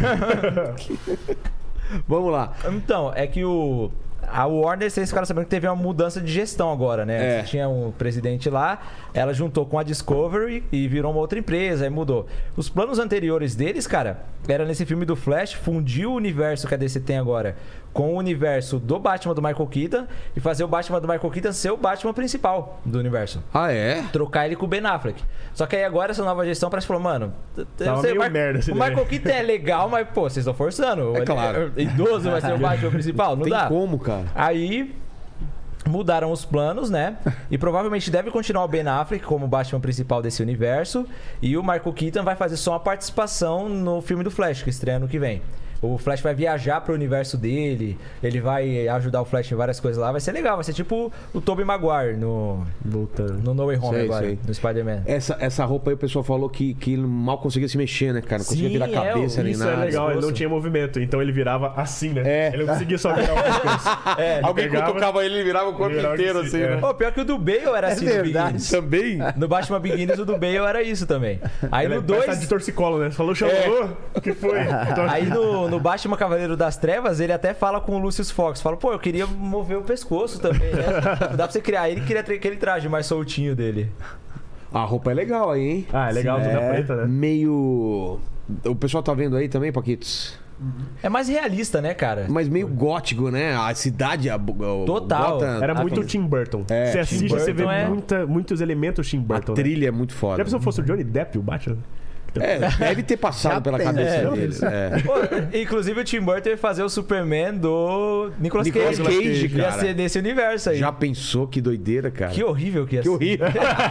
Vamos lá. Então, é que o... A Warner, vocês ficaram sabendo que teve uma mudança de gestão agora, né? É. Você tinha um presidente lá, ela juntou com a Discovery e virou uma outra empresa, aí mudou. Os planos anteriores deles, cara, era nesse filme do Flash, fundir o universo que a D C tem agora com o universo do Batman do Michael Keaton e fazer o Batman do Michael Keaton ser o Batman principal do universo. Ah, é? Trocar ele com o Ben Affleck. Só que aí agora essa nova gestão parece que falou, mano, eu Tava sei, meio o Mar- merda essa o ideia. Michael Keaton é legal, mas pô, vocês estão forçando. É Ele- claro. Idoso vai ser o Batman principal, não Tem dá. como, cara. Aí mudaram os planos, né? E provavelmente deve continuar o Ben Affleck como Batman principal desse universo. E o Michael Keaton vai fazer só uma participação no filme do Flash, que estreia ano que vem. O Flash vai viajar pro universo dele, ele vai ajudar o Flash em várias coisas lá. Vai ser legal, vai ser tipo o Tobey Maguire no, Voltando. no No Way Home Sei, agora, sei. no Spider-Man. Essa, essa roupa aí o pessoal falou que, que ele mal conseguia se mexer, né, cara? Não conseguia Sim, virar a é, cabeça nem Isso nada. é legal, ele não Pescoço. tinha movimento, então ele virava assim, né? É. Ele não conseguia só virar o pescoço. É, Alguém pegava- cutucava ele e virava o corpo virava inteiro, que assim, sim, né? é. Pô, pior que o do Bale era assim no verdade. Begins. Também? No Batman Begins, o do Bale era isso também. Aí Ele no parece dois de torcicolo, né? Você falou, chamou? O que foi? Aí no, no Batman Cavaleiro das Trevas, ele até fala com o Lucius Fox. Fala, pô, eu queria mover o pescoço também, né? Dá pra você criar. Ele queria ter aquele traje mais soltinho dele. A roupa é legal aí, hein? Ah, é legal, toda É. preta, né? Meio. O pessoal tá vendo aí também, Paquitos? É mais realista, né, cara? Mas meio gótico, né? A cidade. A, o, Total. Gotham, Era Ah, muito sim. Tim Burton. É, você Tim assiste, você vê Burton é- muita, muitos elementos Tim a Burton. né? trilha é muito foda. Já pensou se fosse o Johnny Depp, o Batman? É, deve ter passado Já pela pensa. cabeça É. deles. É. Pô, inclusive o Tim Burton ia fazer o Superman do Nicolas, Nicolas Cage. Cage, Ia cara. ser nesse universo aí. Já pensou que doideira, cara? Que horrível que ia Que ser. horrível.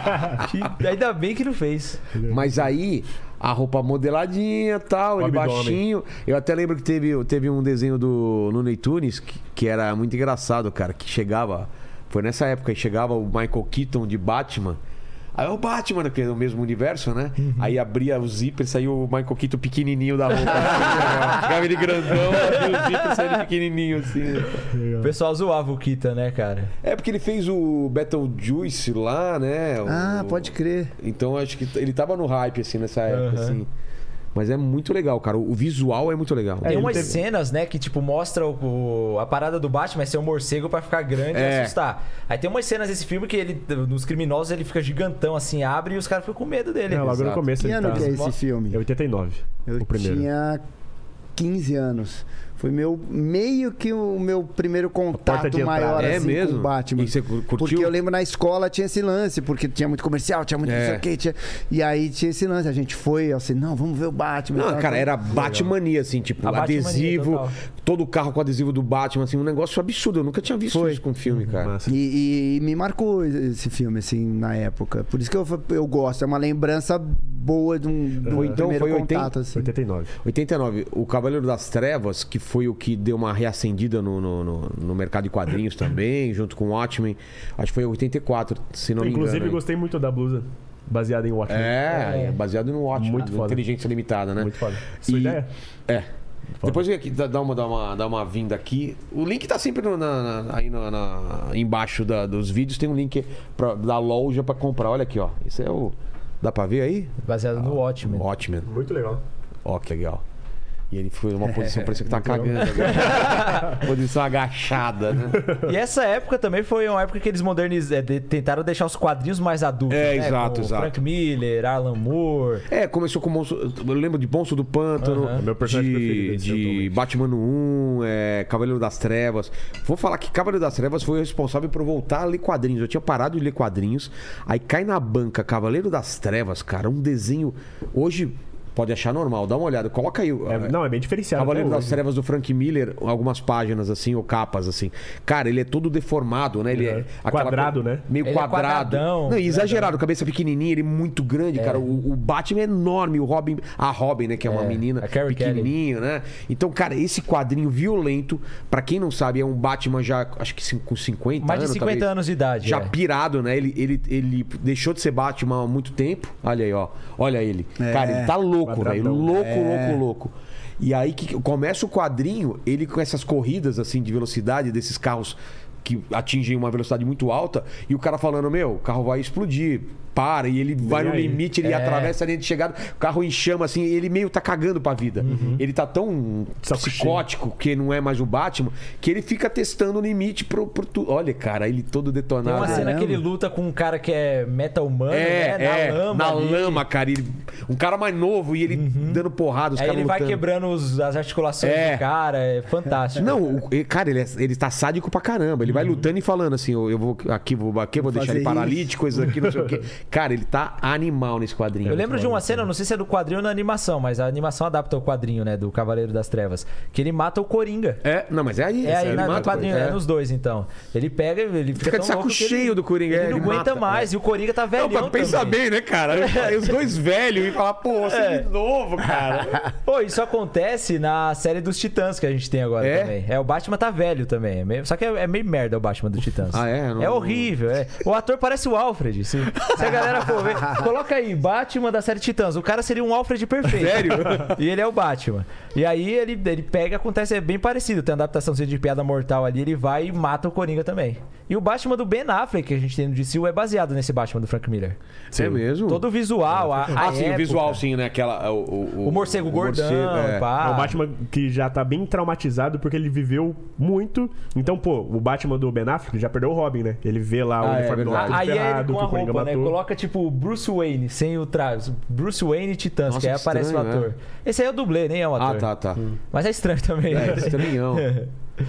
Que- Ainda bem que não fez. Mas aí, a roupa modeladinha e tal, ele abdômen. baixinho. Eu até lembro que teve, teve um desenho do Looney Tunes que, que era muito engraçado, cara. Que chegava. Foi nessa época que chegava o Michael Keaton de Batman. Aí o Batman, que é o mesmo universo, né? Uhum. Aí abria o zíper, saiu o Michael Keaton pequenininho da roupa. Ficava ele grandão, abria o zíper, saiu ele pequenininho assim. O pessoal zoava o Kita, né, cara? É porque ele fez o Beetlejuice lá, né? O- Ah, pode crer. Então acho que ele tava no hype, assim, nessa época, Aham. assim. Mas é muito legal, cara. O visual é muito legal. Tem ele umas teve- cenas, né, que tipo mostra o, o- a parada do Batman é ser um morcego pra ficar grande É. e assustar. Aí tem umas cenas desse filme que ele, nos criminosos, ele fica gigantão assim, abre e os caras ficam com medo dele. É, logo no Exato. começo Que ele ano tá... que é esse filme? É oitenta e nove, Eu o primeiro. tinha quinze anos. Foi meu, meio que o meu primeiro porta contato de entrada. maior É assim, mesmo? com o Batman. E você cur- curtiu? Porque eu lembro na escola tinha esse lance, porque tinha muito comercial, tinha muito É. não sei o quê, tinha... E aí tinha esse lance, a gente foi, assim, não, vamos ver o Batman. Não, e tal, cara, tal. era Batmania, assim, tipo, A Batmania, adesivo, total. todo o carro com adesivo do Batman, assim, um negócio absurdo. Eu nunca tinha visto Foi. isso com filme, cara. Massa. E, e- e me marcou esse filme, assim, na época. Por isso que eu, eu gosto. É uma lembrança boa de um, de um Foi, então, primeiro foi oitenta? contato, assim. oitenta e nove. oitenta e nove, o Cavaleiro das Trevas, que foi o que deu uma reacendida no, no, no- no mercado de quadrinhos também, junto com o Watchmen. Acho que foi em oitenta e quatro, se não me Inclusive, engano. gostei muito da blusa, baseada em Watchmen. É, é, baseado no Watchmen, Muito do foda. Inteligência Limitada, né? Muito foda. Sua E- ideia? É. Depois vem aqui, dá dá uma, dá, uma, dá uma vinda aqui. O link tá sempre no- na, na- aí na, na- embaixo da- dos vídeos. Tem um link pra, da loja pra comprar. Olha aqui, ó. Esse é o. Dá pra ver aí? Baseado no Watchmen. Watchmen. Muito legal. Ó, que legal. E ele foi numa posição, parecia que tá cagando. agora. Posição agachada, né? E essa época também foi uma época que eles modernizaram, tentaram deixar os quadrinhos mais adultos. É, né? exato, Com exato. Frank Miller, Alan Moore. É, começou com o Monstro. Eu lembro de Monstro do Pântano, Aham. É meu personagem de, preferido, esse, de atualmente. Batman no um, é, Cavaleiro das Trevas. Vou falar que Cavaleiro das Trevas foi o responsável por eu voltar a ler quadrinhos. Eu tinha parado de ler quadrinhos, aí cai na banca Cavaleiro das Trevas, cara, um desenho. Hoje pode achar normal, dá uma olhada, coloca aí. É, não, é bem diferenciado. Cavaleiro até das hoje. Trevas do Frank Miller, algumas páginas assim, ou capas assim. Cara, ele é todo deformado, né? Ele é, É. aquela Quadrado, coisa né? Meio Ele é quadrado. quadradão, Não, e exagerado, cabeça pequenininha, ele é muito grande, cara. O, o Batman é enorme, o Robin, a Robin, né, que é, uma É, menina a Carrie pequenininho, né? Então, cara, esse quadrinho violento, pra quem não sabe, é um Batman já, acho que cin- com cinquenta Mais de anos, cinquenta talvez. anos de idade. Já é. pirado, né? Ele, ele, ele deixou de ser Batman há muito tempo. Olha aí, ó. Olha ele. É. Cara, ele tá louco, Quadradão. velho. Louco, É. louco, louco. E aí que começa o quadrinho, ele com essas corridas assim de velocidade desses carros que atingem uma velocidade muito alta e o cara falando, meu, o carro vai explodir. Para, e ele vai no aí. limite, ele É. atravessa a linha de chegada, o carro em chama, assim, ele meio tá cagando pra vida. Ele tá tão Saco cheio. psicótico, que não é mais o Batman, que ele fica testando o limite pro, pro tu... Olha, cara, ele todo Tem detonado. uma cena Caramba. que ele luta com um cara que é metal humano, É, né? Na é, lama. na ali. lama, cara. Ele- um cara mais novo e ele dando porrada, os Aí caras ele vai lutando. quebrando os- as articulações É. do cara, é fantástico. Não, o- ele- cara, ele, é- ele tá sádico pra caramba. Ele vai lutando e falando assim: eu eu vou aqui, vou aqui, vou deixar fazer ele paralítico, coisas aqui, não sei o quê. Cara, ele tá animal nesse quadrinho. Eu lembro de uma cena, não sei se é do quadrinho ou na animação, mas a animação adapta o quadrinho, né? Do Cavaleiro das Trevas. Que ele mata o Coringa. É, não, mas é aí. É aí ele na, mata no quadrinho, o- é nos dois, então. Ele pega, ele fica, Fica de tão saco louco que cheio ele, do Coringa. Ele é, não aguenta mata, mais. é. E o Coringa tá velhão Não, mas pensa também. bem, né, cara? Aí os dois velhos e falar, pô, você É. de novo, cara. Pô, isso acontece na série dos Titãs que a gente tem agora É? também. É, o Batman tá velho também. É meio- só que é, é meio merda o Batman dos Titãs. Ah, é? Não- É horrível. É. O ator parece o Alfred. Se, se a galera for ver, coloca aí, Batman da série Titãs. O cara seria um Alfred perfeito. Sério? E ele é o Batman. E aí ele, ele pega, acontece, é bem parecido. Tem uma adaptação de Piada Mortal ali, ele vai e mata o Coringa também. E o Batman do Ben Affleck, que a gente tem no D C U, é baseado nesse Batman do Frank Miller. É mesmo? Todo o visual, a, a Ah, sim, o época. visual, sim, né? Aquela, o, o, O morcego gordão, morcego, é. pá. É um Batman que já tá bem traumatizado porque ele viveu muito. Então, pô, o Batman do Ben Affleck já perdeu o Robin, né? Ele vê lá o Ah, é uniforme do verdade. lado Aí é ele ferrado, com que a o Coringa roupa, né? matou. Coloca tipo Bruce Wayne, sem o traje. Bruce Wayne e Titãs, Nossa, que aí que aparece estranho, o ator. Esse aí é o dublê, nem é um ator. Ah, tá, tá. Mas é estranho também. É, estranhão.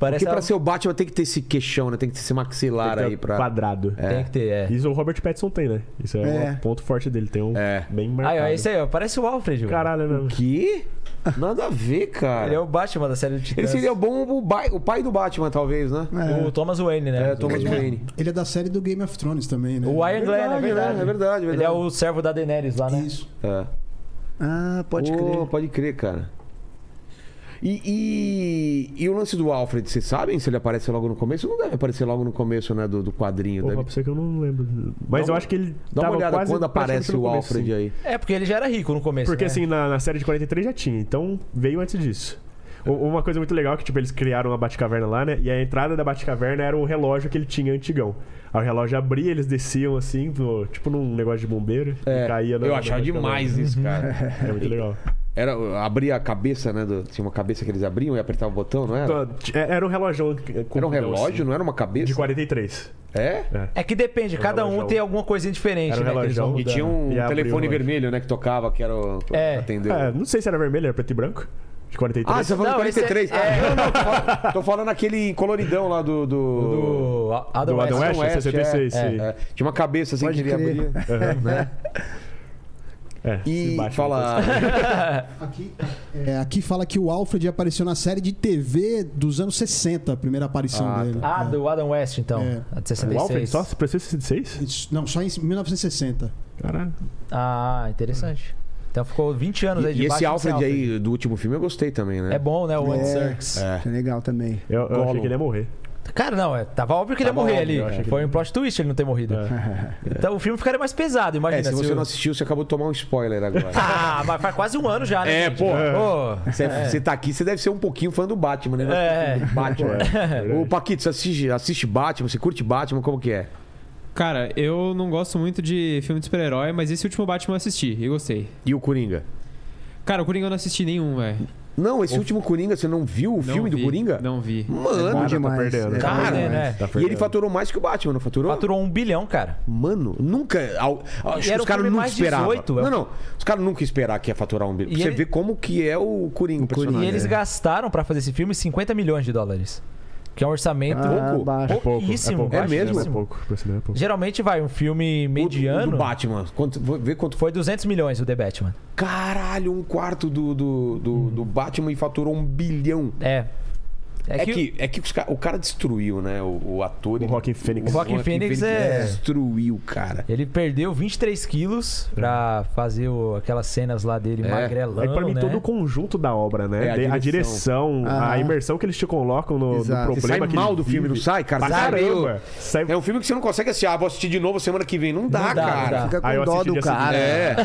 Parece Porque pra a- ser o Batman tem que ter esse queixão, né? Tem que ter esse maxilar Tem que aí ter pra... quadrado. Tem que ter, é. Isso o Robert Pattinson tem, né? Isso é, É. o ponto forte dele. Tem um É. bem Aí, marcado. ó, esse aí, ó. Parece o Alfred, velho. Caralho, é mesmo. Que? Nada a ver, cara. Ele é o Batman da série de Titãs. Ele seria bom o, bai- o pai do Batman, talvez, né? O Thomas Wayne, né? É, Thomas Ele é, Wayne. ele é da série do Game of Thrones também, né? O Iron Glenn, é Verdade, verdade. né? É verdade, é Ele verdade. é o servo da Daenerys lá, né? Isso. É. Ah, pode Pô, crer. Pode crer, cara. E, e, e o lance do Alfred, vocês sabem se ele aparece logo no começo? Não deve aparecer logo no começo, né? Do, do quadrinho. Porra, Deve... pra você que eu não lembro. Mas Dá eu uma- acho que ele Dá uma tava olhada quase quando aparece praticamente no o começo, Alfred sim. aí. É, porque ele já era rico no começo, Porque né? assim, na, na série de quarenta e três já tinha, então veio antes disso. U- Uma coisa muito legal é que, tipo, eles criaram uma Batcaverna lá, né? E a entrada da Batcaverna era o relógio que ele tinha antigão. Aí o relógio abria, eles desciam assim, no- tipo num negócio de bombeiro, e caía na Eu na achava Batcaverna. demais isso, cara. É muito legal. Era, abria a cabeça, né? do- tinha uma cabeça que eles abriam e apertavam o botão, não era? Então, t- é- era um relógio. Era um relógio, não era uma cabeça? De quarenta e três. É? É que depende, Era um cada um relógio. tem alguma coisinha diferente, Era um né? que eles vão relógio. E mudando. tinha um E abriu telefone o relógio. vermelho, né? Que tocava, que era o... É. Atendeu. É, não sei se era vermelho, era preto e branco. De quarenta e três. Ah, você tá falando Não, quarenta e três? esse é- Não, não, tô falando, tô falando aquele coloridão lá do... do... Do Adam Do Adam West. West, sessenta e seis, é, sim. é. Tinha uma cabeça assim Pode que ele crer. abria. Né? É, E se bate fala... Aqui, é, aqui fala que o Alfred apareceu na série de T V dos anos sessenta, a primeira aparição Ah, dele. Ah, É. do Adam West, então. É. A de sessenta O e Alfred seis. só se pareceu sessenta e seis? Isso- Não, só em mil novecentos e sessenta. Caralho. Ah, interessante. Então ficou vinte anos aí E, de e esse Batman Alfred sem aí do último filme eu gostei também, né? É bom, né? O Andy É. Serkis. É. É legal também. Eu, eu Gollum. achei que ele ia morrer. Cara, não, é, tava óbvio que ele ia Tava morrer óbvio, eu ali. achei que Foi ele- um plot twist ele não ter morrido. É. Então o filme ficaria mais pesado, imagina. É, se você o- não assistiu, você acabou de tomar um spoiler agora. Ah, mas faz quase um ano já, né? É, gente? pô. Pô, Você, você tá aqui, você deve ser um pouquinho fã do Batman, né? É. Batman. É, Ô, Paquito, você assiste, assiste Batman? Você curte Batman? Como que é? Cara, eu não gosto muito de filme de super-herói, mas esse último Batman eu assisti e gostei. E o Coringa? Cara, o Coringa eu não assisti nenhum, velho. Não, esse último Coringa, você não viu o Não filme do vi, Coringa? Não vi. Mano, Bom tá demais. perdendo. É Cara, bom demais. né? Tá e ele perdendo. faturou mais que o Batman, não faturou? faturou um bilhão, cara. Mano, nunca. Acho que era os um caras filme nunca mais esperavam. dezoito, é Não, um- não. Os caras nunca esperaram que ia faturar um bilhão. E Pra você ele- ver como que é o Coringa, o personagem. E eles É. gastaram pra fazer esse filme cinquenta milhões de dólares. Que é um orçamento Ah, pouco. baixo. É pouco. pouquíssimo. É, pouco. É mesmo? É pouco. Pra cinema é pouco. Geralmente vai um filme O do- mediano. O do Batman. Quanto, vou ver quanto foi. Foi duzentos milhões o The Batman. Caralho, um quarto do, do, do, do Batman e faturou um bilhão. É. É que, é que os ca- o cara destruiu, né? O, o ator. O ele- Joaquin Phoenix. O Joaquin Phoenix é- Destruiu, cara. Ele perdeu vinte e três quilos pra fazer o- aquelas cenas lá dele É. magrelão, Aí pra mim né? todo o conjunto da obra, né? É, a De- a direção. direção, Aham. a imersão que eles te colocam no, no Exato. problema Você sai que mal ele do filme, vive. não sai, cara? Pra Você sai caramba. meio- Sai... É um filme que você não consegue assistir. Ah, vou assistir de novo semana que vem. Não dá, Não dá, cara. não dá. Fica Aí eu com dó assisti do dia seguinte. cara. É.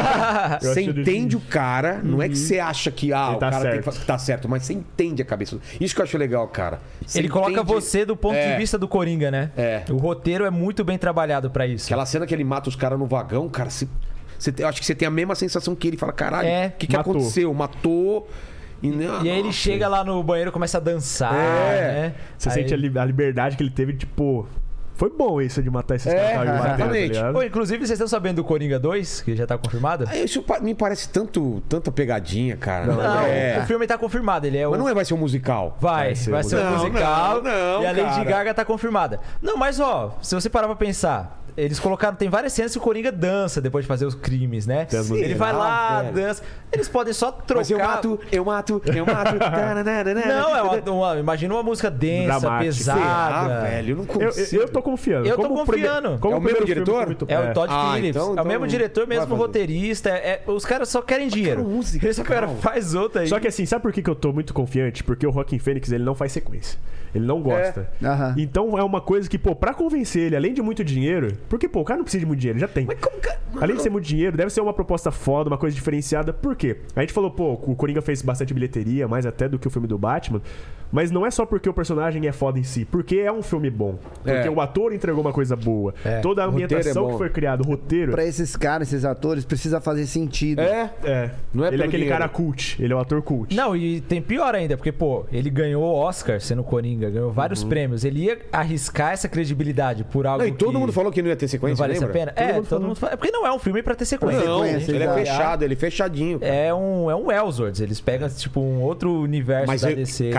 Eu Você assisti do entende o cara, não é que você acha que ah, Ele o tá cara tem que certo. fa- tá certo, mas você entende a cabeça. Isso que eu acho legal, cara. Você Ele coloca entende- você do ponto É. de vista do Coringa, né? É. O roteiro é muito bem trabalhado pra isso. Aquela cena que ele mata os caras no vagão, cara, você, você tem- eu acho que você tem a mesma sensação que ele. Fala, caralho, o É. que, que Matou. aconteceu? Matou. E, E aí ele chega lá no banheiro e começa a dançar, É. né? Você Aí- sente a, li- a liberdade que ele teve, tipo... Foi bom isso de matar esses É, caras que estavam batendo, exatamente. tá ligado? Pô, inclusive, vocês estão sabendo do Coringa dois, que já tá confirmado? Ah, Isso pa- me parece tanto, tanta pegadinha, cara. Não, é. o filme tá confirmado. Ele é Mas o... não é, vai ser um musical. Vai, Vai ser vai ser um musical. musical. Não, não, e a Lady cara. Gaga tá confirmada. Não, mas ó, se você parar pra pensar, eles colocaram. Tem várias cenas que o Coringa dança depois de fazer os crimes, né? Tem as Ele músicas. vai lá, velho. dança. Eles podem só trocar. Mas eu mato, eu mato, eu mato. Não, é uma, uma- imagina uma música densa, Dramática. pesada. Ah, velho, eu não Eu, consigo. eu, eu tô confiando. Eu tô Como o prime- confiando. como É o mesmo primeiro filme diretor? foi muito- É o Todd Ah, Phillips. então- é o então mesmo diretor, vai mesmo fazer. roteirista. é- é- os caras só querem dinheiro. quero música, Eles só querem, calma. faz outra aí. Só que assim, sabe por que que eu tô muito confiante? Porque o Joaquin Phoenix, ele não faz sequência. Ele não gosta. Aham. Então é uma coisa que, pô, pra convencer ele, além de muito dinheiro... Porque, pô, o cara não precisa de muito dinheiro, ele já tem. Mas como que... Além de ser muito dinheiro, deve ser uma proposta foda, uma coisa diferenciada. Por quê? A gente falou, pô, o Coringa fez bastante bilheteria, mais até do que o filme do Batman. Mas não é só porque o personagem é foda em si, porque é um filme bom. Porque É. o ator entregou uma coisa boa. É. Toda a O roteiro é ambientação bom. que foi criada, o roteiro... Pra esses caras, esses atores, precisa fazer sentido. É? É. Não é ele é pelo aquele dinheiro. cara cult. Ele é o ator cult. Não, e tem pior ainda, porque, pô, ele ganhou o Oscar sendo Coringa, ganhou vários prêmios. Ele ia arriscar essa credibilidade por algo Não, e todo que mundo falou que não ia ter não sequência, valesse a lembra? pena. Todo é, mundo todo falou. mundo fala. É porque não é um filme pra ter sequência. Não, sequência, ele é exato. fechado, ele é fechadinho. cara. É um, é um Elseworlds. Eles pegam, tipo, um outro universo Mas, da eu- D C. cara, e- um filme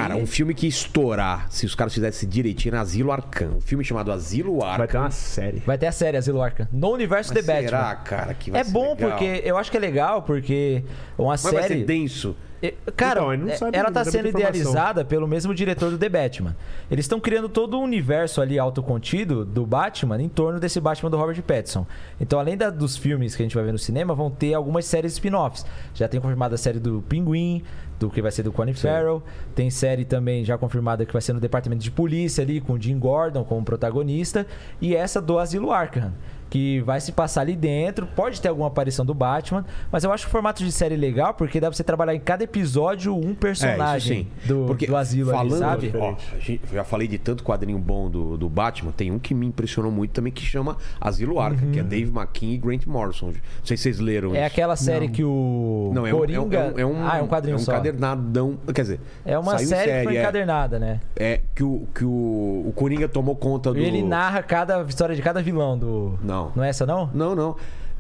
filme que ia estourar, se os caras fizessem direitinho, era Asilo Arkham. Um filme chamado Asilo Arkham. Vai ter uma série. Vai ter a série Asilo Arkham. No universo Mas The Batman. será, cara, que vai É ser bom legal? porque... Eu acho que é legal porque uma Mas série... vai ser denso. Cara, Então, ele não sabe, ela não tá tem sendo muita informação. idealizada pelo mesmo diretor do The Batman. Eles estão criando todo um universo ali autocontido do Batman em torno desse Batman do Robert Pattinson. Então, além da, dos filmes que a gente vai ver no cinema, vão ter algumas séries spin-offs. Já tem confirmada a série do Pinguim, do que vai ser do Colin Farrell. Tem série também já confirmada que vai ser no Departamento de Polícia ali, com o Jim Gordon como protagonista. E essa do Asilo Arkham, que vai se passar ali dentro. Pode ter alguma aparição do Batman, mas eu acho o formato de série legal porque dá pra você trabalhar em cada episódio um personagem é, do, porque do asilo ali, falando, sabe? Ó, a gente- eu já falei de tanto quadrinho bom do, do Batman, tem um que me impressionou muito também que chama Asilo Arkham, que é Dave McKean e Grant Morrison. Não sei se vocês leram É isso. aquela série que o Não, é um, Coringa... é um, é um, ah, é um quadrinho é um só. cadernadão. Quer dizer, É uma saiu em série, que foi é. encadernada, né? É que o, que o, o Coringa tomou conta do. E ele narra cada história de cada vilão do... Não. Não é essa, não? Não, não.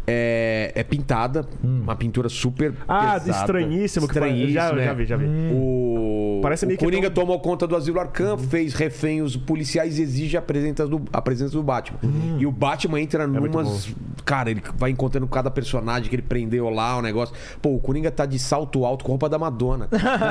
É, é pintada, uma pintura super Ah, pesada. estranhíssimo. que Estranhíssimo, já, é. já vi, já vi. O, Parece o meio que Coringa tão- tomou conta do Asilo Arkham, fez refém os policiais e exige a presença do, a presença do Batman. E o Batman entra muito numas... Cara, ele vai encontrando cada personagem que ele prendeu lá, o negócio... Pô, o Coringa tá de salto alto com roupa da Madonna.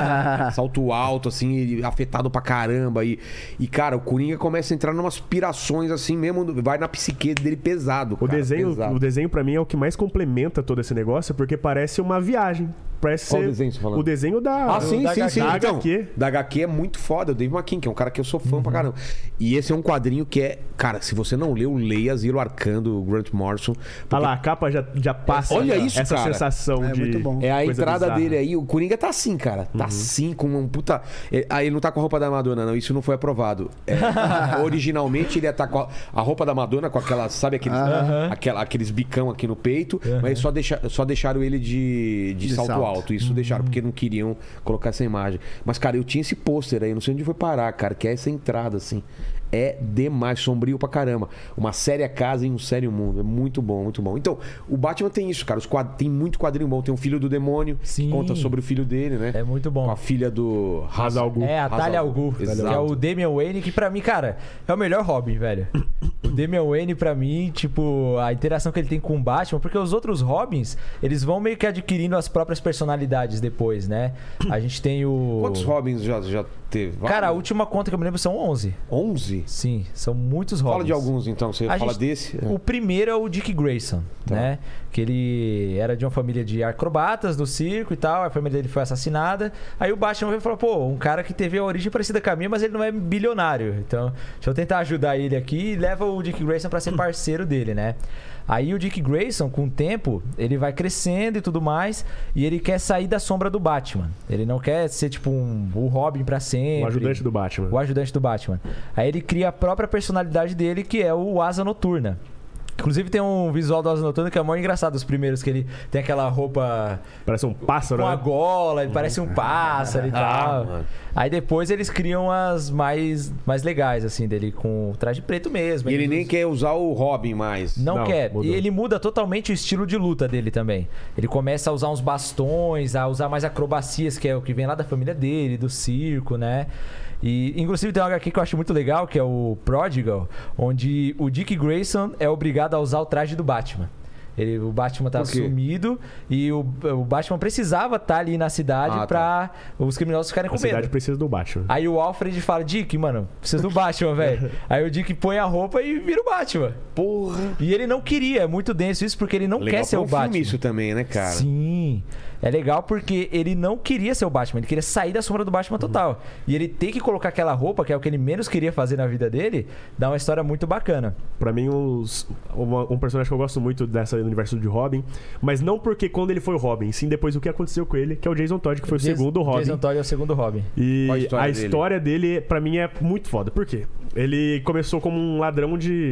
Salto alto, assim, ele afetado pra caramba. E, e, cara, o Coringa começa a entrar numas pirações, assim mesmo, vai na psique dele pesado. O cara, desenho, pesado. o desenho pra mim é o que mais complementa todo esse negócio, porque parece uma viagem. Parece Qual ser desenho você tá falando? o desenho da Ah, sim, da sim, H- sim. da Então, H Q. da H Q é muito foda. O Dave McKean, que é um cara que eu sou fã pra caramba. E esse é um quadrinho que é... Cara, se você não leu, leia Asilo Arkham do Grant Morrison. Olha porque lá, a capa já, já passa Olha essa, isso, essa cara. sensação É de muito bom. É a coisa entrada bizarra. dele aí. O Coringa tá assim, cara. Tá assim, com um puta... É, Aí ele não tá com a roupa da Madonna, não. Isso não foi aprovado. É, originalmente ele ia tá com a, a roupa da Madonna, com aquela... Sabe aqueles, aquela, aqueles bicão aqui no peito. Mas só, deixa, só deixaram ele de, de, De salto, salto. alto. Isso deixaram, porque não queriam colocar essa imagem. Mas, cara, eu tinha esse pôster aí. Não sei onde foi parar, cara. Que é essa entrada, assim. É demais, sombrio pra caramba. Uma séria casa em um sério mundo. É muito bom, muito bom. Então, o Batman tem isso, cara. Os quad... Tem muito quadrinho bom. Tem o Filho do Demônio, Sim. que conta sobre o filho dele, né? É muito bom. Com a filha do Ra's al Ghul. É, a Ra's Talia al al Ghul. Ghul, que é Exato. o Damian Wayne, que pra mim, cara, é o melhor Robin, velho. O Damian Wayne, pra mim, tipo, a interação que ele tem com o Batman, porque os outros Robins, eles vão meio que adquirindo as próprias personalidades depois, né? A gente tem o... Quantos Robins já, já teve? Cara, a última conta que eu me lembro são onze. onze? Sim, são muitos Robins. Fala de alguns, então. Você A fala gente- desse? O primeiro é o Dick Grayson, Tá. né? Que ele era de uma família de acrobatas do circo e tal. A família dele foi assassinada. Aí o Batman veio e falou: pô, um cara que teve a origem parecida com a minha, mas ele não é bilionário. Então, deixa eu tentar ajudar ele aqui. E leva o Dick Grayson pra ser parceiro dele, né? Aí o Dick Grayson, com o tempo, ele vai crescendo e tudo mais. E ele quer sair da sombra do Batman. Ele não quer ser tipo um, o Robin pra sempre. O ajudante do Batman. O ajudante do Batman. Aí ele cria a própria personalidade dele, que é o Asa Noturna. Inclusive tem um visual do Asa Noturna que é muito engraçado. Os primeiros que ele tem aquela roupa Parece um pássaro, com né? a gola, ele parece um pássaro e tal. mano. Aí depois eles criam as mais, mais legais, assim, dele com o traje preto mesmo. E ele nem usa- quer usar o Robin mais. Não, Não, quer. mudou. E ele muda totalmente o estilo de luta dele também. Ele começa a usar uns bastões, a usar mais acrobacias, que é o que vem lá da família dele, do circo, né? E, inclusive, tem um H Q que eu acho muito legal, que é o Prodigal, onde o Dick Grayson é obrigado a usar o traje do Batman. Ele, o Batman tá Por quê? sumido e o, o Batman precisava estar ali na cidade Ah, pra os criminosos ficarem com A cidade medo. precisa do Batman. Aí o Alfred fala: Dick, mano, preciso do Batman, velho. Aí o Dick põe a roupa e vira o Batman. Porra. E ele não queria, é muito denso isso, porque ele não Legal quer ser pra o um Batman. filme isso também, né, cara? Sim. É legal porque ele não queria ser o Batman, ele queria sair da sombra do Batman total. E ele tem que colocar aquela roupa, que é o que ele menos queria fazer na vida dele, dá uma história muito bacana. Pra mim, os- uma- um personagem que eu gosto muito dessa universo de Robin, mas não porque quando ele foi o Robin, sim depois o que aconteceu com ele, que é o Jason Todd, que foi o Jason- segundo Robin. Jason Todd é o segundo Robin. E Qual a história a dele? história dele, pra mim, é muito foda. Por quê? Ele começou como um ladrão de,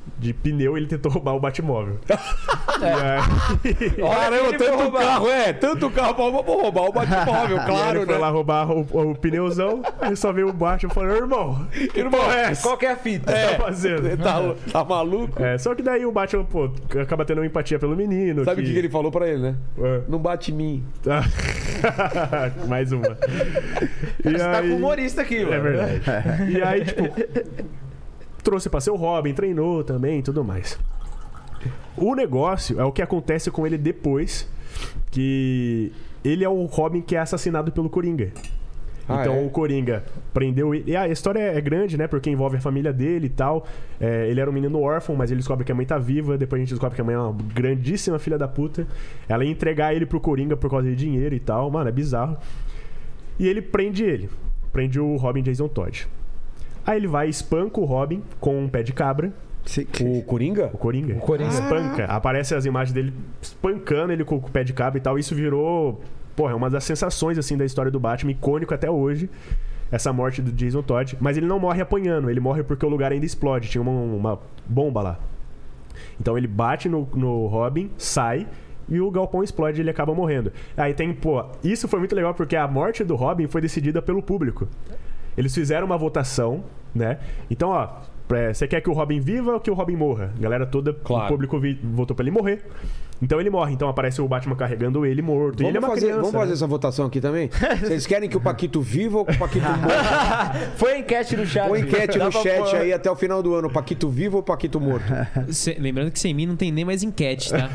de pneu, ele tentou roubar o Batmóvel. É. E aí... Caramba, tanto carro, é, tanto carro pra vou roubar o Batmóvel, claro, ele foi né? lá roubar o, o pneuzão, aí só veio o Batman e falou, irmão, que Irmão, porra é essa? Qual que é a fita? O que você tá fazendo? Tá, tá maluco? É, só que daí o Batman, pô, acaba tendo uma empatia pelo menino. Sabe o que... que ele falou pra ele, né? É. Não bate em mim. Mais uma. E Você tá aí... com humorista aqui, mano. É verdade. E aí, tipo, trouxe pra ser o Robin, treinou também e tudo mais. O negócio é o que acontece com ele depois, que ele é o Robin que é assassinado pelo Coringa. Ah, então é? o Coringa prendeu ele. E a história é grande, né? Porque envolve a família dele e tal. É, ele era um menino órfão, mas ele descobre que a mãe tá viva. Depois a gente descobre que a mãe é uma grandíssima filha da puta. Ela ia entregar ele pro Coringa por causa de dinheiro e tal. Mano, é bizarro. E ele prende ele. Prende o Robin Jason Todd. Aí ele vai e espanca o Robin com um pé de cabra. Sim. O Coringa? O Coringa. O Coringa. Espanca. Aparecem as imagens dele espancando ele com o pé de cabra e tal. Isso virou... Porra, é uma das sensações, assim, da história do Batman. Icônico até hoje. Essa morte do Jason Todd. Mas ele não morre apanhando. Ele morre porque o lugar ainda explode. Tinha uma, uma bomba lá. Então ele bate no, no Robin, sai... E o galpão explode e ele acaba morrendo. Aí tem, pô... Isso foi muito legal porque a morte do Robin foi decidida pelo público. Eles fizeram uma votação, né? Então, ó... Você quer que o Robin viva ou que o Robin morra? A galera toda, Claro. o público vi, votou pra ele morrer. Então ele morre. Então aparece o Batman carregando ele morto. E Vamos, ele é uma fazer, criança, vamos fazer né? essa votação aqui também? Vocês querem que o Paquito viva ou que o Paquito morra? Foi a enquete no chat. Põe enquete Dá no pra chat pôr. aí até o final do ano. Paquito vivo ou Paquito morto? Cê- lembrando que sem mim não tem nem mais enquete, tá?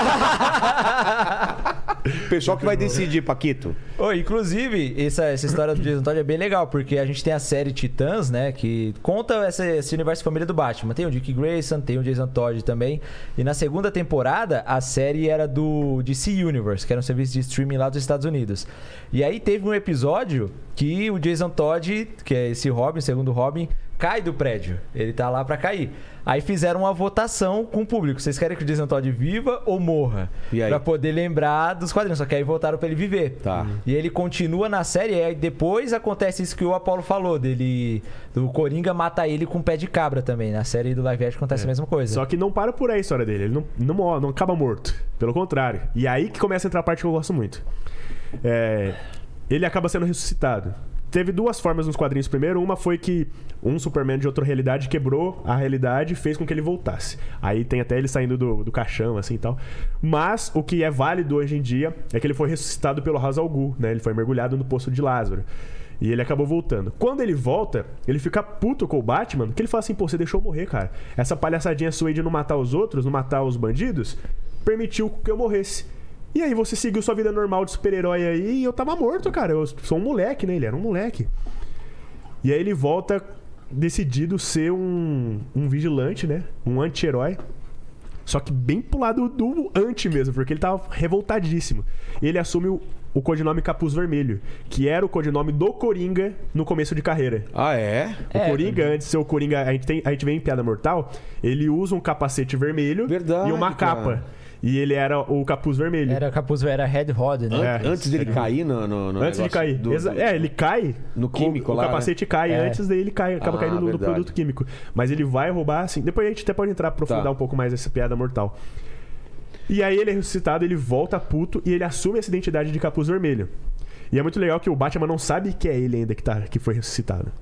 Pessoal que vai decidir, Paquito. Ô, inclusive, essa, essa história do Jason Todd é bem legal, porque a gente tem a série Titãs, né? Que conta essa, esse universo família do Batman. Tem o Dick Grayson, tem o Jason Todd também. E na segunda temporada, a série era do D C Universe, que era um serviço de streaming lá dos Estados Unidos. E aí teve um episódio que o Jason Todd, que é esse Robin, segundo Robin, cai do prédio. Ele tá lá pra cair. Aí fizeram uma votação com o público. Vocês querem que o Jason Todd viva ou morra? E aí? Pra poder lembrar dos quadrinhos. Só que aí votaram pra ele viver. Tá. E ele continua na série. E aí depois acontece isso que o Apollo falou. Dele, do Coringa mata ele com um pé de cabra também. Na série do live action acontece É. a mesma coisa. Só que não para por aí a história dele. Ele não, não, morre, não acaba morto. Pelo contrário. E aí que começa a entrar a parte que eu gosto muito. É, ele acaba sendo ressuscitado. Teve duas formas nos quadrinhos primeiro. Uma foi que um Superman de outra realidade quebrou a realidade e fez com que ele voltasse. Aí tem até ele saindo do, do caixão, assim e tal. Mas o que é válido hoje em dia é que ele foi ressuscitado pelo Ra's al Ghul, né? Ele foi mergulhado no poço de Lázaro. E ele acabou voltando. Quando ele volta, ele fica puto com o Batman, que ele fala assim, pô, você deixou eu morrer, cara. Essa palhaçadinha sua aí de não matar os outros, não matar os bandidos, permitiu que eu morresse. E aí você seguiu sua vida normal de super-herói aí e eu tava morto, cara. Eu sou um moleque, né? Ele era um moleque. E aí ele volta decidido ser um, um vigilante, né? Um anti-herói. Só que bem pro lado do anti mesmo, porque ele tava revoltadíssimo. E ele assume o, o codinome Capuz Vermelho, que era o codinome do Coringa no começo de carreira. Ah, é? O É, Coringa, antes de ser o Coringa, a gente, tem, a gente vê em Piada Mortal, ele usa um capacete vermelho Verdade, e uma cara. capa. E ele era o Capuz Vermelho. Era capuz, era Red Rod, né? É. Antes dele cair no, no, no Antes de negócio cair. do- Exa- do- É, ele cai. No químico o, lá, O capacete cai É. antes, daí ele cai, acaba Ah, caindo no, no verdade. produto químico. Mas ele vai roubar, assim. Depois a gente até pode entrar aprofundar Tá. um pouco mais essa piada mortal. E aí ele é ressuscitado, ele volta puto e ele assume essa identidade de Capuz Vermelho. E é muito legal que o Batman não sabe que é ele ainda que, tá, que foi ressuscitado.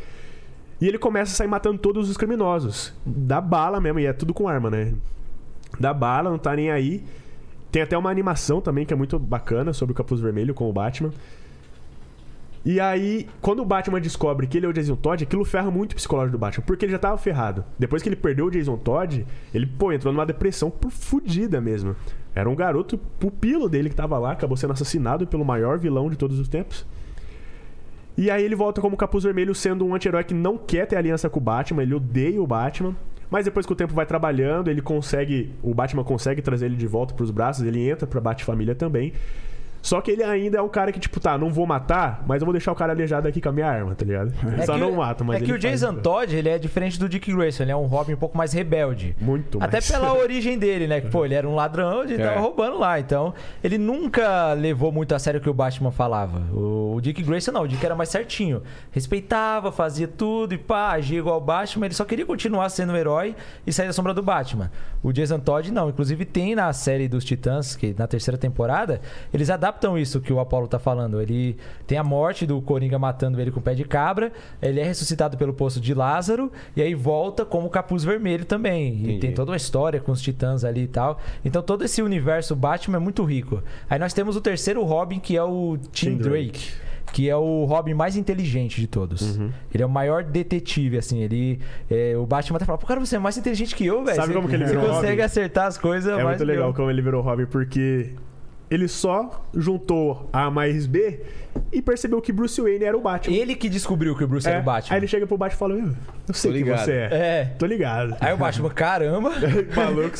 E ele começa a sair matando todos os criminosos. Dá bala mesmo, e é tudo com arma, né? Dá bala, não tá nem aí. Tem até uma animação também que é muito bacana sobre o Capuz Vermelho com o Batman. E aí, quando o Batman descobre que ele é o Jason Todd, aquilo ferra muito o psicológico do Batman, porque ele já tava ferrado. Depois que ele perdeu o Jason Todd, ele, pô, entrou numa depressão por fudida mesmo. Era um garoto pupilo dele que tava lá, acabou sendo assassinado pelo maior vilão de todos os tempos. E aí ele volta como Capuz Vermelho, sendo um anti-herói que não quer ter aliança com o Batman, ele odeia o Batman. Mas depois que o tempo vai trabalhando, ele consegue, o Batman consegue trazer ele de volta pros braços, ele entra pra Bat-Família também. Só que ele ainda é um cara que, tipo, tá, não vou matar, mas eu vou deixar o cara aleijado aqui com a minha arma, tá ligado? É Só que, não mato, mas É que ele o Jason faz, Todd, ele é diferente do Dick Grayson. Ele é um Robin um pouco mais rebelde. Muito Até mais. pela origem dele, né? Que, pô, ele era um ladrão, ele É. tava roubando lá. Então, ele nunca levou muito a sério o que o Batman falava. O, o Dick Grayson não. O Dick era mais certinho. Respeitava, fazia tudo e pá, agia igual o Batman. Ele só queria continuar sendo um herói e sair da sombra do Batman. O Jason Todd, não. Inclusive, tem na série dos Titãs, que na terceira temporada, eles adaptam isso que o Apollo tá falando. Ele tem a morte do Coringa matando ele com o pé de cabra, ele é ressuscitado pelo poço de Lázaro e aí volta como capuz vermelho também. E Entendi. tem toda uma história com os titãs ali e tal. Então todo esse universo Batman é muito rico. Aí nós temos o terceiro Robin, que é o Tim, Tim Drake. Drake. Que é o Robin mais inteligente de todos. Uhum. Ele é o maior detetive, assim. Ele, é, o Batman até fala, pô, cara, você é mais inteligente que eu, velho. Sabe Você- como que ele Você virou consegue Robin? acertar as coisas É mais muito que legal eu. como ele virou Robin, porque ele só juntou A mais B e percebeu que Bruce Wayne era o Batman. Ele que descobriu que o Bruce É. era o Batman. Aí ele chega pro Batman e fala: "Eu, eu sei Tô que ligado. você é. É. Tô ligado." Aí o Batman, caramba. Maluco.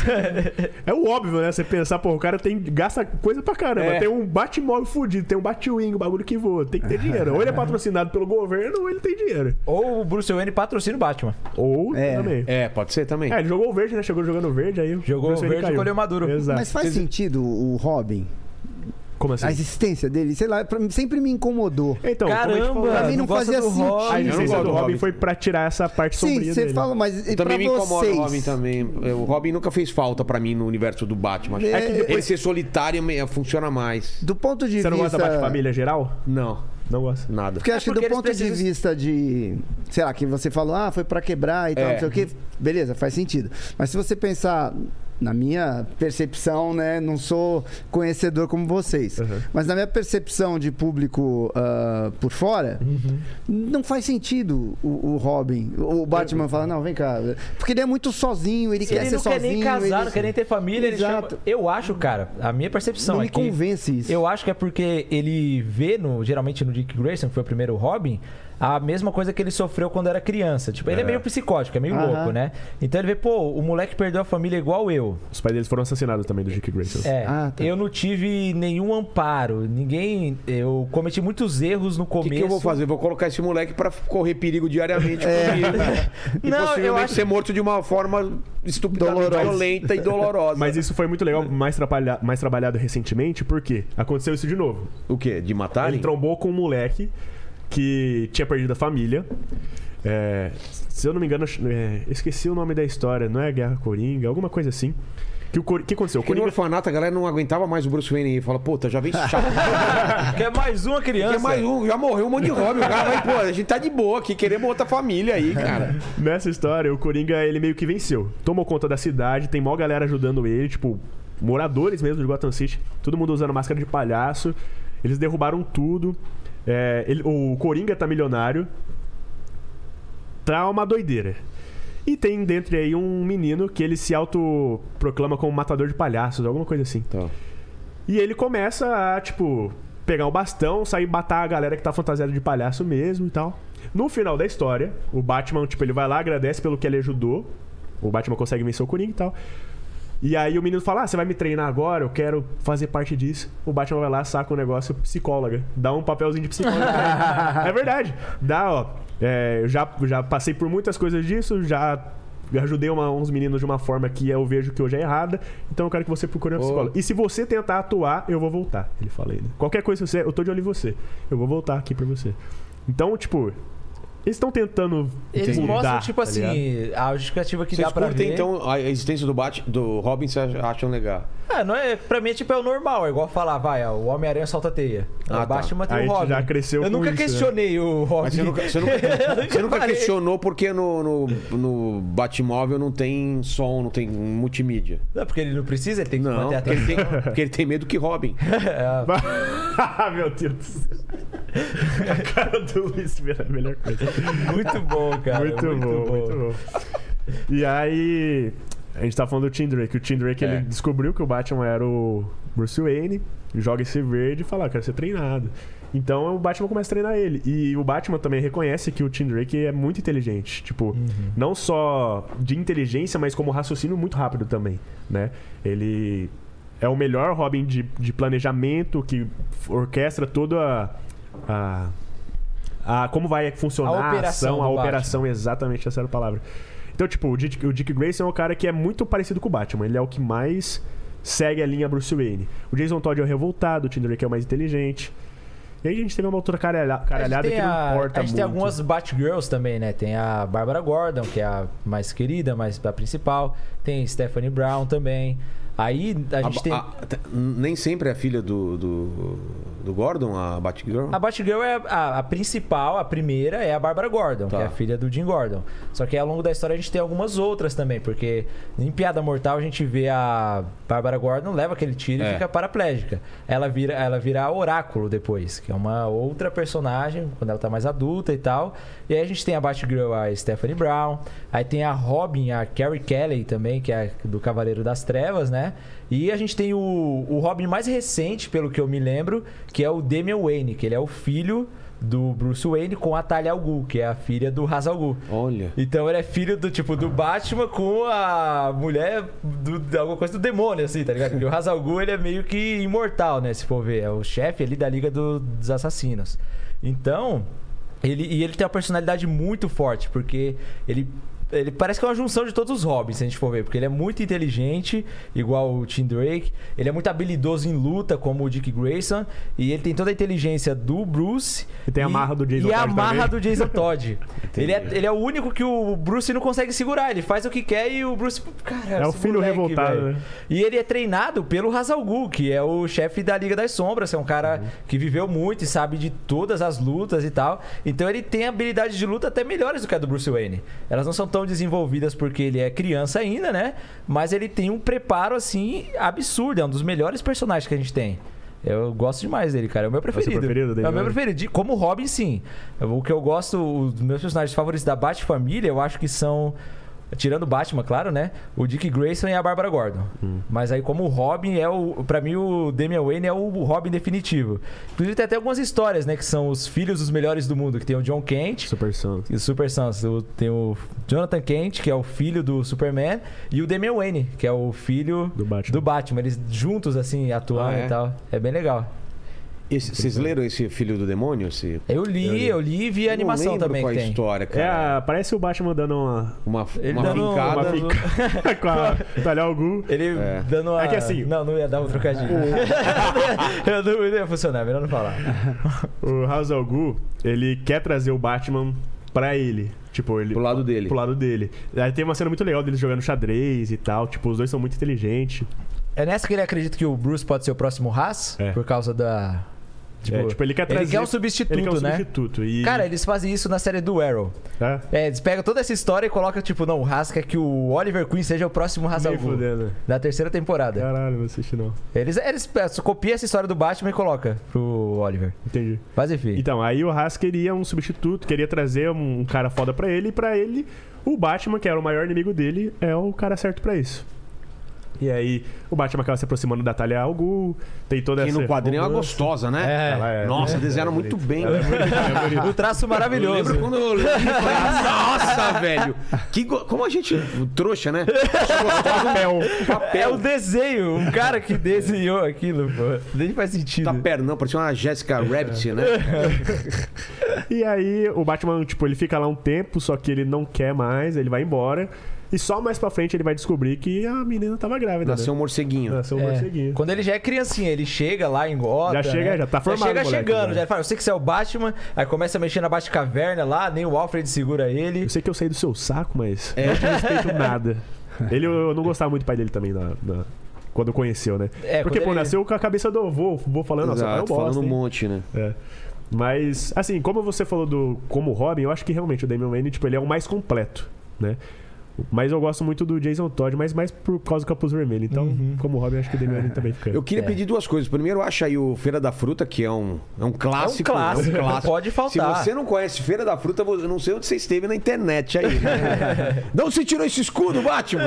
É o óbvio, né? Você pensar, pô, o cara tem, gasta coisa pra caramba. É. Tem um Batmóvel fudido, tem um Batwing, um bagulho que voa. Tem que ter dinheiro. Ou ele é patrocinado pelo governo, ou ele tem dinheiro. Ou o Bruce Wayne patrocina o Batman. Ou É. também. É, pode ser também. É, ele jogou o verde, né? Chegou jogando verde, aí Jogou Bruce Wayne verde e caiu. colheu maduro. Exato. Mas faz sentido o Robin? Como assim? A existência dele, sei lá, pra mim, sempre me incocomou. Então, como a gente Caramba, falou, Pra mim não gosta fazia do sentido. Robin. a Eu não existência gosto do do Robin Robin. foi pra tirar essa parte Sim, sombria você dele. fala, mas Também pra me incomoda vocês, o Robin também. O Robin nunca fez falta pra mim no universo do Batman. É que depois- Ele ser solitário me- funciona mais. do ponto de Você não vista... gosta da Bate-Família geral? Não, Não gosta. nada. Porque É acho que porque do eles ponto de precisam- vista de... Sei lá, que você falou, ah, foi pra quebrar e tal, É. não sei o quê. Beleza, faz sentido. Mas se você pensar... Na minha percepção, né? Não sou conhecedor como vocês. Uhum. Mas na minha percepção de público ah, por fora, não faz sentido o, o Robin. O Batman fala, não, vem cá. Porque ele é muito sozinho, ele, quer Ele ser não quer sozinho. nem casar, ele- não quer nem ter família. Ele Exato. chama... Eu acho, cara, a minha percepção Não é me que... convence isso. Eu acho que é porque ele vê, no, geralmente no Dick Grayson, que foi o primeiro Robin, a mesma coisa que ele sofreu quando era criança. Tipo, ele é, É. meio psicótico, é meio Aham. louco, né? Então ele vê, pô, o moleque perdeu a família igual eu. Os pais deles foram assassinados também do Dick Grayson. É, Ah, tá. eu não tive nenhum amparo. Ninguém... Eu cometi muitos erros no O começo. que, que eu vou fazer? Vou colocar esse moleque pra correr perigo diariamente comigo. E Não, eu possivelmente acho- ser morto de uma forma estupidamente Dolorosa. violenta e dolorosa. Mas isso foi muito legal, mais, trabalha, mais trabalhado recentemente, porque aconteceu isso de novo. O quê? De matarem? Ele trombou com um moleque que tinha perdido a família. É, se eu não me engano, é, esqueci o nome da história. Não é Guerra Coringa, alguma coisa assim. Que o Cor- que aconteceu? O Porque no Coringa... orfanato a galera não aguentava mais o Bruce Wayne e fala, puta, já vem esse chato. Quer mais uma criança? Quer mais um, já morreu um monte de Robin. O cara vai, pô, a gente tá de boa aqui, queremos outra família aí, cara. Nessa história, o Coringa, ele meio que venceu. Tomou conta da cidade, tem mó galera ajudando ele, tipo, moradores mesmo de Gotham City. Todo mundo usando máscara de palhaço. Eles derrubaram tudo. É, ele- o Coringa tá milionário. Tá uma doideira. E tem dentro aí um menino que ele se autoproclama como matador de palhaços, alguma coisa assim. Então, E ele começa a, tipo, pegar o bastão, sair matar a galera que tá fantasiada de palhaço mesmo e tal. No final da história, o Batman, tipo, ele vai lá, agradece pelo que ele ajudou. O Batman consegue vencer o Coringa e tal. E aí o menino fala, ah, você vai me treinar agora? Eu quero fazer parte disso. O Batman vai lá, saca um negócio psicóloga. Dá um papelzinho de psicóloga pra ele. É verdade. Dá, ó. É, eu já, já passei por muitas coisas disso, já ajudei uma- uns meninos de uma forma que eu vejo que hoje é errada. Então eu quero que você procure uma Oh. psicóloga. E se você tentar atuar, eu vou voltar. Ele fala aí, né? Qualquer coisa que você... Eu tô de olho em você. Eu vou voltar aqui pra você. Então, tipo... Eles estão tentando Eles mudar, mostram, tipo tá assim, ligado? a justificativa que vocês dá pra curtem, ver. então, a existência do, Bat, do Robin, vocês acham legal? Ah, não é, pra mim, tipo, é o normal. É igual falar, vai, ó, o Homem-Aranha solta a teia. Ah, o Batman tem Aí o Robin. já cresceu Eu com nunca isso, né? questionei o Robin. Mas você nunca, você nunca, você nunca parei. questionou porque no, no, no Batmóvel não tem som, não tem multimídia. Não, porque ele não precisa, ele tem que Não, manter a porque ele, atenção. tem, porque ele tem medo que Robin. Ah, meu Deus do céu. A cara do Luiz é a melhor coisa. Muito bom, cara. muito, bom, muito bom. E aí, a gente tá falando do Tim Drake. O Tim Drake, É. ele descobriu que o Batman era o Bruce Wayne, joga esse verde e fala, ah, quero ser treinado. Então o Batman começa a treinar ele. E o Batman também reconhece que o Tim Drake é muito inteligente. Tipo, não só de inteligência, mas como raciocínio muito rápido também, né? Ele é o melhor Robin de, de planejamento, que orquestra toda a, a, a como vai funcionar A a, operação ação, a do operação, Batman. exatamente essa era a palavra. Então, tipo, o Dick, o Dick Grayson é um cara que é muito parecido com o Batman. Ele é o que mais segue a linha Bruce Wayne. O Jason Todd é o revoltado, o Tim Drake é o mais inteligente. E aí a gente teve uma outra caralha, caralhada que não a, importa A gente muito. tem algumas Batgirls também, né? Tem a Barbara Gordon, que é a mais querida, mais a principal. Tem Stephanie Brown também. Aí a gente A- tem... a- nem sempre é filha do, do, do Gordon, a Batgirl? A Batgirl é a, a principal, a primeira é a Barbara Gordon, Tá. que é a filha do Jim Gordon. Só que ao longo da história a gente tem algumas outras também, porque em Piada Mortal a gente vê a Barbara Gordon leva aquele tiro É. e fica paraplégica. Ela vira, ela vira Oráculo depois, que é uma outra personagem, quando ela tá mais adulta e tal. E aí a gente tem a Batgirl, a Stephanie Brown. Aí tem a Robin, a Carrie Kelly também, que é do Cavaleiro das Trevas, né? E a gente tem o, o Robin mais recente, pelo que eu me lembro, que é o Damian Wayne, que ele é o filho do Bruce Wayne com a Talia al Ghul, que é a filha do Ra's al Ghul. Olha. Então ele é filho do tipo do Batman com a mulher do, de alguma coisa do demônio, assim, tá ligado? Porque o Ra's al Ghul, ele é meio que imortal, né? Se for ver. É o chefe ali da Liga do- dos Assassinos. Então, ele, e ele tem uma personalidade muito forte, porque ele... Ele parece que é uma junção de todos os Robins, se a gente for ver. Porque ele é muito inteligente, igual o Tim Drake. Ele é muito habilidoso em luta, como o Dick Grayson. E ele tem toda a inteligência do Bruce. E tem a marra do Jason E a Todd marra também. do Jason Todd. ele, é, ele é o único que o Bruce não consegue segurar. Ele faz o que quer e o Bruce... Cara, É o esse filho moleque, revoltado, velho. né? E ele é treinado pelo Ra's al Ghul, que é o chefe da Liga das Sombras. É um cara que viveu muito e sabe de todas as lutas e tal. Então ele tem habilidades de luta até melhores do que a do Bruce Wayne. Elas não são tão desenvolvidas porque ele é criança ainda, né? Mas ele tem um preparo, assim, absurdo. É um dos melhores personagens que a gente tem. Eu gosto demais dele, cara. É o meu preferido. preferido dele, é o meu né? preferido. De- Como Robin, sim. O que eu gosto, os meus personagens favoritos da Bat-família, eu acho que são... Tirando o Batman, claro, né? O Dick Grayson e a Barbara Gordon. Hum. Mas aí, como o Robin é o... Pra mim, o Damian Wayne é o Robin definitivo. Inclusive, tem até algumas histórias, né? Que são os filhos dos melhores do mundo. Que tem o John Kent... Super Sons. E o Super Sons. O- Tem o Jonathan Kent, que é o filho do Superman. E o Damian Wayne, que é o filho Do Batman. do Batman. Eles juntos, assim, atuando Ah, é? e tal. É bem legal. Esse- vocês leram esse Filho do Demônio? Esse... Eu li, eu li e vi a Eu não animação lembro também qual que é a tem. história, É, cara. a- parece o Batman dando uma... Uma, Ele uma dando fincada. Uma fincada com a Talia al Ghul. Ele É. dando uma... É que assim- Não, não ia dar um trocadilho. eu não, não ia funcionar, melhor não falar. O Ra's al Ghul, ele quer trazer o Batman pra ele. Tipo, ele... Pro lado dele. Pro lado dele. Aí tem uma cena muito legal deles jogando xadrez e tal. Tipo, os dois são muito inteligentes. É nessa que ele acredita que o Bruce pode ser o próximo Haas? É. Por causa da... Tipo, é, tipo, ele quer trazer... Ele quer um substituto, ele quer um né? substituto. E... Cara, eles fazem isso na série do Arrow. É? É, eles pegam toda essa história e colocam, tipo, não, o Haas quer que o Oliver Queen seja o próximo Ra's al Nem Ghul. fudendo. Da terceira temporada. Caralho, não assisti não. Eles, eles é, só copiam essa história do Batman e coloca pro Oliver. Entendi. Mas enfim. Então, aí o Haas queria um substituto, queria trazer um cara foda pra ele. E pra ele, o Batman, que era o maior inimigo dele, é o cara certo pra isso. E aí, o Batman acaba se aproximando da Talia al Ghul, tem toda Que essa... no quadrinho é uma romance. gostosa, né? É. Ela é- Nossa, é, desenharam é muito bonito. bem. Ela é bonita, é bonita. O traço Eu maravilhoso. lembro quando eu li e falei, nossa, velho. Que go... Como a gente... Trouxa, né? Papel. É o desenho, um cara que desenhou aquilo, pô. Nem faz sentido. Tá pernão, parecia uma Jessica Rabbit, né? E aí, o Batman, tipo, ele fica lá um tempo, só que ele não quer mais, ele vai embora. E só mais pra frente ele vai descobrir que a menina tava grávida, Nasceu um né? morceguinho. Nasceu um É. morceguinho. Quando ele já é criancinha, ele chega lá em Gotham, Já chega, né? já tá formado Já chega o moleque, chegando, né? já ele fala, eu sei que você é o Batman, aí começa a mexer na Batcaverna lá, nem o Alfred segura ele. Eu sei que eu saí do seu saco, mas eu não te respeito nada. Ele, eu não gostava muito do pai dele também, na, na- quando conheceu, né? É, Porque, quando pô, ele- nasceu com a cabeça do avô, vou falando, nossa, pai é um Exato, bosta, falando um hein? monte, né? É. Mas, assim, como você falou do como Robin, eu acho que realmente o Damian Wayne, tipo, ele é o mais completo, né? Mas eu gosto muito do Jason Todd, mas mais por causa do capuz vermelho. Então, como Robin, eu acho que o Damian Wayne também fica. Eu queria É. pedir duas coisas. Primeiro, acha aí o Feira da Fruta, que é um, é um clássico. É um clássico, não pode faltar. Se você não conhece Feira da Fruta, eu não sei onde você esteve na internet aí. Né? De onde você tirou esse escudo, Batman?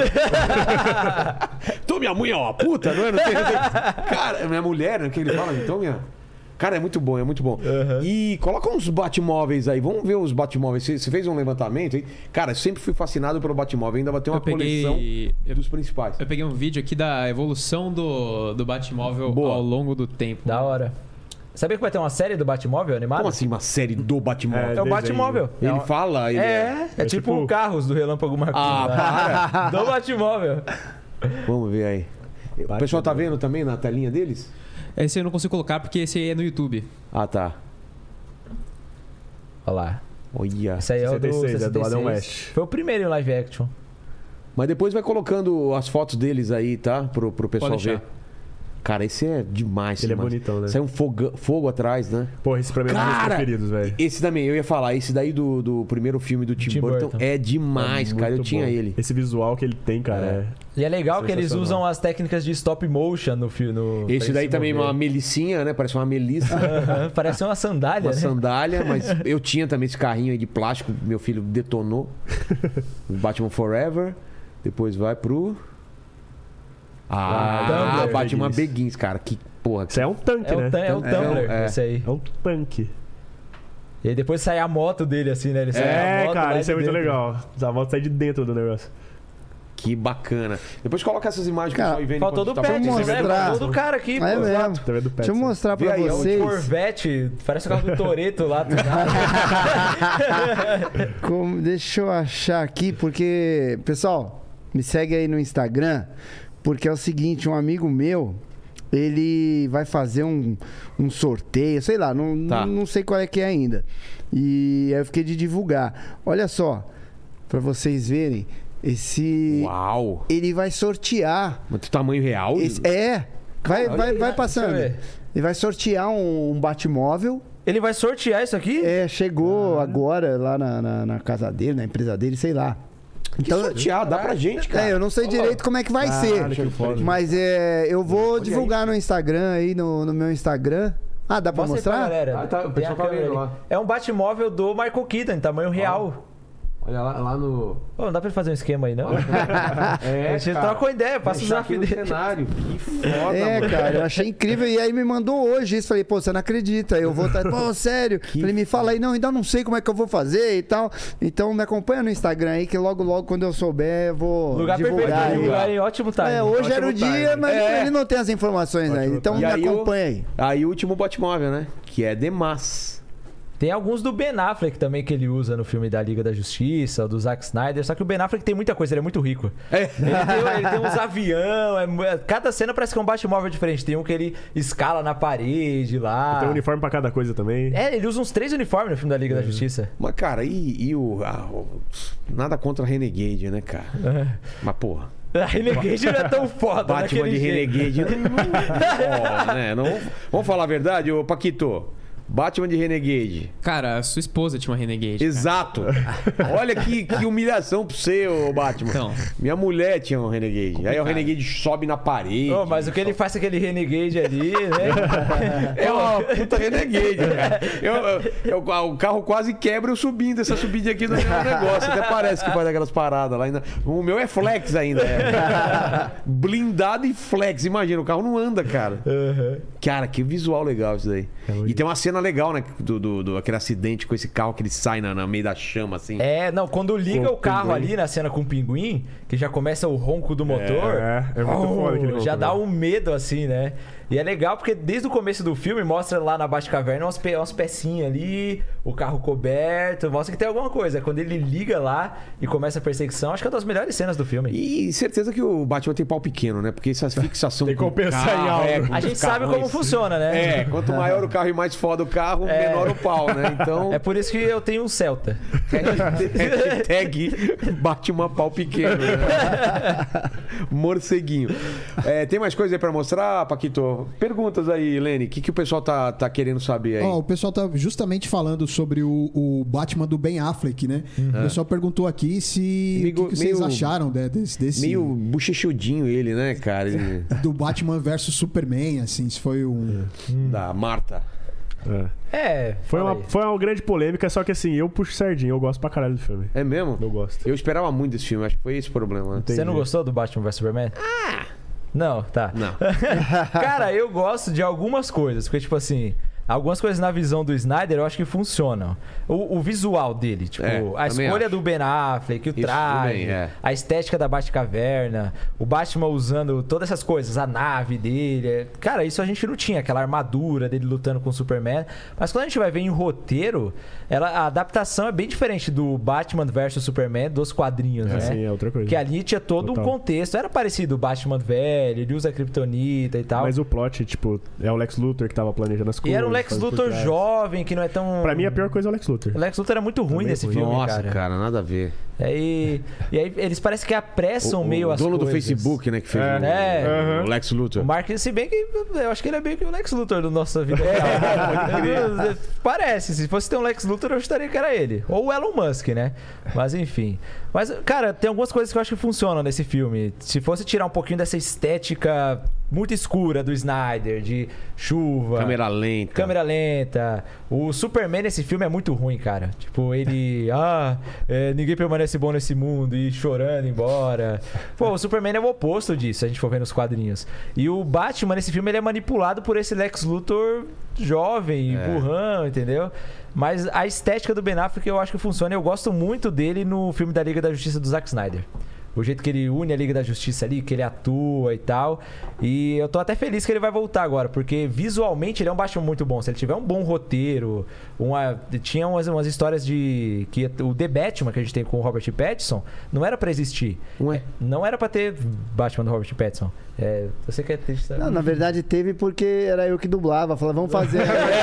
Então minha mãe é uma puta, não é? Não tem, não tem... Cara, minha mulher, o que ele fala? Então minha... Cara, é muito bom, é muito bom. Uhum. E coloca uns Batmóveis aí. Vamos ver os Batmóveis. Você, você fez um levantamento aí? Cara, eu sempre fui fascinado pelo Batmóvel. Ainda vai ter uma Eu peguei- coleção eu- dos principais. Eu peguei um vídeo aqui da evolução do, do Batmóvel Boa. ao longo do tempo. Da hora. Sabia que vai ter uma série do Batmóvel animado? Como assim uma série do Batmóvel? É o desenho. Batmóvel. Ele É um- fala... Ele É, é, É tipo tipo- o Carros do Relâmpago Marquinhos. Ah, lá. Do Batmóvel. Vamos ver aí. O pessoal tá vendo também na telinha deles? Esse eu não consigo colocar porque esse aí é no YouTube. Ah, tá. Olha lá. Olha. Esse aí é o do sessenta e seis, é do Adam sessenta e seis. West. Foi o primeiro em live action. Mas depois vai colocando as fotos deles aí, tá? Pro, pro pessoal Pode ver. deixar. Cara, esse é demais. Ele é mano. bonitão, né? Sai um fogo, fogo atrás, né? Porra, esse pra mim é um dos meus Cara, preferidos, velho. esse também, eu ia falar. Esse daí do, do primeiro filme do Tim, Tim Burton, Burton. é demais, É cara. Eu muito tinha bom. ele. Esse visual que ele tem, cara, é... E é legal que eles Sensacional. usam as técnicas de stop motion no filme. No, pra Esse ele daí se também é mover. uma melicinha, né? Parece uma melissa. Aham, parece uma sandália, Uma né? sandália, mas eu tinha também esse carrinho aí de plástico, meu filho detonou. Batman Forever. Depois vai pro. Ah, Ah, Tumblr. Batman Begins. Begins, cara. Que porra. Isso aí é um tanque, É o, né? tan- é o É, Tumblr, é. esse aí. É um tanque. E aí depois sai a moto dele, assim, né? Ele sai a É, moto lá cara, de isso é muito dentro. legal. A moto sai de dentro do negócio. Que bacana. Depois coloca essas imagens que Cara, o pessoal aí vendo. Faltou do enquanto a gente Pet, tá Vamos né? falando. mostrar. Faltou do cara aqui, É pô. mesmo. Tá vendo o Deixa eu Petson? mostrar Vê pra aí, é o vocês Corvette, parece o carro do Toretto lá. do nada. como- deixa eu achar aqui, porque... Pessoal, me segue aí no Instagram, porque é o seguinte, um amigo meu, ele vai fazer um, um sorteio, sei lá, não, Tá. não, não sei qual é que é ainda. E aí eu fiquei de divulgar. Olha só, pra vocês verem, esse... Uau! Ele vai sortear. Mas do tamanho real? Esse, é, vai, vai, vai passando. Deixa eu ver. Ele vai sortear um, um Batmóvel. Ele vai sortear isso aqui? É, chegou agora lá na, na, na casa dele, na empresa dele, sei lá. Então, sortear, dá pra gente, cara. É, eu não sei direito como é que vai Caralho, ser. que foda. Mas é, eu vou Olha divulgar no Instagram aí, no, no meu Instagram. Ah, dá pra Mostra aí pra mostrar? galera. Ah, tá, o Tem a pessoal tá câmera vendo ali. lá. É um Batmóvel do Michael Keaton, tamanho real. Olha lá, lá no. Pô, não dá pra ele fazer um esquema aí, não? É, a gente cara. troca uma ideia, passa o Deixar zap aqui no dele. cenário. Que foda, É, mano. cara, eu achei incrível. E aí me mandou hoje isso. Falei, pô, você não acredita. Eu vou estar, pô, sério. Falei, me fala aí, não, ainda não sei como é que eu vou fazer e tal. Então me acompanha no Instagram aí, que logo, logo, quando eu souber, eu vou Lugar perfeito, divulgar aí. lugar em ótimo time. É, hoje Ótimo era o time. dia, mas É. ele não tem as informações Ótimo ainda. Então time. me E aí o- acompanha aí. Aí o último Batmóvel, né? Que é Demas. Tem alguns do Ben Affleck também que ele usa no filme da Liga da Justiça, do Zack Snyder. Só que o Ben Affleck tem muita coisa, ele é muito rico. É. Ele tem, ele tem uns avião, é mu- cada cena parece que é um Batmóvel diferente. Tem um que ele escala na parede lá. Tem um uniforme pra cada coisa também. É, ele usa uns três uniformes no filme da Liga da Justiça. Mas, cara, e, e o, ah, o- Nada contra Renegade, né, cara? Mas, porra. A Renegade não é tão foda Batman daquele de jeito. Renegade não, não, não, né? Não, vamos falar a verdade, ô Paquito? Batman de Renegade. Cara, a sua esposa tinha uma Renegade. cara. Exato. Olha que, que humilhação pra você, ô Batman. Então. Minha mulher tinha um Renegade. Aí o Renegade sobe na parede. Ô, mas o que ele faz com aquele Renegade ali, né? É uma puta Renegade, cara. Eu, eu- eu- o carro quase quebra eu subindo. Essa subida aqui não é um negócio. Até parece que faz aquelas paradas lá. Ainda. O meu é flex ainda. É. Blindado e flex. Imagina, o carro não anda, cara. Cara, que visual legal isso daí. E tem uma cena legal, né? Do, do, do- aquele acidente com esse carro que ele sai na, na meio da chama, assim. É, não, quando liga Com o carro o ali na cena com o pinguim, que já começa o ronco do motor. É, é muito oh, foda aquele ronco, já dá velho. um medo assim, né? E é legal porque desde o começo do filme mostra lá na Batcaverna umas, pe umas pecinhas ali, o carro coberto, mostra que tem alguma coisa. Quando ele liga lá e começa a perseguição, acho que é uma das melhores cenas do filme. E certeza que o Batman tem pau pequeno, né? Porque essa fixação Tem que com compensar carro, em algo. é, com A os gente sabe carrões. como funciona, né? É, quanto maior o carro e mais foda o carro, É. menor o pau, né? Então, É por isso que eu tenho um Celta. hashtag Batman pau pequeno. Né? Morceguinho. É, tem mais coisa aí pra mostrar, Paquito? Perguntas aí, Lene. O que, que o pessoal tá, tá querendo saber aí? Ó, o pessoal tá justamente falando sobre o, o Batman do Ben Affleck, né? O pessoal perguntou aqui se Amigo, o que, que vocês meio- acharam né, desse, desse Meio bochechudinho ele, né, cara? Ele- do Batman versus Superman, assim, se foi um Da Marta. É. É, Foi, fala uma, aí. foi uma grande polêmica, só que assim, eu puxo sardinha, eu gosto pra caralho do filme. É mesmo? Eu gosto. Eu esperava muito desse filme, acho que foi esse o problema. Né? Você não gostou do Batman versus Superman? Ah! Não, tá. Não. Cara, eu gosto de algumas coisas. Porque, tipo assim, algumas coisas na visão do Snyder eu acho que funcionam. O, o visual dele, tipo, É, a também escolha acho. do Ben Affleck, o Isso traje, também, é. a estética da Batcaverna, o Batman usando todas essas coisas, a nave dele. é- Cara, isso a gente não tinha, aquela armadura dele lutando com o Superman. Mas quando a gente vai ver em roteiro, ela, a adaptação é bem diferente do Batman versus Superman dos quadrinhos, É, né? sim, é outra coisa. Que ali tinha todo Total. um contexto. Era parecido o Batman velho, ele usa Kryptonita e tal. Mas o plot, tipo, é o Lex Luthor que tava planejando as E coisas. era um Lex fazendo por Luthor trás. jovem, que não é tão... Pra mim, a pior coisa é o Lex Luthor. O Lex Luthor era muito ruim Também nesse ruim. filme, Nossa, cara. cara. nada a ver. É, e, e aí eles parecem que apressam O, meio o as dono do coisas. Facebook, né, que fez É. o, É. o Lex Luthor. O Mark, se bem que eu acho que ele é meio que o Lex Luthor da nossa vida real. Parece, se fosse ter um Lex Luthor, eu estaria que era ele. Ou o Elon Musk, né? Mas enfim. Mas, cara, tem algumas coisas que eu acho que funcionam nesse filme. Se fosse tirar um pouquinho dessa estética muito escura do Snyder, de chuva, Câmera lenta. câmera lenta. O Superman nesse filme é muito ruim, cara. Tipo, ele. Ah, é, ninguém permanece bom nesse mundo e chorando embora. Pô, o Superman é o oposto disso, se a gente for ver nos quadrinhos. E o Batman nesse filme ele é manipulado por esse Lex Luthor jovem, É. burrão, entendeu? Mas a estética do Ben Affleck eu acho que funciona. Eu gosto muito dele no filme da Liga da Justiça do Zack Snyder. O jeito que ele une a Liga da Justiça ali, que ele atua e tal. E eu tô até feliz que ele vai voltar agora, porque visualmente ele é um Batman muito bom. Se ele tiver um bom roteiro, uma... tinha umas, umas histórias de... que o The Batman que a gente tem com o Robert Pattinson não era pra existir. Ué? Não era pra ter Batman do Robert Pattinson. É, você quer ter... Não, na verdade teve porque era eu que dublava. Falava, vamos fazer.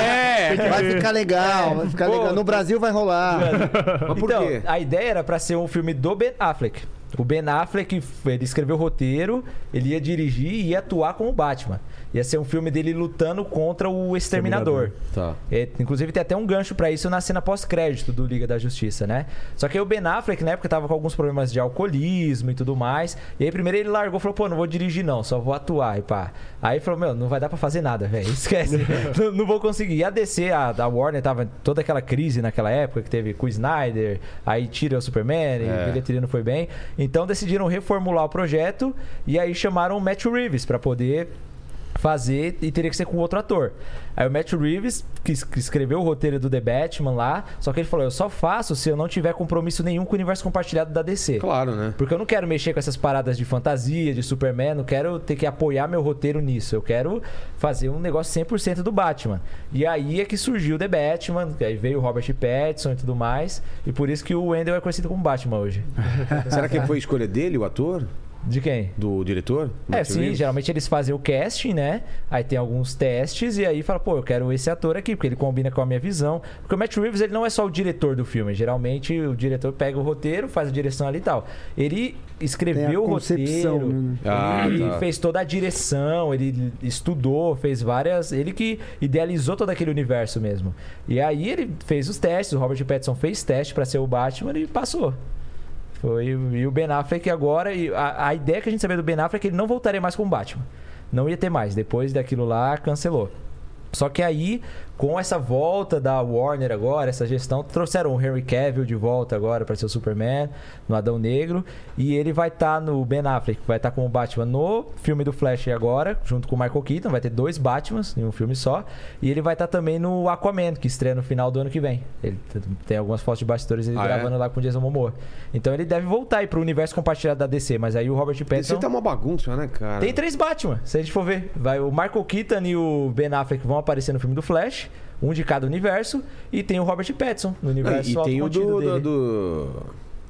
É! Vai ficar legal, vai ficar Pô, legal. No Brasil vai rolar. Mas por então, quê? a ideia era pra ser um filme do Ben Affleck. O Ben Affleck, ele escreveu o roteiro, ele ia dirigir e ia atuar como Batman. Ia ser um filme dele lutando contra o Exterminador. Tá. É, inclusive tem até um gancho pra isso na cena pós-crédito do Liga da Justiça, né? Só que aí o Ben Affleck na época tava com alguns problemas de alcoolismo e tudo mais. E aí primeiro ele largou e falou, pô, não vou dirigir não, só vou atuar e pá. Aí falou, meu, não vai dar pra fazer nada, velho, esquece. não, não vou conseguir. E a D C, a, a Warner tava toda aquela crise naquela época que teve com o Snyder, aí tira o Superman, e É. a bilheteria não foi bem. Então decidiram reformular o projeto e aí chamaram o Matt Reeves pra poder fazer e teria que ser com outro ator. Aí o Matt Reeves, que es- que escreveu o roteiro do The Batman lá, só que ele falou, eu só faço se eu não tiver compromisso nenhum com o universo compartilhado da D C. Claro, né? Porque eu não quero mexer com essas paradas de fantasia, de Superman, não quero ter que apoiar meu roteiro nisso. Eu quero fazer um negócio cem por cento do Batman. E aí é que surgiu o The Batman, que aí veio o Robert Pattinson e tudo mais, e por isso que o Wendell é conhecido como Batman hoje. Será que foi escolha dele, o ator? De quem? Do diretor? É, Matt sim, Reeves? geralmente eles fazem o casting, né? Aí tem alguns testes e aí fala, pô, eu quero esse ator aqui, porque ele combina com a minha visão. Porque o Matt Reeves, ele não é só o diretor do filme. Geralmente o diretor pega o roteiro, faz a direção ali e tal. Ele Tem escreveu a o concepção, roteiro, né? Ah, ele tá. fez toda a direção, ele estudou, fez várias... Ele que idealizou todo aquele universo mesmo. E aí ele fez os testes, o Robert Pattinson fez teste pra ser o Batman e passou. Foi, e o Ben Affleck agora... E a, a ideia que a gente sabia do Ben Affleck é que ele não voltaria mais como Batman. Não ia ter mais. Depois daquilo lá, cancelou. Só que aí, com essa volta da Warner agora, essa gestão, trouxeram o Henry Cavill de volta agora para ser o Superman, no Adão Negro. E ele vai estar no Ben Affleck, vai estar como Batman no filme do Flash agora, junto com o Michael Keaton. Vai ter dois Batmans em um filme só. E ele vai estar também no Aquaman, que estreia no final do ano que vem. Ele t- tem algumas fotos de bastidores ele Ah, gravando é? lá com o Jason Momoa. Então ele deve voltar aí pro universo compartilhado da D C. Mas aí o Robert Esse Pattinson... tá uma bagunça, né, cara? Tem três Batman, se a gente for ver. Vai, o Michael Keaton e o Ben Affleck vão aparecer no filme do Flash, um de cada universo, e tem o Robert Pattinson no Ah, universo e tem o autocontido do, dele. do, do-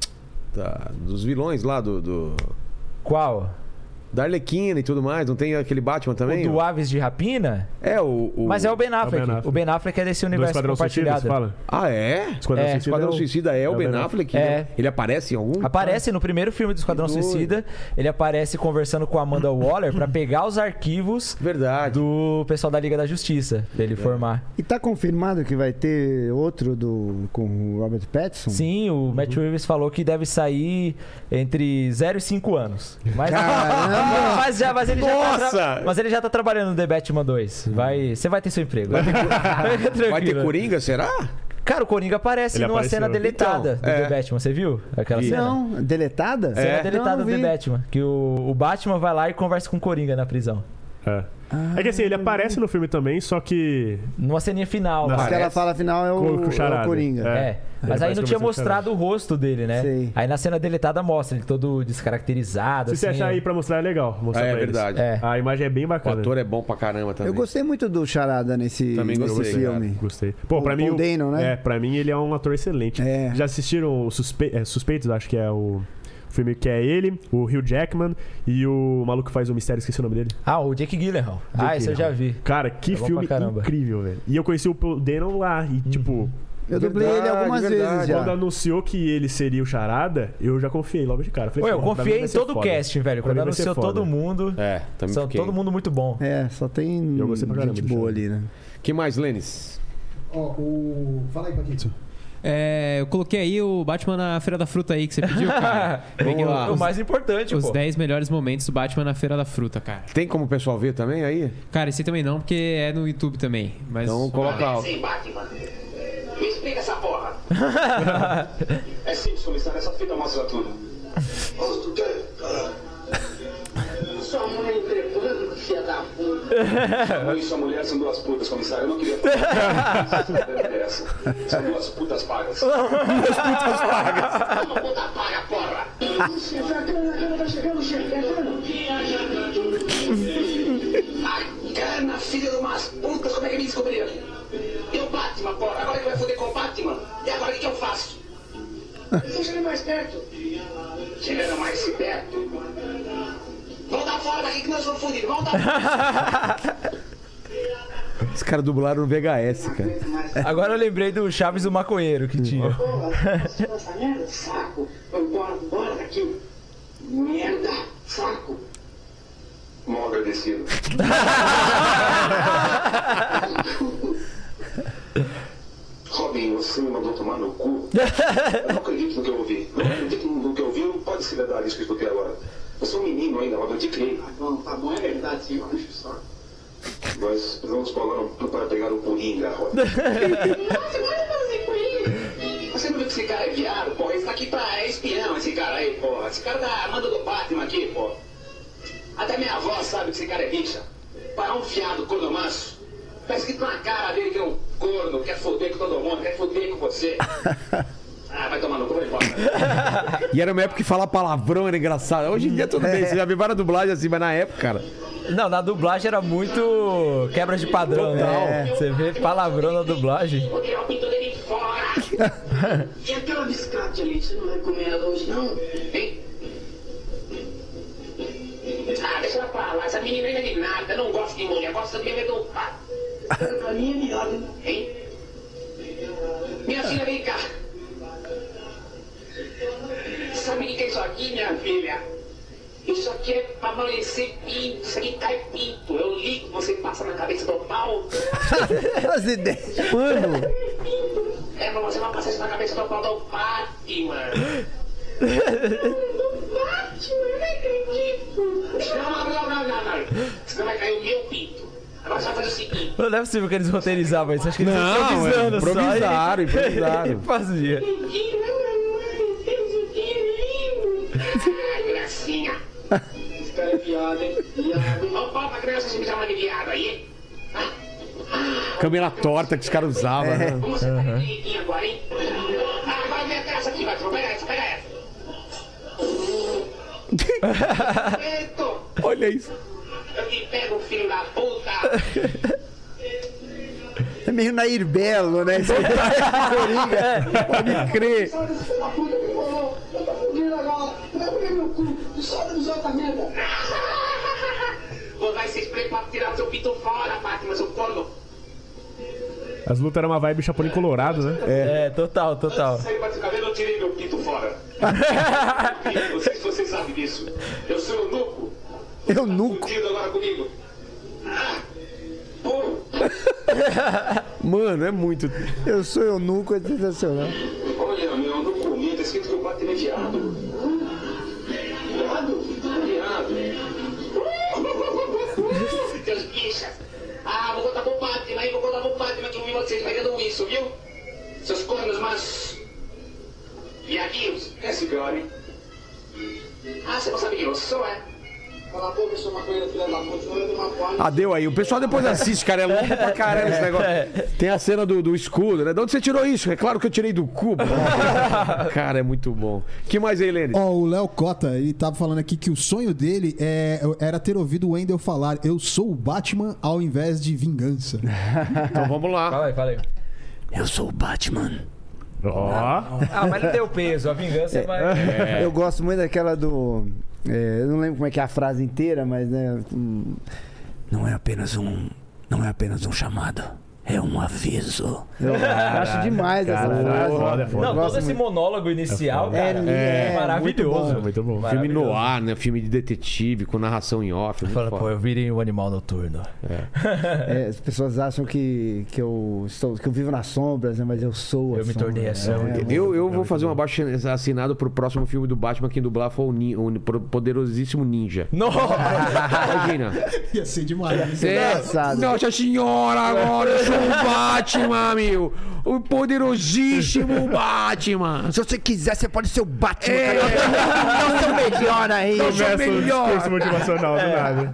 da- dos vilões lá, do, do Qual? da Arlequina e tudo mais. Não tem aquele Batman também? O do Aves de Rapina? É, o... o- Mas é o Ben Affleck. Ben Affleck. O Ben Affleck é desse Do universo Esquadrão Suicida, você compartilhado. fala? Ah, é? Esquadrão É, Suicida Esquadrão é o- Suicida é, o Ben Affleck? É. Ele aparece em algum? Aparece no primeiro filme do Esquadrão Que doido. Suicida. Ele aparece conversando com a Amanda Waller pra pegar os arquivos Verdade. do pessoal da Liga da Justiça, pra ele formar. E tá confirmado que vai ter outro do, com o Robert Pattinson? Sim, o Matt Reeves falou que deve sair entre zero e cinco anos. Mas, Caramba! mas, já, mas, ele já tá Nossa! tra- mas ele já tá trabalhando no The Batman dois. Vai, você vai ter seu emprego. Vai ter, Fica Vai ter tranquilo. Coringa, será? Cara, o Coringa aparece Ele numa apareceu. cena deletada Então, do é. The Batman. Você viu aquela Vi. cena? Não, deletada? Cena É. deletada Não, do The vi. Batman. Que o, o Batman vai lá e conversa com o Coringa na prisão. É. Ah, é que assim, ele aparece no filme também, só que... Numa ceninha final. Não, lá. Aquela fala final é o, Com- com o é o Charada. Coringa. É. É, mas aí parece não que tinha vai ser mostrado o rosto dele, né? Sei. Aí na cena deletada mostra ele todo descaracterizado. Se você assim, achar aí pra mostrar, é legal. Mostrar É, é pra eles. verdade. É. A imagem é bem O bacana. ator é bom pra caramba também. Eu gostei muito do Charada nesse, Também nesse gostei, filme. Gostei. Pô, O pra mim... Paul o- Dano, né? É, pra mim ele é um ator excelente. É. Já assistiram o Suspe... é, Suspeitos? Acho que é o... o filme que é ele, o Hugh Jackman e o maluco que faz o mistério, esqueci o nome dele. Ah, o Jake Gyllenhaal. Ah, Jake esse eu já vi. Cara, que É bom filme pra caramba. incrível, velho. E eu conheci o Paul Dano lá e, tipo... Eu dublei Verdade, ele algumas verdade. vezes já. Quando anunciou que ele seria o Charada, eu já confiei logo de cara. Falei, Pô, eu "Pô, pra mim confiei vai em ser todo o foda." casting, velho. Pra Quando mim vai ser anunciou foda. todo mundo. É, também São fiquei. todo mundo muito bom. É, só tem Eu gostei pra caramba gente do boa Charada. ali, né? Que mais, Lênis? Ó, o... Fala aí, Paquito. É, eu coloquei aí o Batman na Feira da Fruta aí que você pediu, cara. Peguei Vamos lá. O os, mais importante, os pô. dez melhores momentos do Batman na Feira da Fruta, cara. Tem como o pessoal ver também aí? Cara, esse aí também não, porque é no YouTube também. Mas Então coloca alto. Sem Batman. Me explica essa porra. É simples, comissário. Essa fita mostra tudo. Mostra o quê? Sua mãe entregando, filha da puta. Sua mãe e sua mulher são duas putas, comissário. Eu não queria falar dessa. São duas putas pagas. Duas putas pagas. Uma puta paga, porra. Chefe, a cana, a cana tá chegando, chefe. A cana. A cana, filha de umas putas. Como é que me descobriram? E o Batman, porra? Agora que vai foder com o Batman? E agora o que, que eu faço? Você chega mais perto. Chegando mais perto. Volta fora daqui que nós vamos fudidos. Volta fora. Os caras dublaram no V H S, cara. Agora eu lembrei do Chaves do Maconheiro que tinha. Porra, essa merda, saco. Bora, bora daqui. Merda, saco. Mal agradecido. Robin, você me mandou tomar no cu? Eu não acredito no que eu ouvi. Não acredito no que eu ouvi, não pode ser verdade isso que eu escutei agora. Eu sou um menino ainda, Robin, eu te criei. Tá bom, tá bom, é verdade, sim, eu acho só. Nós vamos colar um plano para pegar o Coringa, Robin. Nossa, manda fazer Coringa. Você não viu que esse cara é viado, porra? Esse tá aqui pra é espião, esse cara aí, porra. Esse cara tá manda do Batman aqui, porra. Até minha avó sabe que esse cara é bicha. Para um fiado corno manso. Tá escrito na cara dele que é um corno, quer foder com todo mundo, quer foder com você. Ah, vai tomar no cu, vai embora. E era uma época que falar palavrão era engraçado. Hoje em dia tudo bem, você já viu várias dublagens assim, mas na época, cara. Não, na dublagem era muito quebra de padrão, né? Você vê palavrão na dublagem. Vou tirar o pinto dele fora. E aquela biscate ali, você não vai comer ela hoje, não? Hein? Ah, deixa ela pra lá. Essa menina ainda é de nada. Não gosta de mulher, gosta de beber do pato. Pra mim é melhor, hein? Minha filha, vem cá. Sabe o que é isso aqui, minha filha? Isso aqui é pra amanhecer pinto. Isso aqui cai pinto. Eu ligo, você passa na cabeça do pau. As ideias. Mano, É pra você não passar isso na cabeça do pau do Batman. Do Batman, eu não acredito. Não, não, não, não, não, não. Senão vai cair o meu pinto. Agora você vai fazer o seguinte. Não é possível que eles roteirizavam isso. Acho que eles Não, improvisando é, só. improvisaram, e- improvisaram. e fazia. Ai, gracinha. Esse cara é viado, hein? Viado. Vamos falar pra criança se me chama de viado aí. Câmera torta que os caras usavam, né? Vamos sentar direitinho agora, hein? Ah, agora vem essa aqui, vai. Pega essa, pega essa. Eito! Olha isso. Eu te pego, filho da puta! é meio Nair Belo, né? Esse Coringa. Pode crer. Sai desse filho da puta que falou! Eu tô fudido agora! Vai comer meu cu! Solta dos outros merda! Vou dar esse spray pra tirar seu pinto fora, Batman, seu corno! As lutas eram uma vibe Chapolin Colorado, né? É, total, total. Saiu pra esse cabelo, eu tirei meu pinto fora! Não sei se você sabe disso. Eu sou eunuco! Eunuco. Fudido agora comigo! Ah! Pô! Mano, é muito. Eu sou eunuco, é sensacional. Olha, meu, não comi, tá escrito que o Batman é viado. Viado? Viado. Seus bichas. Ah, vou contar pro Batman aí, vou contar pro Batman que eu vi vocês fazendo isso, viu? Seus cornos, mas... Viadinhos. É esse cara, hein? Ah, você não sabe quem eu sou, é? Ah, deu aí. O pessoal depois assiste, cara. É longo pra caramba esse negócio. Tem a cena do, do escudo, né? De onde você tirou isso? É claro que eu tirei do cubo. Cara, é muito bom. Que mais aí, Lênis? Ó, o Léo Cota, ele tava falando aqui que o sonho dele é, era ter ouvido o Wendel falar: eu sou o Batman ao invés de vingança. Então vamos lá. Fala aí, fala aí. Eu sou o Batman. Ó. Ah, mas não deu peso. A vingança é mais... É. Eu gosto muito daquela do... É, eu não lembro como é que é a frase inteira, mas né, hum, não é apenas um, não é apenas um chamado, é um aviso. Eu acho demais essa Caralho, frase. é foda, é foda. Não, Gosto todo esse muito. monólogo inicial, É, cara, é, é, maravilhoso. Muito bom. Filme Maravilhoso. no ar, né? Filme de detetive, com narração em off. muito Fala, foda. pô, eu virei um animal noturno. É, as pessoas acham que, que, eu estou, que eu vivo nas sombras, né, mas eu sou a Eu me sombra. tornei a sombra. É, Eu, eu vou fazer um abaixo assinado pro próximo filme do Batman. Quem dublar foi o, Nin- o poderosíssimo Ninja. Nossa! Imagina. Ia ser demais. É, engraçado. Nossa senhora, agora eu sou o Batman, meu. O poderosíssimo Batman. Se você quiser, você pode ser o Batman. É. cara. Não sou melhor aí. Não sou Começa o melhor. discurso motivacional do nada.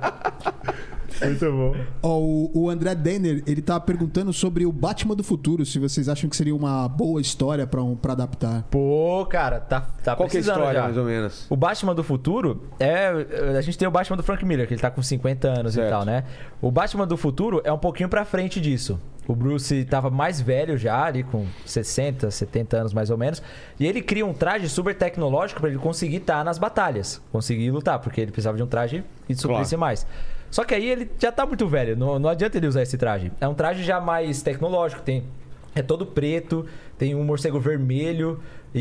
Muito bom. Ó, o, o André Denner, ele tava perguntando sobre o Batman do futuro, se vocês acham que seria uma boa história pra, um, pra adaptar. Pô, cara, tá, tá Qual que é a precisando história, já. mais ou menos? O Batman do futuro é... A gente tem o Batman do Frank Miller, que ele tá com cinquenta anos Certo. e tal, né? O Batman do futuro é um pouquinho pra frente disso. O Bruce tava mais velho já, ali com sessenta, setenta anos mais ou menos. E ele cria um traje super tecnológico pra ele conseguir estar nas batalhas. Conseguir lutar, porque ele precisava de um traje que suprisse Claro. mais. Só que aí ele já tá muito velho, não, não adianta ele usar esse traje. É um traje já mais tecnológico, tem... É todo preto, tem um morcego vermelho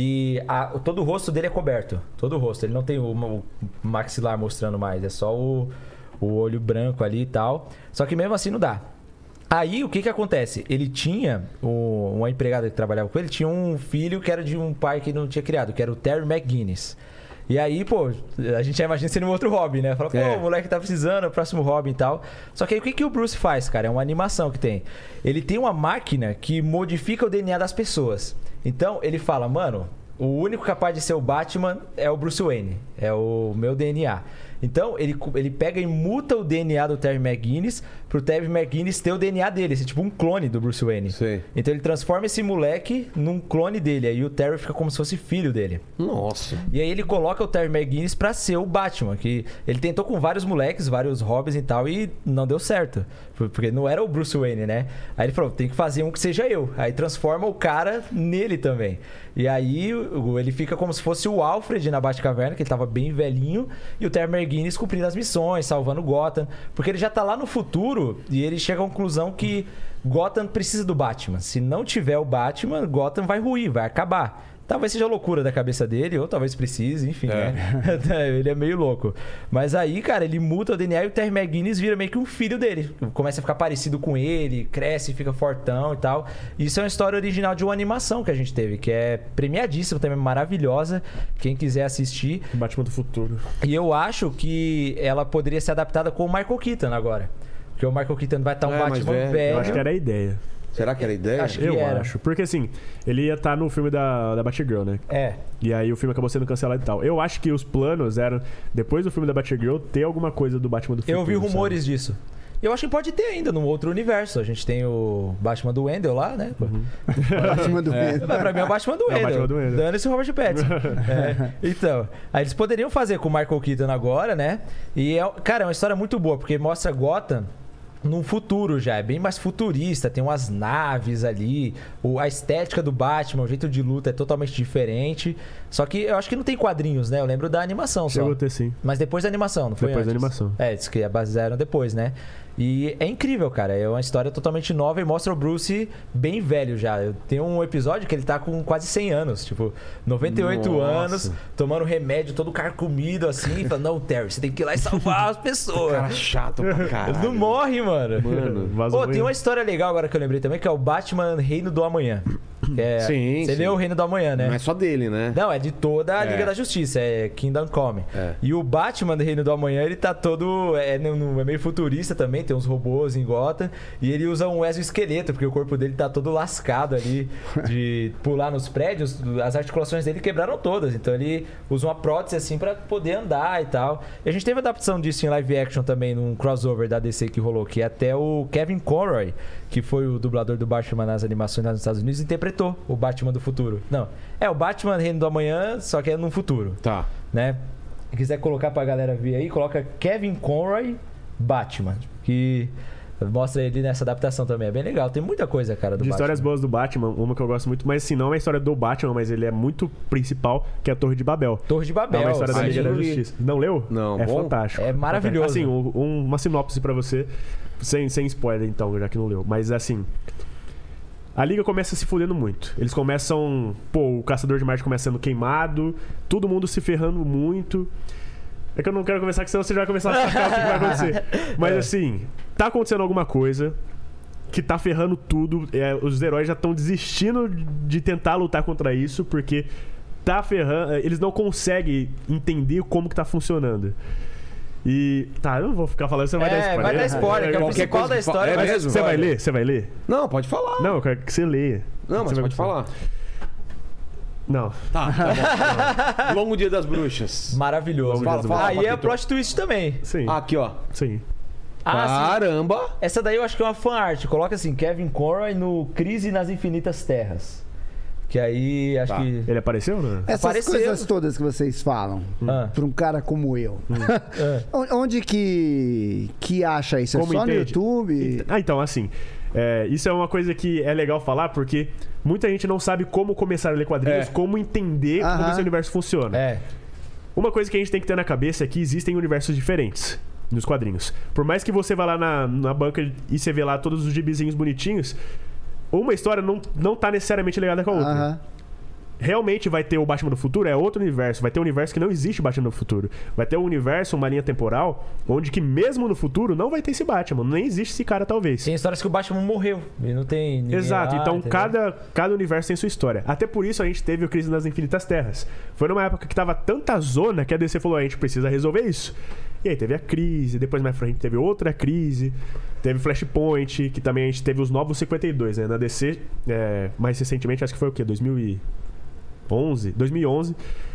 e a- todo o rosto dele é coberto. Todo o rosto. Ele não tem o, o maxilar mostrando mais, é só o, o olho branco ali e tal. Só que mesmo assim não dá. Aí o que que acontece? Ele tinha, o- uma empregada que trabalhava com ele, tinha um filho que era de um pai que não tinha criado, que era o Terry McGuinness. E aí, pô, a gente já imagina sendo um outro hobby, né? Fala, pô, É. o moleque tá precisando, o próximo hobby e tal. Só que aí o que, que o Bruce faz, cara? É uma animação que tem. Ele tem uma máquina que modifica o D N A das pessoas. Então, ele fala, mano, o único capaz de ser o Batman é o Bruce Wayne. É o meu D N A. Então, ele, ele pega e muta o D N A do Terry McGuinness pro Terry McGuinness ter o D N A dele. Esse é tipo um clone do Bruce Wayne. Sei. Então, ele transforma esse moleque num clone dele. Aí o Terry fica como se fosse filho dele. Nossa. E aí ele coloca o Terry McGuinness pra ser o Batman, que ele tentou com vários moleques, vários hobbies e tal, e não deu certo. Porque não era o Bruce Wayne, né? Aí ele falou, tem que fazer um que seja eu. Aí transforma o cara nele também. E aí o- ele fica como se fosse o Alfred na Batcaverna, que ele tava bem velhinho, e o Terry McGuinness cumprindo as missões, salvando Gotham. Porque ele já tá lá no futuro e ele chega à conclusão que Gotham precisa do Batman. Se não tiver o Batman, Gotham vai ruir, vai acabar. Talvez seja loucura da cabeça dele, ou talvez precise, enfim, É. né? Ele é meio louco. Mas aí, cara, ele muta o D N A e o Terry McGuinness vira meio que um filho dele. Começa a ficar parecido com ele, cresce, fica fortão e tal. Isso é uma história original de uma animação que a gente teve, que é premiadíssima também, maravilhosa. Quem quiser assistir. Batman do futuro. E eu acho que ela poderia ser adaptada com o Michael Keaton agora. Porque o Michael Keaton vai estar um É, mais Batman velho. velho. Eu acho que era a ideia. Será que era a ideia? Acho que Eu era. acho. Porque assim, ele ia estar no filme da, da Batgirl, né? É. E aí o filme acabou sendo cancelado e tal. Eu acho que os planos eram, depois do filme da Batgirl, ter alguma coisa do Batman do futuro. Eu ouvi sabe? rumores disso. Eu acho que pode ter ainda num outro universo. A gente tem o Batman do Wendell lá, né? Batman do É. Wendel. Mas pra mim é o Batman do É o Wendell. Batman do Wendell. Dane-se o Robert Pattinson. É. Então, aí eles poderiam fazer com o Michael Keaton agora, né? E, é, cara, é uma história muito boa, porque mostra Gotham num futuro já, é bem mais futurista, tem umas naves ali, o, a estética do Batman, o jeito de luta é totalmente diferente. Só que eu acho que não tem quadrinhos, né? Eu lembro da animação só. Chegou a ter sim. Mas depois da animação, não foi Depois da antes? animação. É, diz que basearam depois, né? E é incrível, cara. É uma história totalmente nova e mostra o Bruce bem velho já. Tem um episódio que ele tá com quase cem anos, tipo, noventa e oito Nossa. anos, tomando remédio todo carcomido assim, e falando, não, Terry, você tem que ir lá e salvar as pessoas. Cara chato pra caralho. Não morre, mano. Mano. Vazou Pô, tem mesmo. uma história legal agora que eu lembrei também, que é o Batman Reino do Amanhã. Que é, Sim, você sim. leu O Reino do Amanhã, né? Não é só dele, né? Não, é de toda a É. Liga da Justiça, é Kingdom Come. É. E o Batman do Reino do Amanhã, ele tá todo... É, no- é meio futurista também, tem uns robôs em Gotham. E ele usa um exoesqueleto, porque o corpo dele tá todo lascado ali de pular nos prédios. As articulações dele quebraram todas. Então ele usa uma prótese assim pra poder andar e tal. E a gente teve adaptação disso em live action também, num crossover da D C que rolou, que até o Kevin Conroy, que foi o dublador do Batman nas animações lá nos Estados Unidos, interpretou o Batman do futuro. Não, é o Batman Reino do Amanhã, só que é no futuro, Tá. né? Se quiser colocar pra galera ver aí, coloca Kevin Conroy Batman, que mostra ele nessa adaptação também. É bem legal, tem muita coisa, cara, do De Batman. histórias boas do Batman, uma que eu gosto muito, mas assim, não é uma história do Batman, mas ele é muito principal, que é a Torre de Babel. Torre de Babel. É uma história da sim. Liga da não li. Justiça. Não leu? Não, É bom? fantástico. É maravilhoso. Assim, um- um- uma sinopse pra você, sem, sem spoiler então, já que não leu. Mas assim, a Liga começa se fudendo muito. Eles começam... Pô, o Caçador de Marte começa sendo queimado, todo mundo se ferrando muito. É que eu não quero começar, que senão você já vai começar a sacar o que vai acontecer. Mas assim, tá acontecendo alguma coisa que tá ferrando tudo. É, os heróis já estão desistindo de tentar lutar contra isso, porque tá ferrando. Eles não conseguem entender como que tá funcionando. E. Tá, eu não vou ficar falando, você vai É, dar spoiler. vai dar spoiler, que é o Qualquer principal coisa da que fa- história. é mas mesmo? Você vai spoiler. ler? Você vai ler? Não, pode falar. Não, eu quero que você leia. Não, mas Você vai pode falar. Não. Tá, tá bom. Longo Dia das Bruxas. Maravilhoso. Fala, fala, Aí é Paquito. plot twist também. Sim. Aqui, ó. Sim. Ah, sim. Caramba. Essa daí eu acho que é uma fanart. Coloca assim, Kevin Conroy no Crise nas Infinitas Terras. Que aí acho Tá. que... Ele apareceu, né? Essas Apareceu. coisas todas que vocês falam, Ah. pra um cara como eu. Ah. Onde que, que acha isso? É Como só no entende? YouTube? Ah, então, assim, é, isso é uma coisa que é legal falar, porque muita gente não sabe como começar a ler quadrinhos, É. como entender como Aham. esse universo funciona. É. Uma coisa que a gente tem que ter na cabeça é que existem universos diferentes nos quadrinhos. Por mais que você vá lá na, na banca e você vê lá todos os gibizinhos bonitinhos, uma história não, não tá necessariamente ligada com a outra. Aham. Realmente vai ter o Batman do futuro, é outro universo. Vai ter um universo que não existe Batman do futuro. Vai ter um universo, uma linha temporal, onde que mesmo no futuro não vai ter esse Batman. Nem existe esse cara, talvez. Tem histórias que o Batman morreu. E não tem ninguém Exato, lá, então entendeu? cada, cada universo tem sua história. Até por isso a gente teve o Crise nas Infinitas Terras. Foi numa época que tava tanta zona que a D C falou: a gente precisa resolver isso. E aí teve a crise, depois mais pra frente teve outra crise, teve Flashpoint, que também a gente teve os novos cinquenta e dois, né? Na D C, é, mais recentemente, acho que foi o quê? dois mil e onze? dois mil e onze.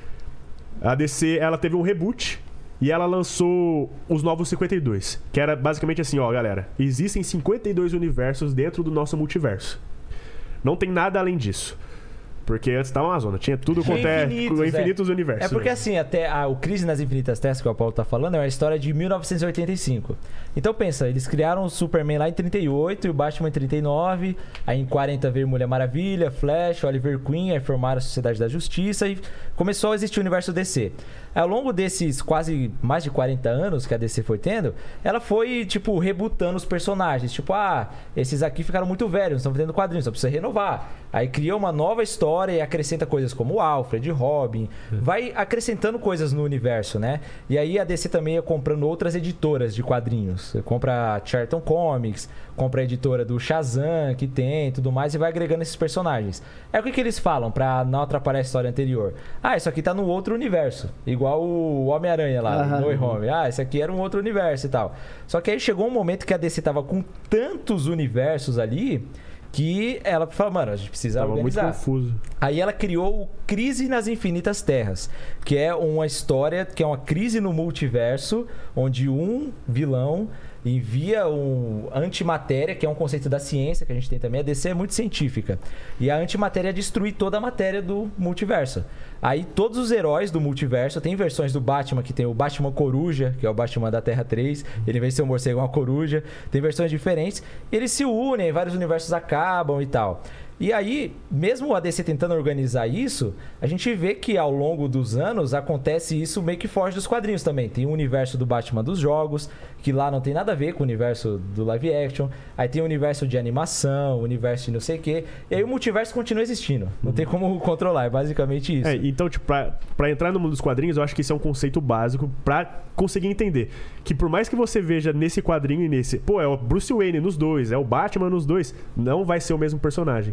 A D C, ela teve um reboot e ela lançou os novos cinquenta e dois, que era basicamente assim, ó, galera, existem cinquenta e dois universos dentro do nosso multiverso. Não tem nada além disso. Porque antes tava uma zona, tinha tudo Tinha quanto é infinitos, infinitos é. universos. É porque né? assim, até a, o Crise nas Infinitas Terras, que o Paulo tá falando, é uma história de mil novecentos e oitenta e cinco. Então pensa, eles criaram o Superman lá em trinta e oito e o Batman em trinta e nove. Aí em quarenta veio Mulher Maravilha, Flash, Oliver Queen, aí formaram a Sociedade da Justiça e começou a existir o universo D C. Ao longo desses quase mais de quarenta anos que a D C foi tendo, ela foi, tipo, rebutando os personagens. Tipo, ah, esses aqui ficaram muito velhos, estão vendendo quadrinhos, então precisa renovar. Aí cria uma nova história e acrescenta coisas como o Alfred, Robin. Vai acrescentando coisas no universo, né? E aí a D C também ia comprando outras editoras de quadrinhos. Você compra a Charlton Comics, compra a editora do Shazam, que tem, tudo mais, e vai agregando esses personagens. É o que, que eles falam pra não atrapalhar a história anterior. Ah, isso aqui tá no outro universo. Igual o Homem-Aranha lá, Aham. no Way Home. Ah, esse aqui era um outro universo e tal. Só que aí chegou um momento que a D C tava com tantos universos ali que ela falou, mano, a gente precisa Tava muito organizar. confuso. Aí ela criou o Crise nas Infinitas Terras, que é uma história, que é uma crise no multiverso, onde um vilão envia um antimatéria, que é um conceito da ciência que a gente tem também. A D C é muito científica. E a antimatéria destrui toda a matéria do multiverso. Aí todos os heróis do multiverso, tem versões do Batman que tem o Batman Coruja, que é o Batman da Terra três, ele vem ser um morcego, uma coruja, tem versões diferentes, eles se unem, vários universos acabam e tal. E aí, mesmo a D C tentando organizar isso, a gente vê que ao longo dos anos acontece isso meio que foge dos quadrinhos também. Tem o universo do Batman dos jogos, que lá não tem nada a ver com o universo do live action. Aí tem o universo de animação, o universo de não sei o quê. E aí o multiverso continua existindo. Não tem como controlar, é basicamente isso. É, então, tipo, pra, pra entrar no mundo dos quadrinhos, eu acho que isso é um conceito básico pra conseguir entender. Que por mais que você veja nesse quadrinho e nesse... Pô, é o Bruce Wayne nos dois, é o Batman nos dois. Não vai ser o mesmo personagem.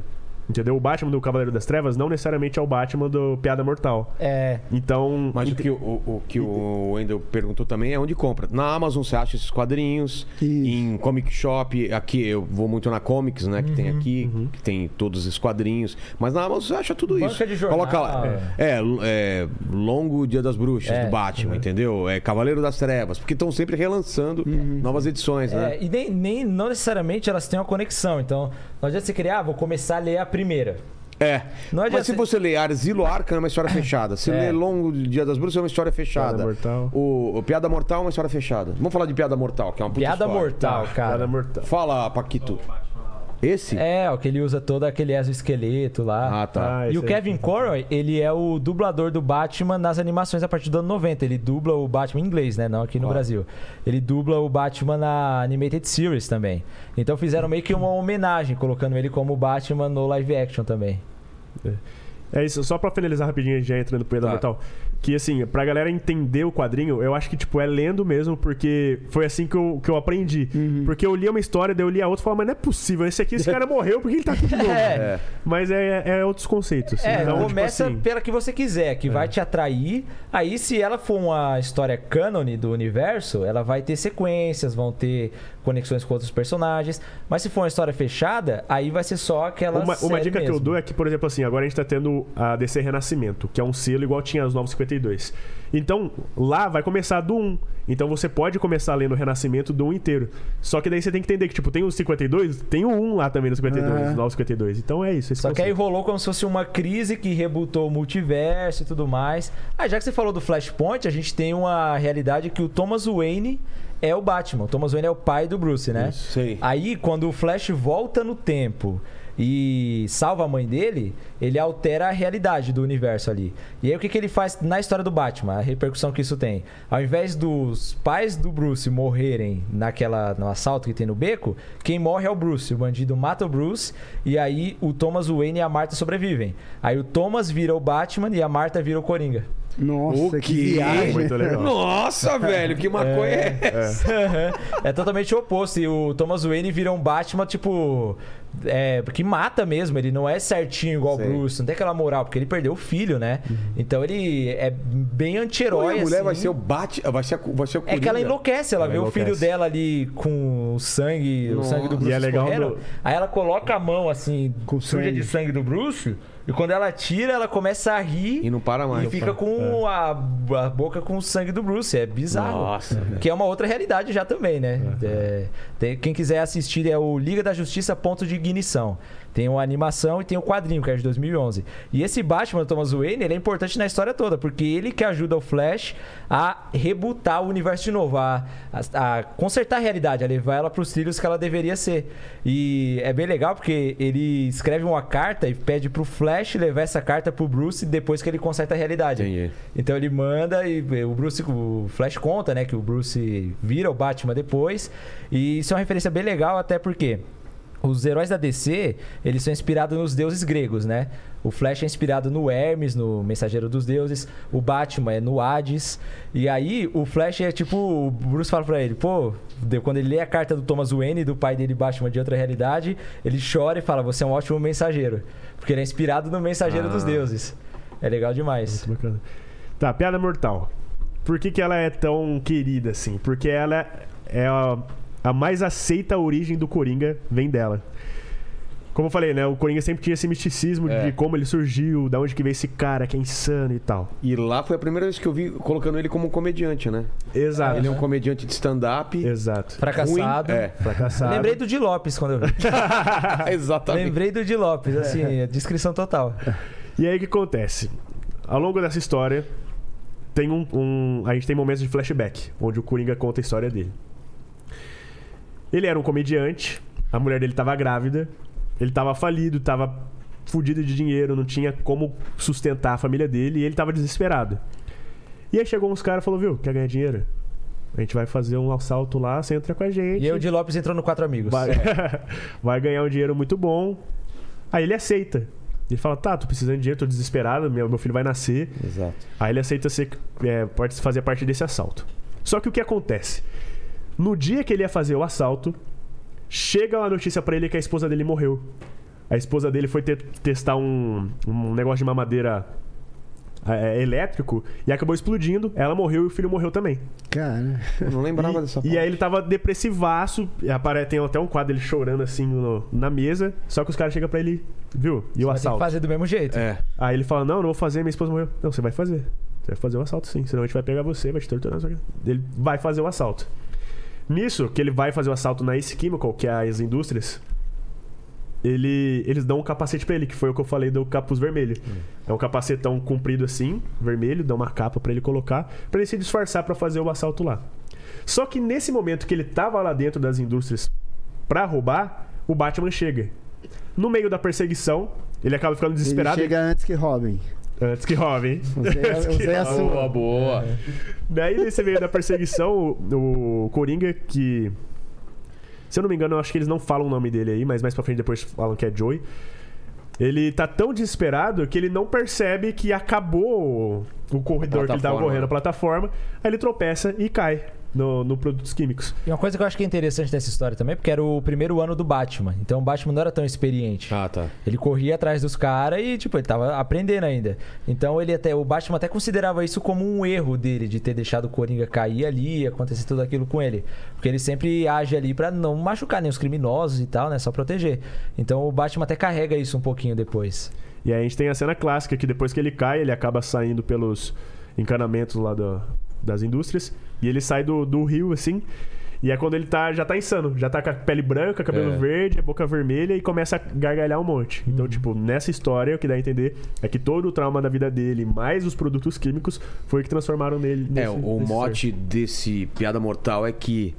Entendeu? O Batman do Cavaleiro das Trevas não necessariamente é o Batman do Piada Mortal. É. Então... Mas o que o, o, que o Wendel perguntou também é onde compra. Na Amazon você acha esses quadrinhos, Isso. em Comic Shop, aqui eu vou muito na Comics, né, que Uhum, tem aqui, uhum. que tem todos esses quadrinhos. Mas na Amazon você acha tudo Banca isso. de jornal. Coloca lá. É, é, Longo Dia das Bruxas, É, do Batman, entendeu? É Cavaleiro das Trevas, porque estão sempre relançando novas edições, né? É, e nem, nem não necessariamente elas têm uma conexão. Então, não adianta você criar, ah, vou começar a ler a primeira. É. Não adianta Mas se você- você ler Arzilo Arcan é uma história fechada. Se É. ler Longo Dia das Bruxas é uma história fechada. Piada Mortal. O, o Piada Mortal é uma história fechada. Vamos falar de Piada Mortal, que é uma puta Piada história. mortal, cara. Piada Mortal. Fala, Paquito. Esse? É, ó, que ele usa todo aquele exoesqueleto lá. Ah, tá. Ah, E esse o aí. Kevin Conroy, ele é o dublador do Batman nas animações a partir do ano noventa. Ele dubla o Batman em inglês, né? Não aqui no Claro. Brasil. Ele dubla o Batman na Animated Series também. Então fizeram meio que uma homenagem, colocando ele como Batman no live action também. É isso, só pra finalizar rapidinho, a gente já entra no Piada Tá. Mortal. Que assim, pra galera entender o quadrinho, eu acho que, tipo, é lendo mesmo, porque foi assim que eu, que eu aprendi. Porque eu li uma história, daí eu li a outra e falava, mas não é possível, esse aqui, esse cara morreu, porque ele tá aqui de novo? É. Mas é, é outros conceitos. É, Então, tipo começa assim, pela que você quiser, que vai te atrair. Aí, se ela for uma história cânone do universo, ela vai ter sequências, vão ter conexões com outros personagens. Mas se for uma história fechada, aí vai ser só aquela Uma, uma série dica que eu mesmo. dou é que, por exemplo, assim, agora a gente tá tendo a D C Renascimento, que é um selo igual tinha os Novos cinquenta e dois. Então, lá vai começar do um. Então você pode começar lendo o Renascimento do um inteiro. Só que daí você tem que entender que, tipo, tem os cinquenta e dois, tem o um lá também no cinquenta e dois, Ah. os Novos cinquenta e dois. Então é isso. Esse Só que aí conceito. rolou como se fosse uma crise que rebutou o multiverso e tudo mais. Ah, já que você falou do Flashpoint, a gente tem uma realidade que o Thomas Wayne é o Batman. O Thomas Wayne é o pai do Bruce, né? Sei. Aí, quando o Flash volta no tempo e salva a mãe dele, ele altera a realidade do universo ali. E aí, o que, que ele faz na história do Batman? A repercussão que isso tem. Ao invés dos pais do Bruce morrerem naquela, no assalto que tem no beco, quem morre é o Bruce. O bandido mata o Bruce e aí o Thomas Wayne e a Marta sobrevivem. Aí o Thomas vira o Batman e a Marta vira o Coringa. Nossa, O que quê? viagem. Muito legal. Nossa, velho, que maconha é, essa? É totalmente o oposto. E o Thomas Wayne vira um Batman, tipo. É, que mata mesmo. Ele não é certinho igual o Sei. Bruce. Não tem aquela moral, porque ele perdeu o filho, né? Então ele é bem Pô, anti-herói. e a mulher assim. vai ser o Bat... Vai ser, a- vai ser o É que ela Coringa. enlouquece, ela Ela vê o filho enlouquece. dela ali com o sangue, o Nossa. sangue do Bruce E é legal escorrendo. do- Aí ela coloca a mão assim, Com suja sangue. de sangue do Bruce, e quando ela tira, ela começa a rir E não para mais. e fica com a, a boca com o sangue do Bruce. É bizarro. Nossa, velho. Que é uma outra realidade já também, né? É, tem- quem quiser assistir é o Liga da Justiça Ponto de Ignição. Tem uma animação e tem o quadrinho, que é de dois mil e onze. E esse Batman, do Thomas Wayne, ele é importante na história toda, porque ele que ajuda o Flash a rebutar o universo de novo, a, a, a consertar a realidade, a levar ela para os trilhos que ela deveria ser. E é bem legal, porque ele escreve uma carta e pede pro Flash levar essa carta pro Bruce depois que ele conserta a realidade. Entendi. Então ele manda e o Bruce, o Flash conta, né, que o Bruce vira o Batman depois. E isso é uma referência bem legal, até porque os heróis da D C, eles são inspirados nos deuses gregos, né? O Flash é inspirado no Hermes, no Mensageiro dos Deuses. O Batman é no Hades. E aí, o Flash é tipo... O Bruce fala pra ele, pô... de- Quando ele lê a carta do Thomas Wayne, do pai dele, Batman, de outra realidade, ele chora e fala, você é um ótimo mensageiro. Porque ele é inspirado no Mensageiro Ah. dos Deuses. É legal demais. Muito bacana. Tá, Piada Mortal. Por que, que ela é tão querida assim? Porque ela é a, a mais aceita origem do Coringa, vem dela. Como eu falei, né? O Coringa sempre tinha esse misticismo É. de como ele surgiu, da onde que veio esse cara que é insano e tal. E lá foi a primeira vez que eu vi colocando ele como um comediante, né? Exato. Ele é um comediante de stand-up. Exato. Fracassado. Ruim, é. Fracassado. Lembrei do Di Lopes quando eu vi. Exatamente. Lembrei do Di Lopes, assim, descrição total. E aí o que acontece? Ao longo dessa história, tem um, um- a gente tem momentos de flashback, onde o Coringa conta a história dele. Ele era um comediante, a mulher dele estava grávida, ele estava falido, estava fudido de dinheiro, não tinha como sustentar a família dele e ele estava desesperado. E aí chegou uns caras e falou, viu, quer ganhar dinheiro? A gente vai fazer um assalto lá, você entra com a gente. E aí o Di Lopes entrou no Quatro Amigos. Vai, vai ganhar um dinheiro muito bom. Aí ele aceita. Ele fala, tá, tô precisando de dinheiro, tô desesperado, meu, meu filho vai nascer. Exato. Aí ele aceita ser, é, pode fazer parte desse assalto. Só que o que acontece? No dia que ele ia fazer o assalto, chega uma notícia pra ele que a esposa dele morreu. A esposa dele foi ter, testar um, um negócio de mamadeira é, elétrico e acabou explodindo. Ela morreu e o filho morreu também. Cara, Eu não lembrava E, dessa e parte. aí ele tava depressivaço. e apare- Tem até um quadro dele chorando assim no- na mesa. Só que os caras chegam pra ele, viu? E o Vai ter que assalto. fazer do mesmo jeito. É. Aí ele fala: Não, não vou fazer, minha esposa morreu. Não, você vai fazer. Você vai fazer o assalto sim. Senão a gente vai pegar você, vai te torturar. não sei o quê. Ele vai fazer o assalto. Nisso, que ele vai fazer o assalto na Ace Chemical, que é as indústrias, ele, eles dão um capacete pra ele, que foi o que eu falei do capuz vermelho. Hum. É um capacetão comprido assim, vermelho, dá uma capa pra ele colocar, pra ele se disfarçar pra fazer o assalto lá. Só que nesse momento que ele tava lá dentro das indústrias pra roubar, o Batman chega. No meio da perseguição, ele acaba ficando ele desesperado. chega antes que Robin. Antes que Robin. Usei, usei a Boa, sua. boa. Daí, nesse meio da perseguição, o, o Coringa, que... Se eu não me engano, eu acho que eles não falam o nome dele aí, mas mais pra frente depois falam que é Joey. Ele tá tão desesperado que ele não percebe que acabou o corredor que ele tava plataforma. correndo, a plataforma. Aí ele tropeça e cai no, no Produtos Químicos. E uma coisa que eu acho que é interessante dessa história também, porque era o primeiro ano do Batman. Então o Batman não era tão experiente. Ah, tá. Ele corria atrás dos caras e, tipo, ele tava aprendendo ainda. Então ele até, o Batman até considerava isso como um erro dele, de ter deixado o Coringa cair ali e acontecer tudo aquilo com ele. Porque ele sempre age ali pra não machucar nem os criminosos e tal, né? Só proteger. Então o Batman até carrega isso um pouquinho depois. E aí a gente tem a cena clássica que depois que ele cai, ele acaba saindo pelos encanamentos lá do, das indústrias. E ele sai do, do rio, assim. E é quando ele tá, já tá insano. Já tá com a pele branca, cabelo É. verde, boca vermelha e começa a gargalhar um monte. Então, tipo, nessa história, o que dá a entender é que todo o trauma da vida dele, mais os produtos químicos, foi o que transformaram nele. É, Nesse, o nesse mote desse Piada Mortal é que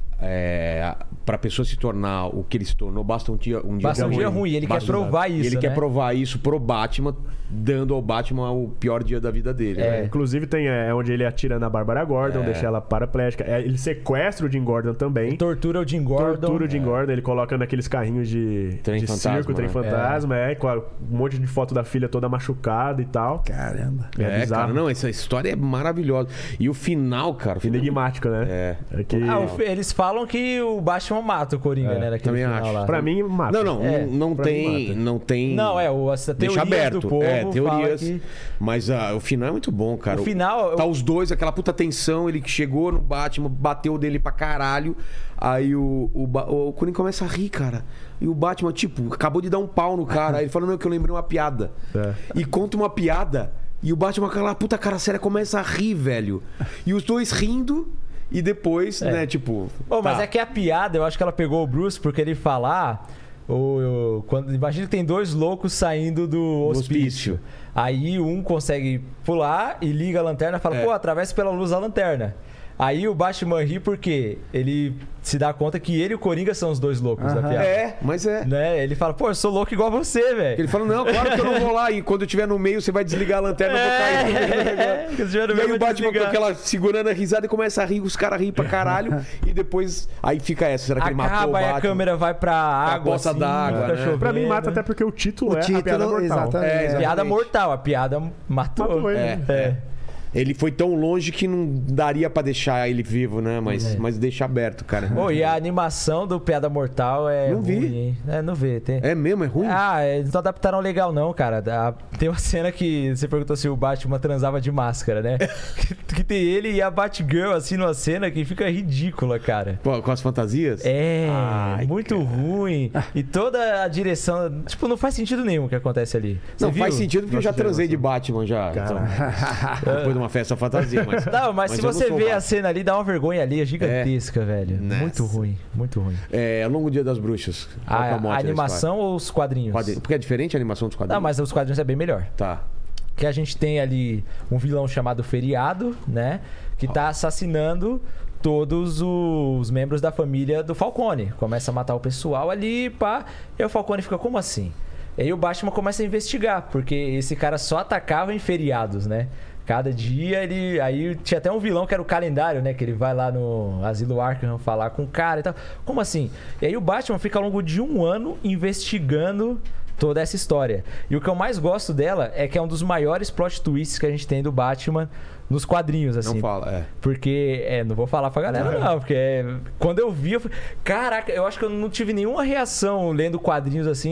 é, pra pessoa se tornar o que ele se tornou, basta um dia, um dia Basta um ruim. dia ruim. Ele Basta- quer provar E isso, ele né? quer provar isso pro Batman, dando ao Batman o pior dia da vida dele. É. né? Inclusive tem é, onde ele atira na Bárbara Gordon, deixa ela paraplégica. É, ele sequestra o Jim Gordon também. Tortura o Jim Gordon. Tortura o Jim Gordon, ele coloca naqueles carrinhos de, Trem de fantasma, circo, trem né? fantasma, é. com a- um monte de foto da filha toda machucada e tal. Caramba. É, É, bizarro. cara, não, essa história é maravilhosa. E o final, cara. O final... Enigmático, né? É. É que, Ah, o- eles falam que o Batman mata o Coringa, né? Naquele também final acho. lá. pra mim, mata. Não, não, É, não, não pra mim tem, mata. não tem. Não, é, o, essa Deixa teoria aberto. do povo é, fala teorias. que... Mas ah, o final é muito bom, cara. O final... Tá os dois, aquela puta tensão, ele que chegou no Batman, bateu dele pra caralho. Aí o, o, Ba- o Coringa começa a rir, cara. E o Batman, tipo, acabou de dar um pau no cara. Aí ele fala, não, é que eu lembrei uma piada. É. E conta uma piada. E o Batman, aquela puta cara séria, começa a rir, velho. E os dois rindo. E depois, né, tipo. Pô, mas tá. é que a piada, eu acho que ela pegou o Bruce porque ele fala... ah, o, o- quando, imagina que tem dois loucos saindo do hospício. hospício. Aí um consegue pular e liga a lanterna e fala, É. pô, atravessa pela luz da lanterna. Aí o Batman ri porque ele se dá conta que ele e o Coringa são os dois loucos da Aham. piada. É, mas é. Né? Ele fala, pô, eu sou louco igual você, velho. Ele fala, não, claro que eu não vou lá. E quando eu estiver no meio, você vai desligar a lanterna, eu vou cair. É, que se tiver no E meio, aí o vai Batman com desligar. aquela segurando a risada e começa a rir, os caras riem pra caralho. E depois, aí fica essa, será que ele matou o Acaba, aí Batman? a câmera vai pra água, poça assim, d'água, fica né? chovendo. Pra mim, mata até porque o título O é título, a piada mortal. exatamente. É, exatamente. Piada mortal, a piada matou. Matou ele. É, É. é. Ele foi tão longe que não daria pra deixar ele vivo, né? Mas, mas deixa aberto, cara. Pô, e a animação do Piada Mortal é Não vi. ruim, hein? É, não vê. Tem... É mesmo? É ruim? Ah, eles não adaptaram legal não, cara. A- Tem uma cena que você perguntou se o Batman transava de máscara, né? que, que tem ele e a Batgirl, assim, numa cena que fica ridícula, cara. Pô, com as fantasias? É, Ai, muito ruim. E toda a direção... Tipo, não faz sentido nenhum o que acontece ali. Você Não, viu? faz sentido porque eu já Nossa, transei de geração. Batman já. Então, depois de uma festa fantasia, mas. Não, mas, se eu não você sou vê a Batman. cena ali, dá uma vergonha ali, é gigantesca, velho. Nossa. Muito ruim, muito ruim. É, Longo Dia das Bruxas. Qual que é A, o mote a da animação ou os quadrinhos? história? Quadrinho. Porque é diferente a animação dos quadrinhos? Não, mas os quadrinhos é bem melhor. Tá. Que a gente tem ali um vilão chamado Feriado, né? Que tá assassinando todos os membros da família do Falcone. Começa a matar o pessoal ali, pá. E o Falcone fica, como assim? E aí o Batman começa a investigar, porque esse cara só atacava em feriados, né? Cada dia ele... Aí tinha até um vilão que era o Calendário, né? Que ele vai lá no Asilo Arkham falar com o cara e tal. Como assim? E aí o Batman fica ao longo de um ano investigando toda essa história. E o que eu mais gosto dela é que é um dos maiores plot twists que a gente tem do Batman nos quadrinhos, assim. Não fala, é. Porque, é, não vou falar pra galera não, porque é, quando eu vi, eu falei, caraca, eu acho que eu não tive nenhuma reação lendo quadrinhos assim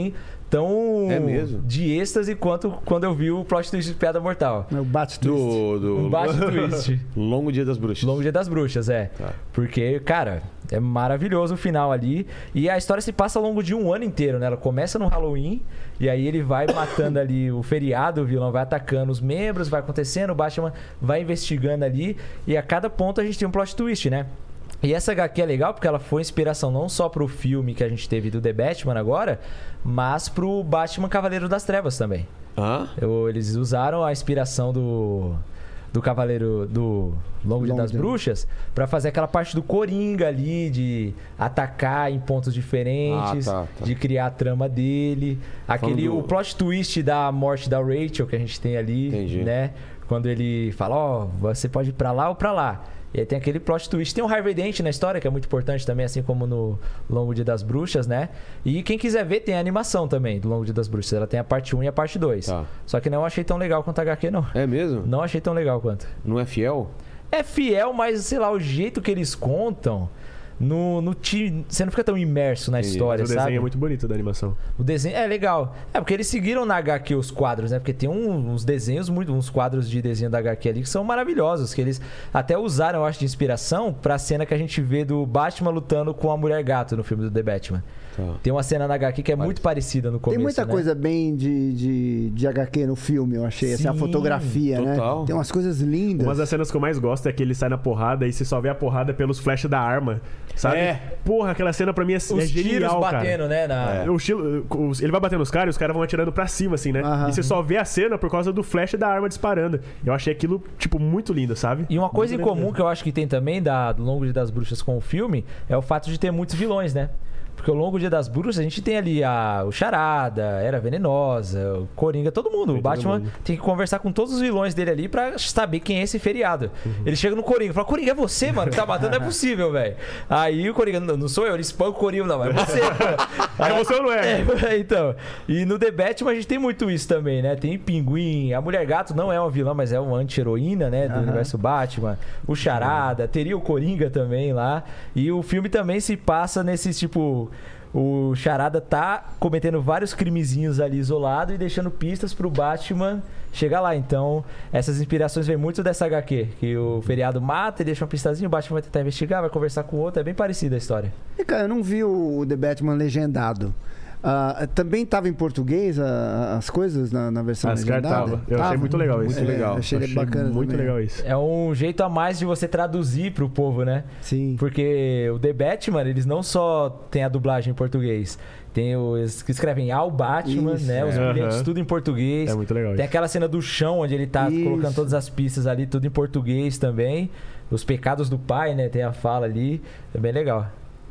tão É mesmo? de êxtase quanto quando eu vi o plot twist de Piada Mortal. O bate twist. Do, do... Um bate twist. Longo Dia das Bruxas. Longo Dia das Bruxas, é. Tá. Porque, cara, é maravilhoso o final ali. E a história se passa ao longo de um ano inteiro, né? Ela começa no Halloween e aí ele vai matando ali o feriado, o vilão vai atacando os membros, vai acontecendo, o Batman vai investigando ali e a cada ponto a gente tem um plot twist, né? E essa agá quê é legal porque ela foi inspiração não só pro filme que a gente teve do The Batman agora, mas pro Batman Cavaleiro das Trevas também. Hã? Eu- Eles usaram a inspiração do, do Cavaleiro do Longo Dia Longo das Dia. Bruxas pra fazer aquela parte do Coringa ali, de atacar em pontos diferentes, Ah, tá, tá. de criar a trama dele. Aquele, do- o plot twist da morte da Rachel que a gente tem ali, Entendi. né? Quando ele fala, ó, você pode ir pra lá ou pra lá. E aí tem aquele plot twist. Tem o Harvey Dent na história, que é muito importante também, assim como no Longo Dia das Bruxas, né? E quem quiser ver, tem a animação também do Longo Dia das Bruxas. Ela tem a parte um e a parte dois. Tá. Só que não achei tão legal quanto a agá quê, não. É mesmo? Não achei tão legal quanto. Não é fiel? É fiel, mas, sei lá, o jeito que eles contam... No, no ti- você não fica tão imerso na Entendi. história, Mas o desenho sabe? é muito bonito da animação. O desenho é legal. É porque eles seguiram na agá quê os quadros, né? Porque tem um- uns desenhos, muito, uns quadros de desenho da agá quê ali que são maravilhosos. Que eles até usaram, eu acho, de inspiração pra cena que a gente vê do Batman lutando com a Mulher Gato no filme do The Batman. Tá. Tem uma cena na agá quê que é muito parecida no começo. Tem muita né? coisa bem de, de, de agá quê no filme, eu achei. Assim, a Sim, fotografia, total. né? Tem umas coisas lindas. Uma das cenas que eu mais gosto é que ele sai na porrada e você só vê a porrada pelos flashes da arma, sabe? É. Porra, aquela cena pra mim é, Os é tiros genial, batendo, cara. né? Na... O estilo- os- ele vai batendo nos caras e os caras vão atirando pra cima, assim, né? Aham. E você só vê a cena por causa do flash da arma disparando. Eu achei aquilo, tipo, muito lindo, sabe? E uma coisa em Muito lindo comum que eu acho que tem também da, do Longo Dia das Bruxas com o filme é o fato de ter muitos vilões, né? Porque o Longo Dia das Bruxas, a gente tem ali a, o Charada, Era Venenosa, o Coringa, todo mundo. Tem o Batman todo mundo. tem que conversar com todos os vilões dele ali pra saber quem é esse feriado. Ele chega no Coringa e fala, Coringa, é você, mano, que tá matando, não é possível, velho. Aí o Coringa, não, não sou eu, ele espanca o Coringa, não, é você. pô. É você ou não é? É, então. E no The Batman a gente tem muito isso também, né? Tem Pinguim, a Mulher Gato não é uma vilã, mas é uma anti-heroína, né? Do universo Batman. O Charada, teria o Coringa também lá. E o filme também se passa nesse tipo... O Charada tá cometendo vários crimezinhos ali isolado e deixando pistas pro Batman chegar lá. Então, essas inspirações vêm muito dessa agá quê. Que o feriado mata e deixa uma pistazinha, o Batman vai tentar investigar, vai conversar com o outro. É bem parecida a história. E, cara, eu não vi o The Batman legendado. Ah, também tava em português ah, as coisas na, na versão As legendada? cartas tava. Eu achei muito legal isso. Muito legal. Achei, Achei bacana muito também. legal isso. É um jeito a mais de você traduzir pro povo, né? Sim. Porque o The Batman, eles não só tem a dublagem em português, tem os que escrevem ao Batman, Isso, né? Os é. bilhetes Aham. tudo em português. É muito legal Tem isso. aquela cena do chão onde ele tá Isso. colocando todas as pistas ali, tudo em português também. Os pecados do pai, né? Tem a fala ali. É bem legal.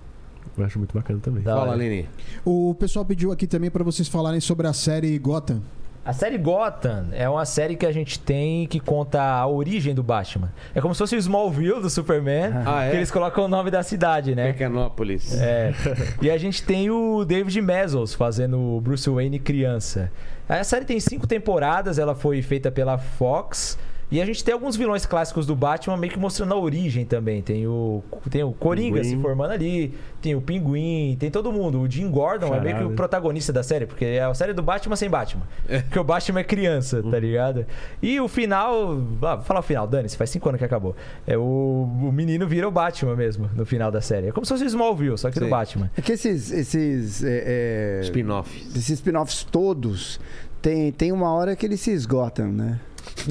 Eu acho muito bacana também. Da Fala, hora. Lene. O pessoal pediu aqui também pra vocês falarem sobre a série Gotham. A série Gotham é uma série que a gente tem que conta a origem do Batman. É como se fosse o Smallville do Superman, Ah, é? que eles colocam o nome da cidade, né? Pequenópolis. É. E a gente tem o David Mazouz fazendo o Bruce Wayne criança. A série tem cinco temporadas, ela foi feita pela Fox. E a gente tem alguns vilões clássicos do Batman meio que mostrando a origem também. Tem o, tem o Coringa Pinguim. se formando ali, tem o Pinguim, tem todo mundo. O Jim Gordon é meio que o Charada. protagonista da série, porque é a série do Batman sem Batman. Porque o Batman é criança, tá ligado? E o final. Ah, vou falar o final, dane-se, faz cinco anos que acabou. É, o, o menino vira o Batman mesmo no final da série. É como se fosse o Smallville, só que do Sim. Batman. É que esses, esses, é, é, Spin-off. esses spin-offs todos, tem, tem uma hora que eles se esgotam, né?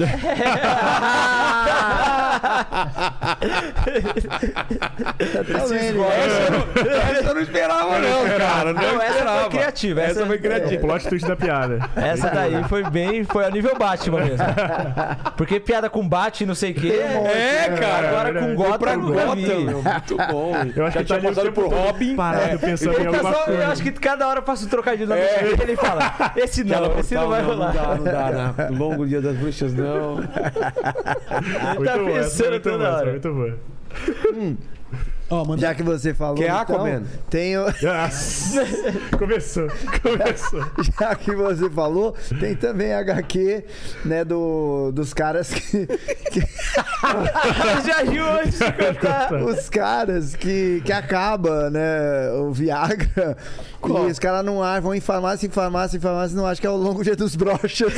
Tá vendo? Essa eu não esperava, não, cara. Não, Não, essa esperava. foi criativa. Essa, Essa foi O criativa. plot twist da piada. Essa daí foi bem. Foi a nível Batman mesmo. Porque piada com bate não sei o quê. É, cara. Agora verdade. com Gotham Pra eu nunca Gotham, vi. meu. Muito bom. Eu acho Já que tá tinha ali o passado tempo por todo Robin. parado pensando Ele em tá alguma só- coisa. eu acho que cada hora passa um trocadilho na mente É. dele e ele fala: esse não, esse não vai rolar. Não dá, não dá. Na longo dia das bruxas, não. Ele Muito tá boa, essa foi pensando muito toda boa, essa foi hora. muito boa. Ó, manda... Já que você falou, Que é então, Aquaman? tenho... Começou, começou. Já que você falou, tem também a H Q, né, do, dos caras que... que... Já riu antes de contar. Os caras que, que acaba, né, o Viagra. Qual? E os caras não acham, vão em farmácia, em farmácia, em farmácia, não acham que é o longo dia dos brochas.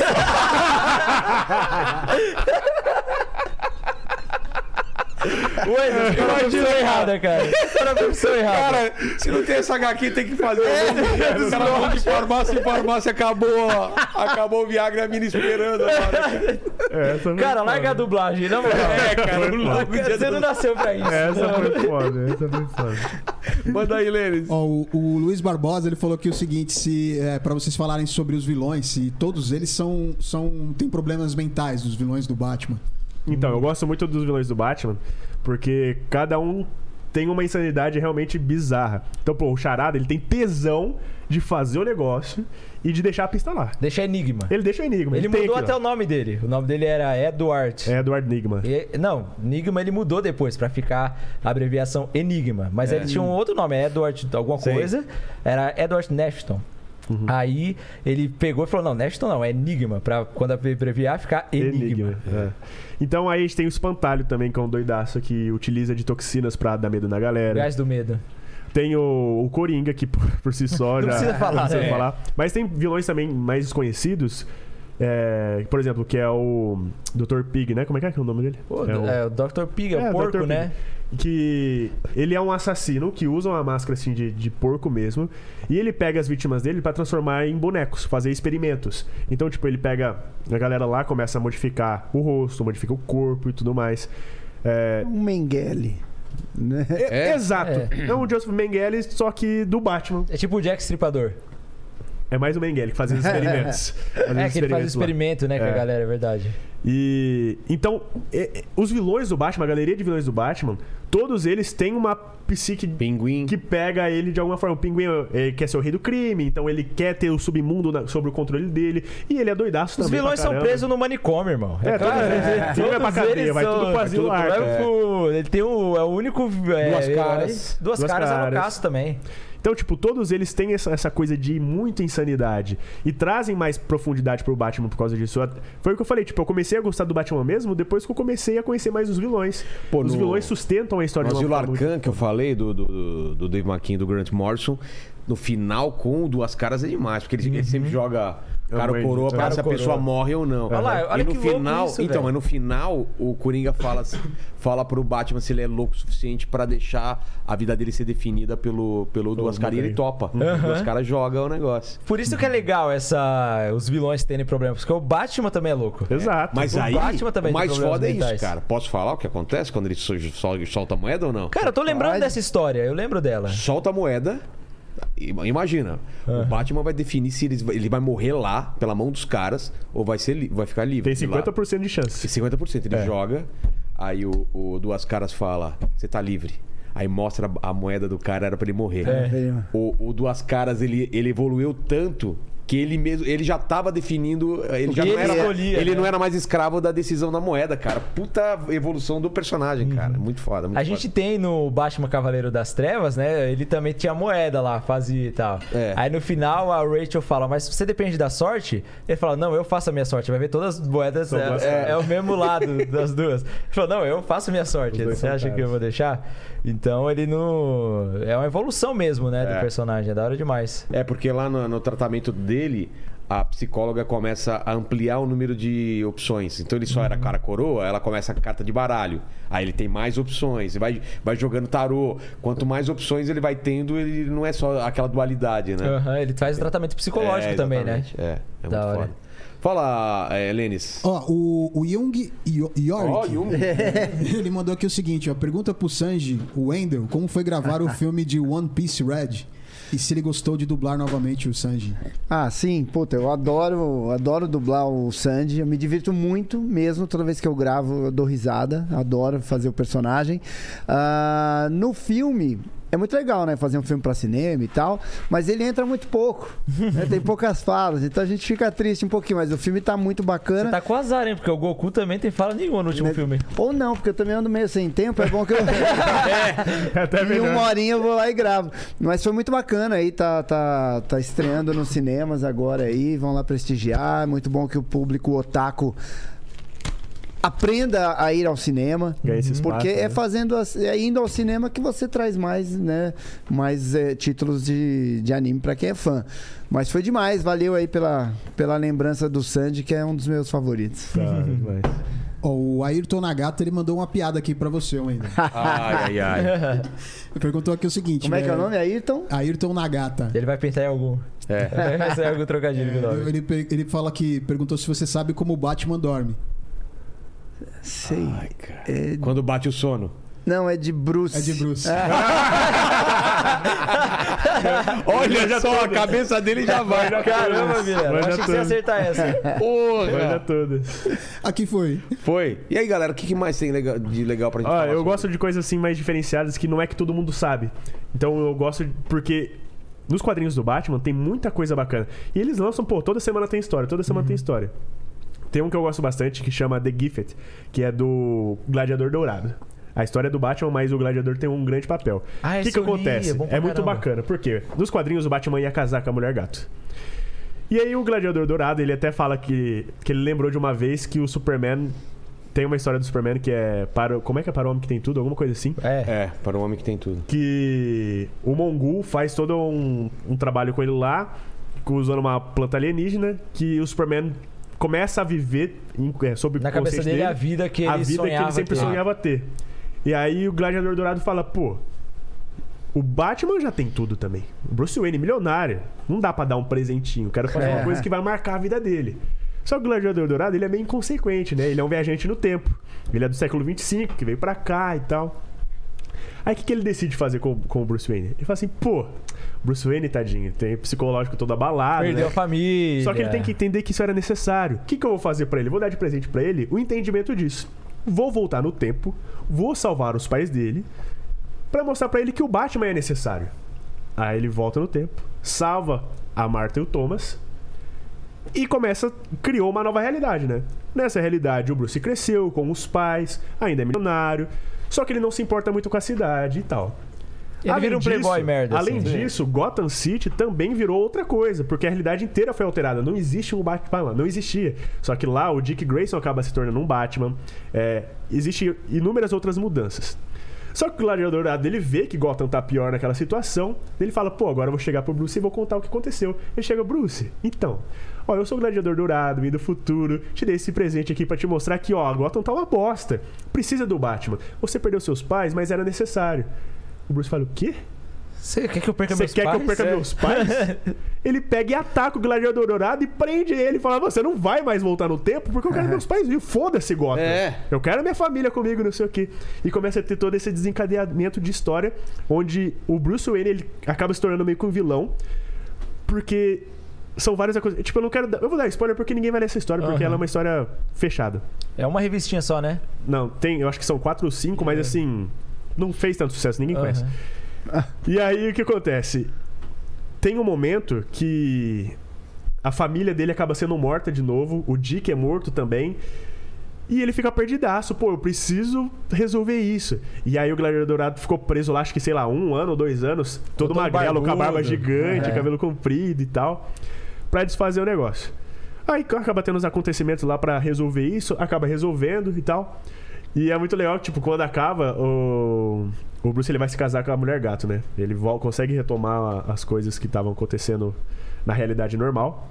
Ué, eu acho errada, cara. Era a profissão errada. Cara, se não tem essa H Q, tem que fazer. É, os caras vão de farmácia em farmácia, acabou, ó. Acabou o Viagra e a mina esperando. É, essa foi Cara, foda. larga a dublagem, não, mano. É, cara, o longo dia Você não nasceu pra isso. Essa foi foda, essa foi foda. Manda aí, Lênis. Ó, o, o Luiz Barbosa, ele falou aqui o seguinte, se é, para vocês falarem sobre os vilões, se todos eles são, são têm problemas mentais, os vilões do Batman. Então, eu gosto muito dos vilões do Batman, porque cada um tem uma insanidade realmente bizarra. Então, pô, o Charada, ele tem tesão de fazer o negócio e de deixar a pista lá. Deixa Enigma. Ele deixa o Enigma. Ele tem mudou aquilo. até o nome dele. O nome dele era Edward. É Edward Enigma. E- não, Enigma ele mudou depois pra ficar a abreviação Enigma. Mas ele tinha um outro nome, Edward alguma Sim. coisa. Era Edward Nashton. Aí ele pegou e falou: não, Nashton não, é Enigma. Pra quando abreviar ficar Enigma. É. Então aí a gente tem o Espantalho também, que é um doidaço que utiliza de toxinas pra dar medo na galera. Gás do medo. Tem o, o Coringa, que por, por si só Não já... precisa falar, não precisa né? falar. Mas tem vilões também mais desconhecidos. É, por exemplo, que é o doutor Pig, né? Como é que é, que é o nome dele? Pô, é o... é, o doutor Pig, é o É, porco, doutor né? Pig. Que ele é um assassino que usa uma máscara assim de, de porco mesmo. E ele pega as vítimas dele pra transformar em bonecos, fazer experimentos. Então, tipo, ele pega a galera lá, começa a modificar o rosto, modifica o corpo e tudo mais. É, Um Mengele. Né? é- É? Exato. É. um Joseph Mengele, só que do Batman. É tipo o Jack Stripador. É mais o Mengele que faz os experimentos. Faz os É, que ele faz o experimentos lá. experimento, né, com a É. galera, é verdade. E então, é- é- os vilões do Batman, a galeria de vilões do Batman, todos eles têm uma psique Pinguim. que pega ele de alguma forma. O Pinguim ele quer ser o rei do crime, então ele quer ter o submundo na- sobre o controle dele. E ele é doidaço Os também. vilões pra são caramba. presos no manicômio, irmão. É, todos eles- todos ninguém vai pra cadeia, eles vai são- tudo pro asilo tudo pro- Arkham. vai pro- Ele tem o, é o único. é, Duas herói- caras. Duas, Duas caras é caras. loucaço também. Então, tipo, todos eles têm essa, essa coisa de muita insanidade. E trazem mais profundidade pro Batman por causa disso. Foi o que eu falei, tipo, eu comecei a gostar do Batman mesmo depois que eu comecei a conhecer mais os vilões. Pô, os no- vilões sustentam a história No de uma Asilo forma muito- Arkham, que eu falei, do, do, do Dave McKean e do Grant Morrison, no final, com Duas Caras é demais, porque ele, ele sempre joga cara ou Uhum. coroa pra Cara se a ou pessoa coroa. morre ou não. Olha lá, olha e no que louco final, isso, então, velho. mas no final, o Coringa fala, fala pro Batman se ele é louco o suficiente pra deixar a vida dele ser definida pelo, pelo Duas Caras, e ele topa. Duas Caras joga o negócio. Por isso que é legal essa, os vilões terem problemas, porque o Batman também é louco. Exato. Mas O aí, Batman também o tem mais problemas foda é mentais. isso, cara. Posso falar o que acontece quando ele sol- sol- solta a moeda ou não? Cara, eu tô lembrando Pode. dessa história, eu lembro dela. Solta a moeda. i- Imagina, o Batman vai definir se ele, ele vai morrer lá pela mão dos caras ou vai, ser, li- vai ficar livre. Tem de lá. cinquenta por cento de chance. E cinquenta por cento. Ele É. joga, aí o, o Duas Caras fala: você tá livre. Aí mostra a moeda do cara, era pra ele morrer. É. O, o Duas Caras, ele, ele evoluiu tanto que ele mesmo ele já tava definindo. Ele, O já que não ele era, escolhia, ele né? não era mais escravo da decisão da moeda, cara. Puta evolução do personagem, cara. Muito foda. Muito A foda. gente tem no Batman Cavaleiro das Trevas, né? Ele também tinha moeda lá, fazia e tal. É. Aí no final a Rachel fala, mas você depende da sorte? Ele fala, não, eu faço a minha sorte. Vai ver todas as moedas, São duas é, caras. é o mesmo lado das duas. Ele falou, não, eu faço a minha sorte. Os dois Você são acha que caras. eu vou deixar? Então ele não... É uma evolução mesmo, né, do É. personagem. É da hora demais. É, porque lá no, no tratamento dele, a psicóloga começa a ampliar o número de opções. Então ele só era cara coroa, ela começa a carta de baralho. Aí ele tem mais opções, vai, vai jogando tarô. Quanto mais opções ele vai tendo, ele não é só aquela dualidade, né? Aham, ele faz o tratamento psicológico É, também, né? exatamente. É, é Da muito hora. foda. Fala, é, Lênis. Ó, o, o Jung Yo- Yorick, Ó, Jung. ele mandou aqui o seguinte, ó. Pergunta pro Sanji, o Wendell, como foi gravar o filme de One Piece Red e se ele gostou de dublar novamente o Sanji. Ah, sim, puta, eu adoro, adoro dublar o Sanji, eu me divirto muito mesmo, toda vez que eu gravo eu dou risada, adoro fazer o personagem. Ah, no filme, é muito legal, né? Fazer um filme pra cinema e tal, mas ele entra muito pouco. Né? Tem poucas falas, então a gente fica triste um pouquinho, mas o filme tá muito bacana. Você tá com azar, hein? Porque o Goku também tem fala nenhuma no último Né? filme. Ou não, porque eu também ando meio sem tempo, é bom que eu... É até Em melhor. uma horinha eu vou lá e gravo. Mas foi muito bacana aí, tá, tá, tá estreando nos cinemas agora aí, vão lá prestigiar. Muito bom que o público otaku aprenda a ir ao cinema. Ganha esse espaço, Porque né? é fazendo as- é indo ao cinema que você traz mais, né, mais é, títulos de, de anime pra quem é fã. Mas foi demais, valeu aí pela, pela lembrança do Sandy, que é um dos meus favoritos. Tá, demais. Ó, o Ayrton Nagata, ele mandou uma piada aqui pra você, ainda. Ai, ai, ai. Ele perguntou aqui o seguinte... Como é que é o né? nome, Ayrton? Ayrton Nagata. Ele vai pensar em algum. É. Vai ser algum trocadilho de nome. Ele, per- ele fala que perguntou se você sabe como o Batman dorme. Sei. Ai, cara. É- Quando bate o sono. Não, é de Bruce. É de Bruce. Olha Manja só, a todas. cabeça dele já vai. Caramba, Vilela. Eu Manja achei que você ia tudo. acertar essa. Manja Porra! todas. Aqui foi. Foi. E aí, galera, o que que mais tem legal- de legal pra gente Ó, falar eu sobre? gosto de coisas assim mais diferenciadas que não é que todo mundo sabe. Então eu gosto de- porque nos quadrinhos do Batman tem muita coisa bacana. E eles lançam, pô, toda semana tem história, toda semana tem história. Tem um que eu gosto bastante que chama The Gifted, que é do Gladiador Dourado. A história é do Batman, mas o Gladiador tem um grande papel. Ah, O que esse que eu li, acontece? é bom pra É muito caramba. bacana, porque nos quadrinhos o Batman ia casar com a Mulher Gato. E aí o Gladiador Dourado, ele até fala que, que ele lembrou de uma vez que o Superman... Tem uma história do Superman que é para... Como é que é para o homem que tem tudo? Alguma coisa assim. É. É, para um homem que tem tudo. Que o Mongul faz todo um, um trabalho com ele lá, usando uma planta alienígena, que o Superman começa a viver em, é, sob o Na cabeça consciente dele, a vida que a ele vida que sonhava ele sempre ter. sonhava ter. E aí o Gladiador Dourado fala, pô, o Batman já tem tudo também. O Bruce Wayne, milionário. Não dá pra dar um presentinho. Quero fazer uma É. coisa que vai marcar a vida dele. Só que o Gladiador Dourado, ele é meio inconsequente, né? Ele é um viajante no tempo. Ele é do século vinte e cinco, que veio pra cá e tal. Aí o que, que ele decide fazer com, com o Bruce Wayne? Ele fala assim, pô, Bruce Wayne, tadinho, ele tem psicológico todo abalado, Perdeu né? a família. Só que ele tem que entender que isso era necessário. O que, que eu vou fazer pra ele? Vou dar de presente pra ele o entendimento disso. Vou voltar no tempo, vou salvar os pais dele, pra mostrar pra ele que o Batman é necessário. Aí ele volta no tempo, salva a Martha e o Thomas e começa, criou uma nova realidade, né? Nessa realidade o Bruce cresceu com os pais, ainda é milionário, só que ele não se importa muito com a cidade e tal. Ele vira um playboy merda, Além assim. disso, Gotham City também virou outra coisa, porque a realidade inteira foi alterada. Não existe um Batman lá, não existia. Só que lá o Dick Grayson acaba se tornando um Batman. É, Existem inúmeras outras mudanças. Só que o Gladiador Dourado, ele vê que Gotham tá pior naquela situação. Ele fala, pô, agora eu vou chegar pro Bruce e vou contar o que aconteceu. Ele chega, Bruce, então, ó, eu sou o Gladiador Dourado, vim do futuro, te dei esse presente aqui pra te mostrar que, ó, Gotham tá uma bosta. Precisa do Batman. Você perdeu seus pais, mas era necessário. O Bruce fala, o quê? Você quer que eu perca Você meus quer pais? que eu perca É. meus pais? Ele pega e ataca o Gladiador Dourado e prende ele e fala, você não vai mais voltar no tempo porque eu quero meus pais vivos. Foda-se, Gotham. É. Eu quero minha família comigo, não sei o quê. E começa a ter todo esse desencadeamento de história onde o Bruce Wayne ele acaba se tornando meio que um vilão porque são várias coisas. Tipo, eu não quero dar... Eu vou dar spoiler porque ninguém vai ler essa história porque Aham. ela é uma história fechada. É uma revistinha só, né? Não, tem... Eu acho que são quatro ou cinco, mas assim... Não fez tanto sucesso, ninguém conhece. Aham. E aí o que acontece? Tem um momento que a família dele acaba sendo morta de novo, o Dick é morto também. E ele fica perdidaço, pô, eu preciso resolver isso. E aí o Gladiador Dourado ficou preso lá, acho que sei lá, um ano, dois anos, todo, Todo magrelo, com a barba barbudo. gigante, É. cabelo comprido e tal, pra desfazer o negócio. Aí acaba tendo os acontecimentos lá pra resolver isso, acaba resolvendo e tal. E é muito legal que, tipo, quando acaba, o, o Bruce ele vai se casar com a Mulher Gato, né? Ele vol- consegue retomar as coisas que estavam acontecendo na realidade normal.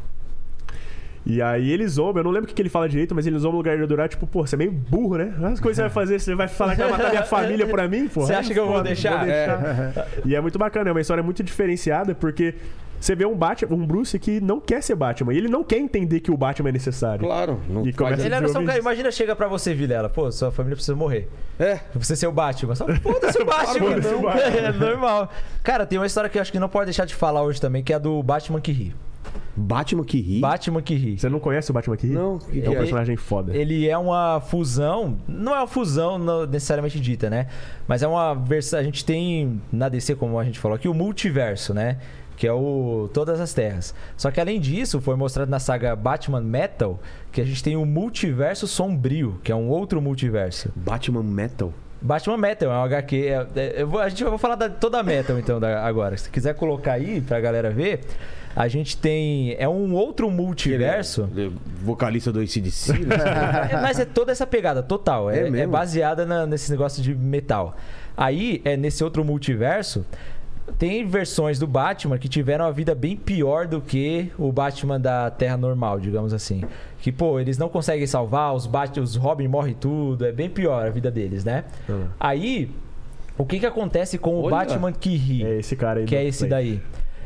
E aí ele zomba, eu não lembro o que que ele fala direito, mas ele zomba no lugar de Dourado, tipo, pô, você é meio burro, né? As coisas que você vai fazer, você vai falar que vai matar minha família pra mim, pô. Você acha que eu vou deixar? E é muito bacana, é uma história muito diferenciada, porque você vê um Batman, um Bruce que não quer ser Batman, e ele não quer entender que o Batman é necessário. Claro. Não E faz- começa- Ele era só um cara. Isso. Imagina, chega pra você, Vilela. Pô, sua família precisa morrer. É. Você ser o Batman. Só foda-se o Batman. Foda-se o não. Batman. É normal. Cara, tem uma história que eu acho que não pode deixar de falar hoje também, que é a do Batman que ri. Batman que ri? Batman que ri. Você não conhece o Batman que ri? Não, o que É que um é? personagem foda. Ele é uma fusão, não é uma fusão no- necessariamente dita, né? Mas é uma versão. A gente tem na D C, como a gente falou aqui, o multiverso, né? Que é o Todas as Terras. Só que além disso, foi mostrado na saga Batman Metal que a gente tem o multiverso sombrio, que é um outro multiverso. Batman Metal? Batman Metal é um H Q. é- é- eu vou- a gente vai falar da, toda a Metal então da- agora. Se quiser colocar aí pra galera ver, a gente tem. É um outro multiverso. Ele é vocalista do A C D C, né? É, mas é toda essa pegada, total. É É, é mesmo? baseada na- nesse negócio de metal. Aí, é, nesse outro multiverso, tem versões do Batman que tiveram a vida bem pior do que o Batman da Terra normal, digamos assim. Que, pô, eles não conseguem salvar, os, Bat os Robin morrem tudo, é bem pior a vida deles, né? Uhum. Aí, o que que acontece com o Olha. Batman que ri? É esse cara aí. Que do é esse Play. daí.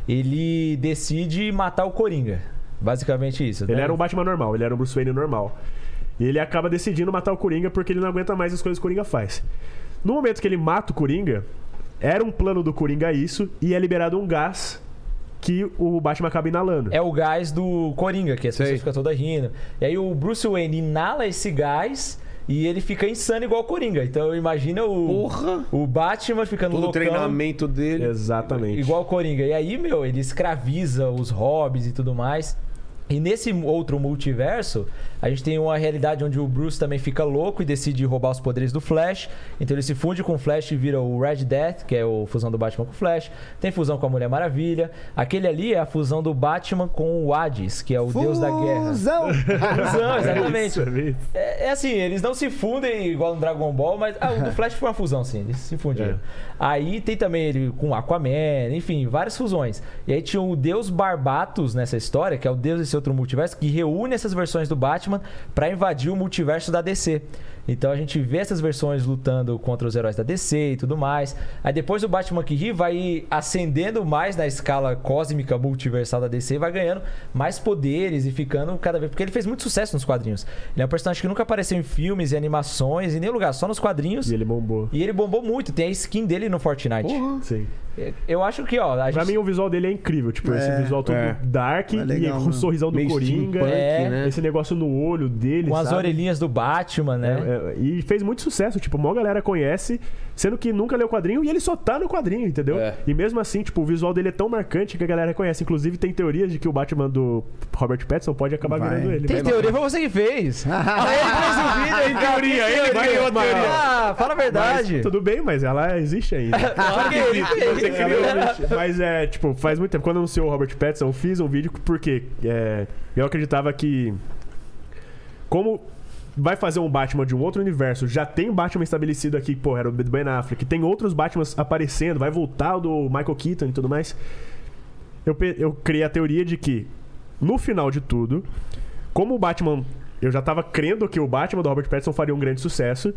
Ele decide matar o Coringa. Basicamente isso. Ele né? era um Batman normal, ele era um Bruce Wayne normal. E ele acaba decidindo matar o Coringa porque ele não aguenta mais as coisas que o Coringa faz. No momento que ele mata o Coringa, era um plano do Coringa isso, e é liberado um gás que o Batman acaba inalando. É o gás do Coringa, que as Sei. pessoas ficam todas rindo. E aí o Bruce Wayne inala esse gás e ele fica insano igual o Coringa. Então imagina o, Porra! o Batman ficando Todo o loucão treinamento dele. Exatamente. igual o Coringa. E aí, meu, ele escraviza os hobbies e tudo mais. E nesse outro multiverso, a gente tem uma realidade onde o Bruce também fica louco e decide roubar os poderes do Flash. Então ele se funde com o Flash e vira o Red Death, que é a fusão do Batman com o Flash. Tem fusão com a Mulher Maravilha. Aquele ali é a fusão do Batman com o Hades, que é o deus da guerra. Fusão! Fusão, exatamente. Isso, é mesmo. É, é assim, eles não se fundem igual no Dragon Ball, mas ah, o do Flash foi uma fusão, sim, eles se fundiram. É. Aí tem também ele com Aquaman, enfim, várias fusões. E aí tinha o Deus Barbatos nessa história, que é o deus desse outro multiverso, que reúne essas versões do Batman pra invadir o multiverso da D C. Então a gente vê essas versões lutando contra os heróis da D C e tudo mais. Aí depois o Batman que ri vai ascendendo mais na escala cósmica multiversal da D C, vai ganhando mais poderes e ficando cada vez... Porque ele fez muito sucesso nos quadrinhos. Ele é um personagem que nunca apareceu em filmes e animações, em nenhum lugar, só nos quadrinhos. E ele bombou. E ele bombou muito. Tem a skin dele no Fortnite. Porra! Sim. Eu acho que, ó... A Pra gente... mim o visual dele é incrível. Tipo, É, esse visual todo é. dark É e legal, com o né? sorrisão do Meio Coringa. steampunk, É. né? Esse negócio no olho dele, Com as sabe? orelhinhas do Batman, né? É, é, e fez muito sucesso, tipo, a maior galera conhece, sendo que nunca leu o quadrinho e ele só tá no quadrinho, entendeu? É. E mesmo assim, tipo, o visual dele é tão marcante que a galera reconhece. Inclusive, tem teorias de que o Batman do Robert Pattinson pode acabar Vai. virando ele. Tem Mas- teoria, foi você que fez. Aí ele fez o vídeo, ele teoria, ele vai criar uma teoria. Ah, fala a verdade. Mas, tudo bem, mas ela existe ainda. Claro que ele fez. Ela existe. Mas é, tipo, faz muito tempo. Quando anunciou o Robert Pattinson, eu fiz um vídeo porque é, eu acreditava que. Como vai fazer um Batman de um outro universo, já tem Batman estabelecido aqui, pô, era o Ben Affleck, tem outros Batmans aparecendo, vai voltar o do Michael Keaton e tudo mais. Eu, pe- eu criei a teoria de que, no final de tudo, como o Batman. Eu já tava crendo que o Batman do Robert Pattinson faria um grande sucesso.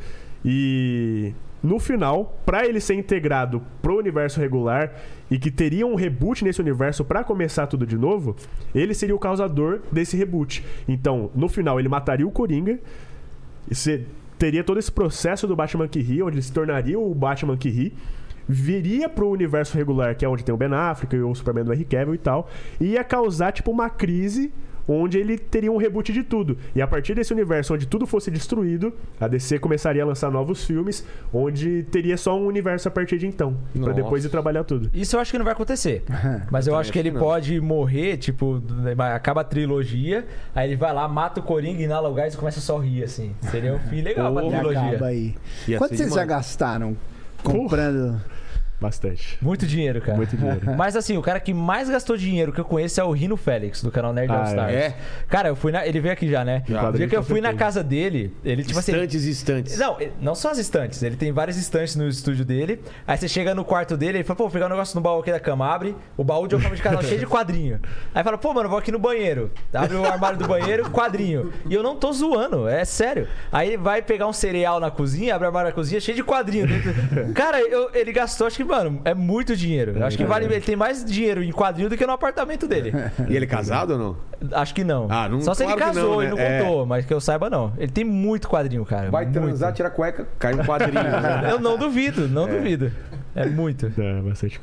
E no final, pra ele ser integrado pro universo regular e que teria um reboot nesse universo pra começar tudo de novo, ele seria o causador desse reboot. Então, no final, ele mataria o Coringa. E você teria todo esse processo do Batman que ri, onde ele se tornaria o Batman que ri. Viria pro universo regular, que é onde tem o Ben Affleck e o Superman do Henry Cavill e tal. E ia causar, tipo, uma crise onde ele teria um reboot de tudo. E a partir desse universo onde tudo fosse destruído, a D C começaria a lançar novos filmes, onde teria só um universo a partir de então. Pra Nossa. depois ir trabalhar tudo. Isso eu acho que não vai acontecer. Mas eu, acho que ele não. pode morrer, tipo, acaba a trilogia, aí ele vai lá, mata o Coringa, inala o gás e começa a só rir, assim. Seria um fim legal pra E trilogia. acaba aí. Ia Quanto ser vocês já demais. gastaram comprando? Bastante. Muito dinheiro, cara. Muito dinheiro. Mas assim, o cara que mais gastou dinheiro que eu conheço é o Rino Félix, do canal Nerd Ah, All Stars. é? Cara, eu fui na... Ele veio aqui já, né? Já. O dia que eu fui na Com certeza. casa dele, ele, tipo assim... Estantes e estantes. Não, não só as estantes. Ele tem várias estantes no estúdio dele. Aí você chega no quarto dele, ele fala, pô, vou pegar um negócio no baú aqui da cama. Abre o baú de uma cama de casal cheio de quadrinho. Aí fala, pô, mano, vou aqui no banheiro. Abre o armário do banheiro, quadrinho. E eu não tô zoando, é sério. Aí ele vai pegar um cereal na cozinha, abre o armário da cozinha, cheio de quadrinho dentro. Cara, eu- ele gastou, acho que, mano, é muito dinheiro. Eu acho que vale, ele tem mais dinheiro em quadrinho do que no apartamento dele. E ele é casado ou não? Acho que não. Ah, não- Só se claro ele que casou não, e né? não É. contou, mas que eu saiba, não. Ele tem muito quadrinho, cara. Vai muito. transar, tira a cueca, cai um quadrinho. né? Eu não duvido, não duvido. É muito. É, bastante coisa.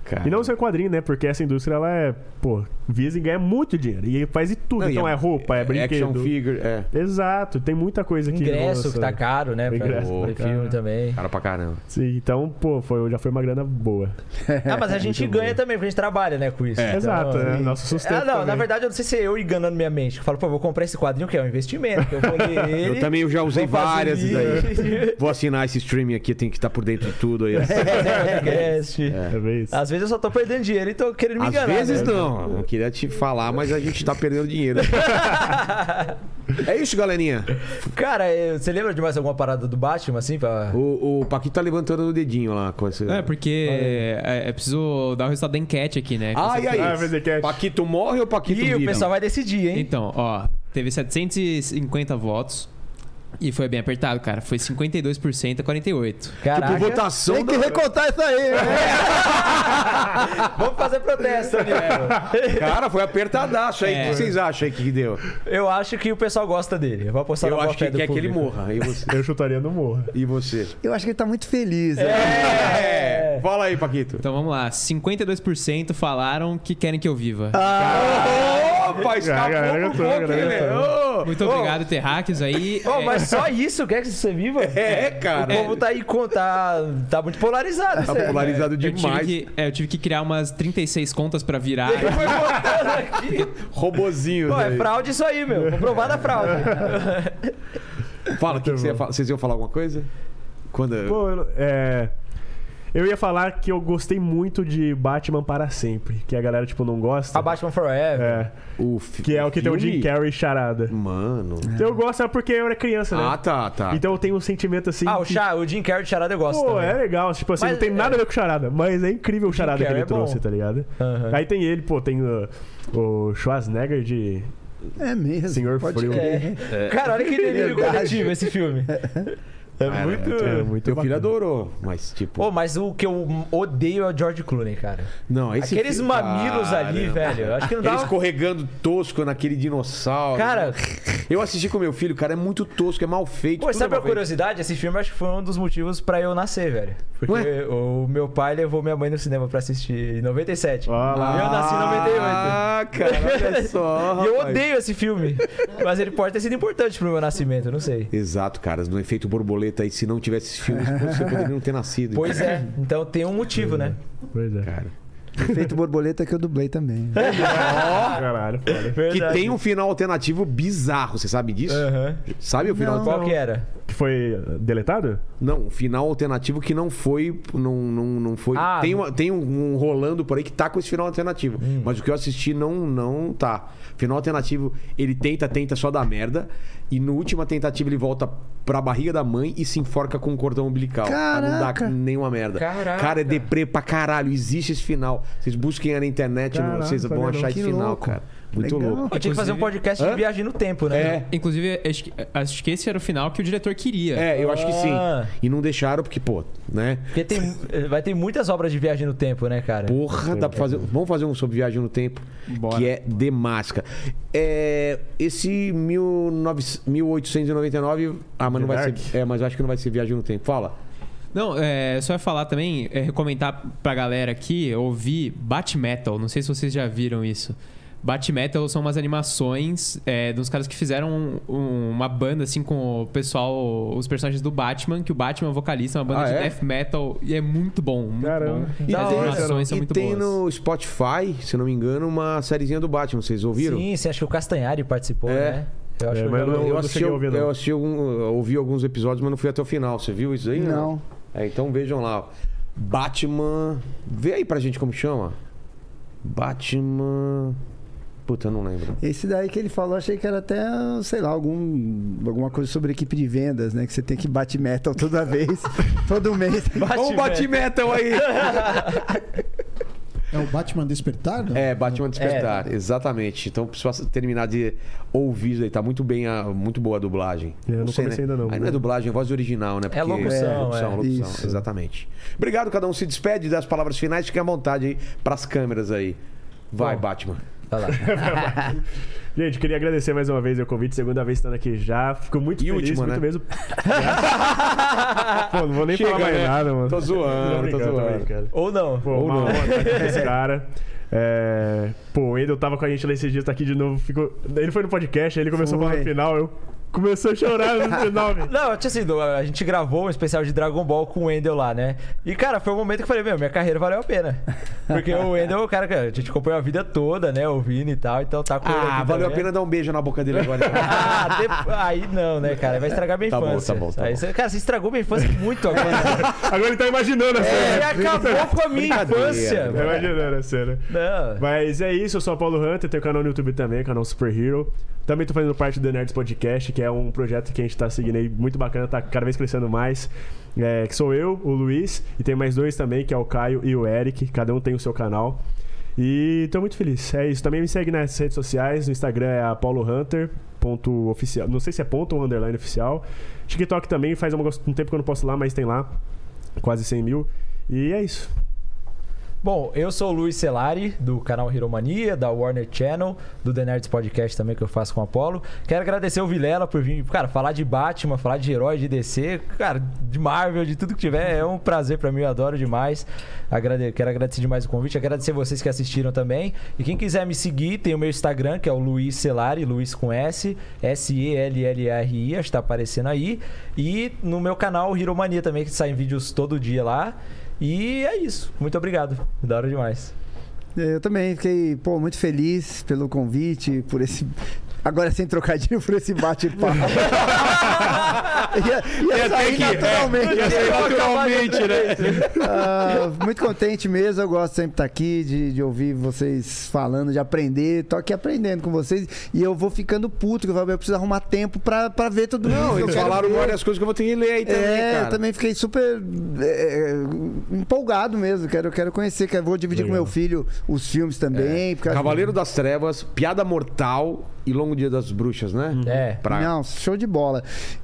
Cara. E não só em quadrinho, né? Porque essa indústria, ela é, pô, visa em ganhar muito dinheiro. E faz de tudo. Não, então é, é roupa, é, é brinquedo. Action figure, é. Exato, tem muita coisa aqui. Ingresso que tá caro, né? O Pra, ingresso pra tá filme caro. também. Cara pra caramba. Sim, então, pô, foi, já foi uma grana boa. Ah, mas a gente ganha também, porque a gente trabalha, né, com isso. É. Então, Exato, é e- nosso sustento Ah, não, também. na verdade eu não sei se é eu enganando minha mente. Eu falo, pô, vou comprar esse quadrinho que é um investimento. Que eu vou ler ele. Eu também já usei vou fazer várias isso. daí. Vou assinar esse streaming aqui, tem que estar por dentro de tudo aí. Fazer podcast. É bem isso. Às vezes eu só tô perdendo dinheiro e tô querendo me Às enganar. vezes né? não, não queria te falar, mas a gente tá perdendo dinheiro. É isso, galerinha. Cara, eu- você lembra de mais alguma parada do Batman, assim? Pra... O, o Paquito tá levantando o dedinho lá com esse... É, porque é, é preciso dar o resultado da enquete aqui, né? Ah, e aí? Ah, vai dizer que é- Paquito morre ou Paquito Ih, vive? o pessoal vai decidir, hein? Então, ó, teve setecentos e cinquenta votos e foi bem apertado, cara. Foi cinquenta e dois por cento a quarenta e oito por cento. Caraca. Tipo, votação Tem que do... recontar isso aí, né? Vamos fazer protesto, Nico. Cara, foi apertadaço aí. O É. que vocês acham aí que deu? Eu acho que o pessoal gosta dele. Eu vou apostar Eu na boa acho que fé do quer que ele público. morra. E você? Eu chutaria no morro. E você? Eu acho que ele tá muito feliz. né? É. Fala aí, Paquito. Então vamos lá, cinquenta e dois por cento falaram que querem que eu viva. Opa, A escapou galera por gostou, a pouco, galera hein, gostou. velho? Ô, Muito obrigado, Terráqueos aí. Oh, É, mas só isso quer que você viva? É, O cara. povo tá aí com. Tá, tá muito polarizado. Tá isso aí. polarizado eu tive, demais. que, é, eu tive que criar umas trinta e seis contas pra virar. Foi botando aqui. Robozinho. Pô, é fraude isso aí, meu. Comprovada fraude. Fala, o que, que você ia falar? Vocês iam falar alguma coisa? Quando... Pô, eu- é. Eu ia falar que eu gostei muito de Batman para sempre. Que a galera, tipo, não gosta. A Batman Forever. É. o fi- Que é o que tem o filme? Jim Carrey e Charada. Mano. Então eu gosto é porque eu era criança, né? Ah, tá, tá. Então eu tenho um sentimento assim. Ah, o, que, Chá, o Jim Carrey de Charada eu gosto Pô, também. é legal. Tipo assim, Mas, não tem nada a ver com Charada. Mas é incrível o Charada que Carrey ele é bom. trouxe, tá ligado? Aham. Aí tem ele, pô, tem o, o Schwarzenegger de É mesmo. Senhor pode Frio. crer. É. Cara, olha que delírio Verdade. coletivo esse filme. É Cara, muito. É muito Meu filho bacana. adorou, mas tipo... Pô, mas o que eu odeio é o George Clooney, cara. não, esse Aqueles filme- mamilos ali, Caramba. velho. Eu acho que não Ele dá. escorregando tosco naquele dinossauro. Cara, Eu assisti com meu filho, cara, é muito tosco, é mal feito. pô, tudo sabe mal a feito. curiosidade? Esse filme acho que foi um dos motivos pra eu nascer, velho. Porque Ué? o meu pai levou minha mãe no cinema pra assistir em noventa e sete. Ah, lá. Eu nasci em noventa e oito. Ah, cara, olha só. E eu rapaz. odeio esse filme. Mas ele pode ter sido importante pro meu nascimento, eu não sei. Exato, cara, no efeito borboleta aí, se não tivesse esse filme, você poderia não ter nascido. Pois é, então tem um motivo, né? Pois é. Cara. Efeito borboleta que eu dublei também. Caralho, foda. Que Verdade. tem um final alternativo bizarro, você sabe disso? Aham. Sabe o final Não. Qual que era? Que foi deletado? Não, um final alternativo que não foi. Não, não, não foi. Ah, tem uma- tem um, um rolando por aí que tá com esse final alternativo. Hum. Mas o que eu assisti não, não tá. Final alternativo, ele tenta, tenta só dar merda. E no última tentativa ele volta pra barriga da mãe e se enforca com um cordão umbilical. Pra não Caraca. dar nenhuma merda. Caraca. Cara, é deprê pra caralho. Existe esse final. Vocês busquem aí na internet, Caraca, vocês vão legal. achar esse Que final, louco. cara. Muito Legal. louco. Eu tinha que fazer um podcast de Hã? viagem no tempo, né? É. Inclusive, acho que, acho que esse era o final que o diretor queria. É, eu acho que sim. Ah. E não deixaram porque, pô, né? Porque tem, vai ter muitas obras de viagem no tempo, né, cara? Porra, dá pra fazer. Vamos fazer um sobre viagem no tempo. Bora. Que é de máscara. É, esse mil e novecentos mil oitocentos e noventa e nove. Ah, mas The não vai Dark? ser. É, mas eu acho que não vai ser viagem no tempo. Fala. Não, é, só ia falar também, é, recomendar pra galera aqui ouvir Batmetal. Não sei se vocês já viram isso. Batmetal são umas animações é, dos caras que fizeram um- um- uma banda assim com o pessoal, os personagens do Batman, que o Batman é o vocalista, uma banda Ah, de é? death metal e é muito bom, muito Caramba. bom. E As tem, animações são e muito tem boas. no Spotify, se não me engano, uma sériezinha do Batman. Vocês ouviram? Sim, você acha que o Castanhari participou, É. né? Eu acho É, que eu mas já- não- Eu, não assisti, cheguei a ouvir, não. eu assisti algum, eu ouvi alguns episódios, mas não fui até o final. Você viu isso aí? Não. É, então vejam lá. Batman. Vê aí pra gente como chama. Batman. Puta, eu não lembro. Esse daí que ele falou, achei que era até, sei lá, algum, alguma coisa sobre equipe de vendas, né? Que você tem que bate metal toda vez, todo mês. Vamos bater metal aí! É o Batman Despertar? Não? É, Batman Despertar, exatamente. Então precisa terminar de ouvir isso aí. Tá muito bem, a, muito boa a dublagem. É, eu não comecei ainda não. Aí não é dublagem, é voz original, né? É locução, é, locução, é. locução, Isso. exatamente. Obrigado, cada um se despede das palavras finais. Fiquem à vontade aí pras câmeras aí. Vai, Bom, Batman. Olha lá. Gente, queria agradecer mais uma vez o convite, segunda vez estando aqui já. Fico muito E feliz, última, muito né? mesmo. Pô, não vou nem Chega, falar mais né? nada, mano. Tô zoando, tô zoando. Ou não. Pô, uma honra estar aqui com esse cara. É... Pô, o Wendel tava com a gente lá esses dias, tá aqui de novo. Ficou... Ele foi no podcast, aí ele começou Foi. a falar no final, eu... Começou a chorar no final, velho. Não, tinha sido, a gente gravou um especial de Dragon Ball com o Wendel lá, né? E, cara, foi um momento que eu falei, meu, minha carreira valeu a pena. Porque o Wendel é o cara que a gente acompanhou a vida toda, né? Ouvindo e tal, então tá com ele Ah, aqui valeu a também. pena dar um beijo na boca dele agora. Ah, de... aí não, né, cara? Vai estragar minha Tá bom, infância. tá bom, tá Aí bom. você- Cara, você estragou minha infância muito agora. Agora ele tá imaginando a Ele cena. acabou com a minha Brincadeira, infância. Tá imaginando a cena. Não. Mas é isso, eu sou o Paulo Hunter, tenho canal no YouTube também, canal Super Hero. Também tô fazendo parte do The Nerds Podcast, que é um projeto que a gente tá seguindo aí muito bacana, tá cada vez crescendo mais. É, que sou eu, o Luiz, e tem mais dois também, que é o Caio e o Eric. Cada um tem o seu canal. E tô muito feliz. É isso. Também me segue nas redes sociais. No Instagram é a Paulo Hunter. Ponto oficial. Não sei se é ponto ou underline oficial. TikTok também, faz um, um tempo que eu não posto lá, mas tem lá. Quase cem mil. E é isso. Bom, eu sou o Luiz Celari, do canal Hero Mania, da Warner Channel, do The Nerds Podcast também, que eu faço com o Apollo. Quero agradecer o Vilela por vir, cara, falar de Batman, falar de herói, de D C, cara, de Marvel, de tudo que tiver. É um prazer pra mim, eu adoro demais. Agrade... Quero agradecer demais o convite, agradecer vocês que assistiram também. E quem quiser me seguir, tem o meu Instagram, que é o Luiz Celari, Luiz com S, S E L L R I, acho que tá aparecendo aí. E no meu canal Hero Mania também, que saem vídeos todo dia lá. E é isso. Muito obrigado. Da hora demais. Eu também fiquei, pô, muito feliz pelo convite, por esse... Agora sem trocadilho, por esse bate-papo. ia ia sair naturalmente. Ia sair naturalmente, né? Ah, muito contente mesmo, eu gosto sempre de estar aqui, de, de ouvir vocês falando, de aprender. Tô aqui aprendendo com vocês e eu vou ficando puto, que eu falo, eu preciso arrumar tempo pra, pra ver tudo isso. Não, eu eles quero falaram ver. várias coisas que eu vou ter que ler aí também, É, cara. eu também fiquei super é, empolgado mesmo. Quero, quero conhecer, quero, vou dividir Legal. com meu filho os filmes também. porque eu acho- Cavaleiro das Trevas, Piada Mortal e Longo Dia das Bruxas, né? É. Pra... Não, show de bola.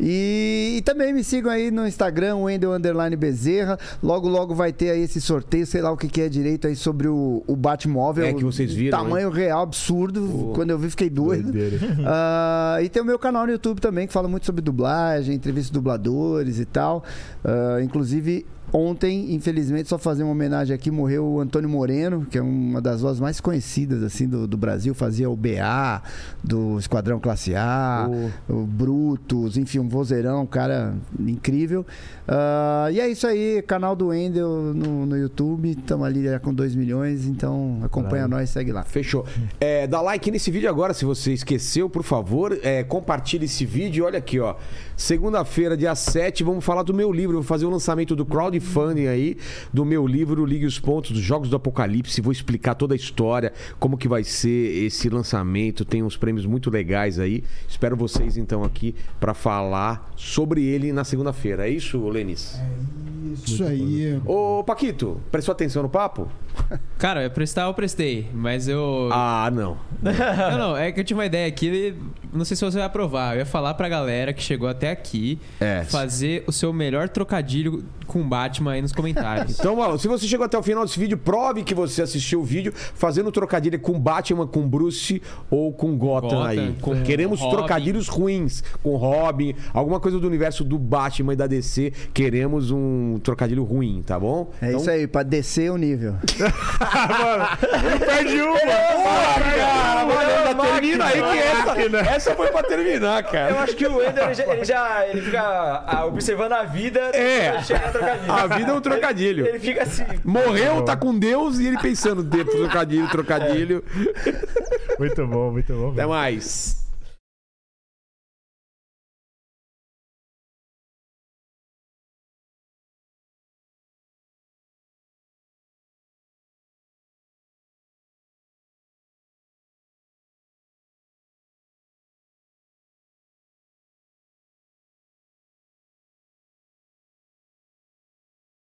E, e também me sigam aí no Instagram, Wendel Underline Bezerra. Logo, logo vai ter aí esse sorteio, sei lá o que, que é direito aí sobre o, o Batmóvel. É, que vocês viram, Tamanho real, absurdo. Quando eu vi, fiquei doido. Doideira. Ah, e tem o meu canal no YouTube também, que fala muito sobre dublagem, entrevistas de dubladores e tal. Ah, inclusive, ontem, infelizmente, só fazer uma homenagem aqui, morreu o Antônio Moreno, que é uma das vozes mais conhecidas assim do, do Brasil, fazia o B A do Esquadrão Classe A, o Brutus, enfim, um vozeirão, um cara incrível. Ah, e é isso aí, canal do Wendel no, no YouTube, estamos ali já com dois milhões, então acompanha nós, segue lá. Fechou. É, dá like nesse vídeo agora, se você esqueceu, por favor. É, compartilhe esse vídeo. Olha aqui, ó. Segunda-feira, dia sete, vamos falar do meu livro. Vou fazer o lançamento do crowdfunding aí, do meu livro Ligue os Pontos, dos Jogos do Apocalipse. Vou explicar toda a história, como que vai ser esse lançamento. Tem uns prêmios muito legais aí. Espero vocês, então, aqui para falar sobre ele na segunda-feira. É isso, Lenis? Isso aí. Ô, Paquito, prestou atenção no papo? Cara, eu prestar, eu prestei, mas eu. Ah, não. Não, não, é que eu tive uma ideia aqui, não sei se você vai aprovar. Eu ia falar pra galera que chegou até aqui É. fazer o seu melhor trocadilho com Batman aí nos comentários. Então, ó, se você chegou até o final desse vídeo, prove que você assistiu o vídeo fazendo trocadilho com Batman, com Bruce ou com Gotham, Gotham, aí. com Queremos Robin. trocadilhos ruins com Robin, alguma coisa do universo do Batman e da D C. Queremos um trocadilho ruim, tá bom? É Então, isso aí, pra descer o nível. Perde uma! Cara, valeu, já termina aí que essa, essa foi pra terminar, Eu cara. acho que o Wendel, ele já, ele já ele fica ah, observando a vida. É. Chegar a trocadilho. A vida é um trocadilho. Ele, ele fica assim. Morreu, tá com Deus e ele pensando, trocadilho, trocadilho. Muito bom, muito bom. Até mais.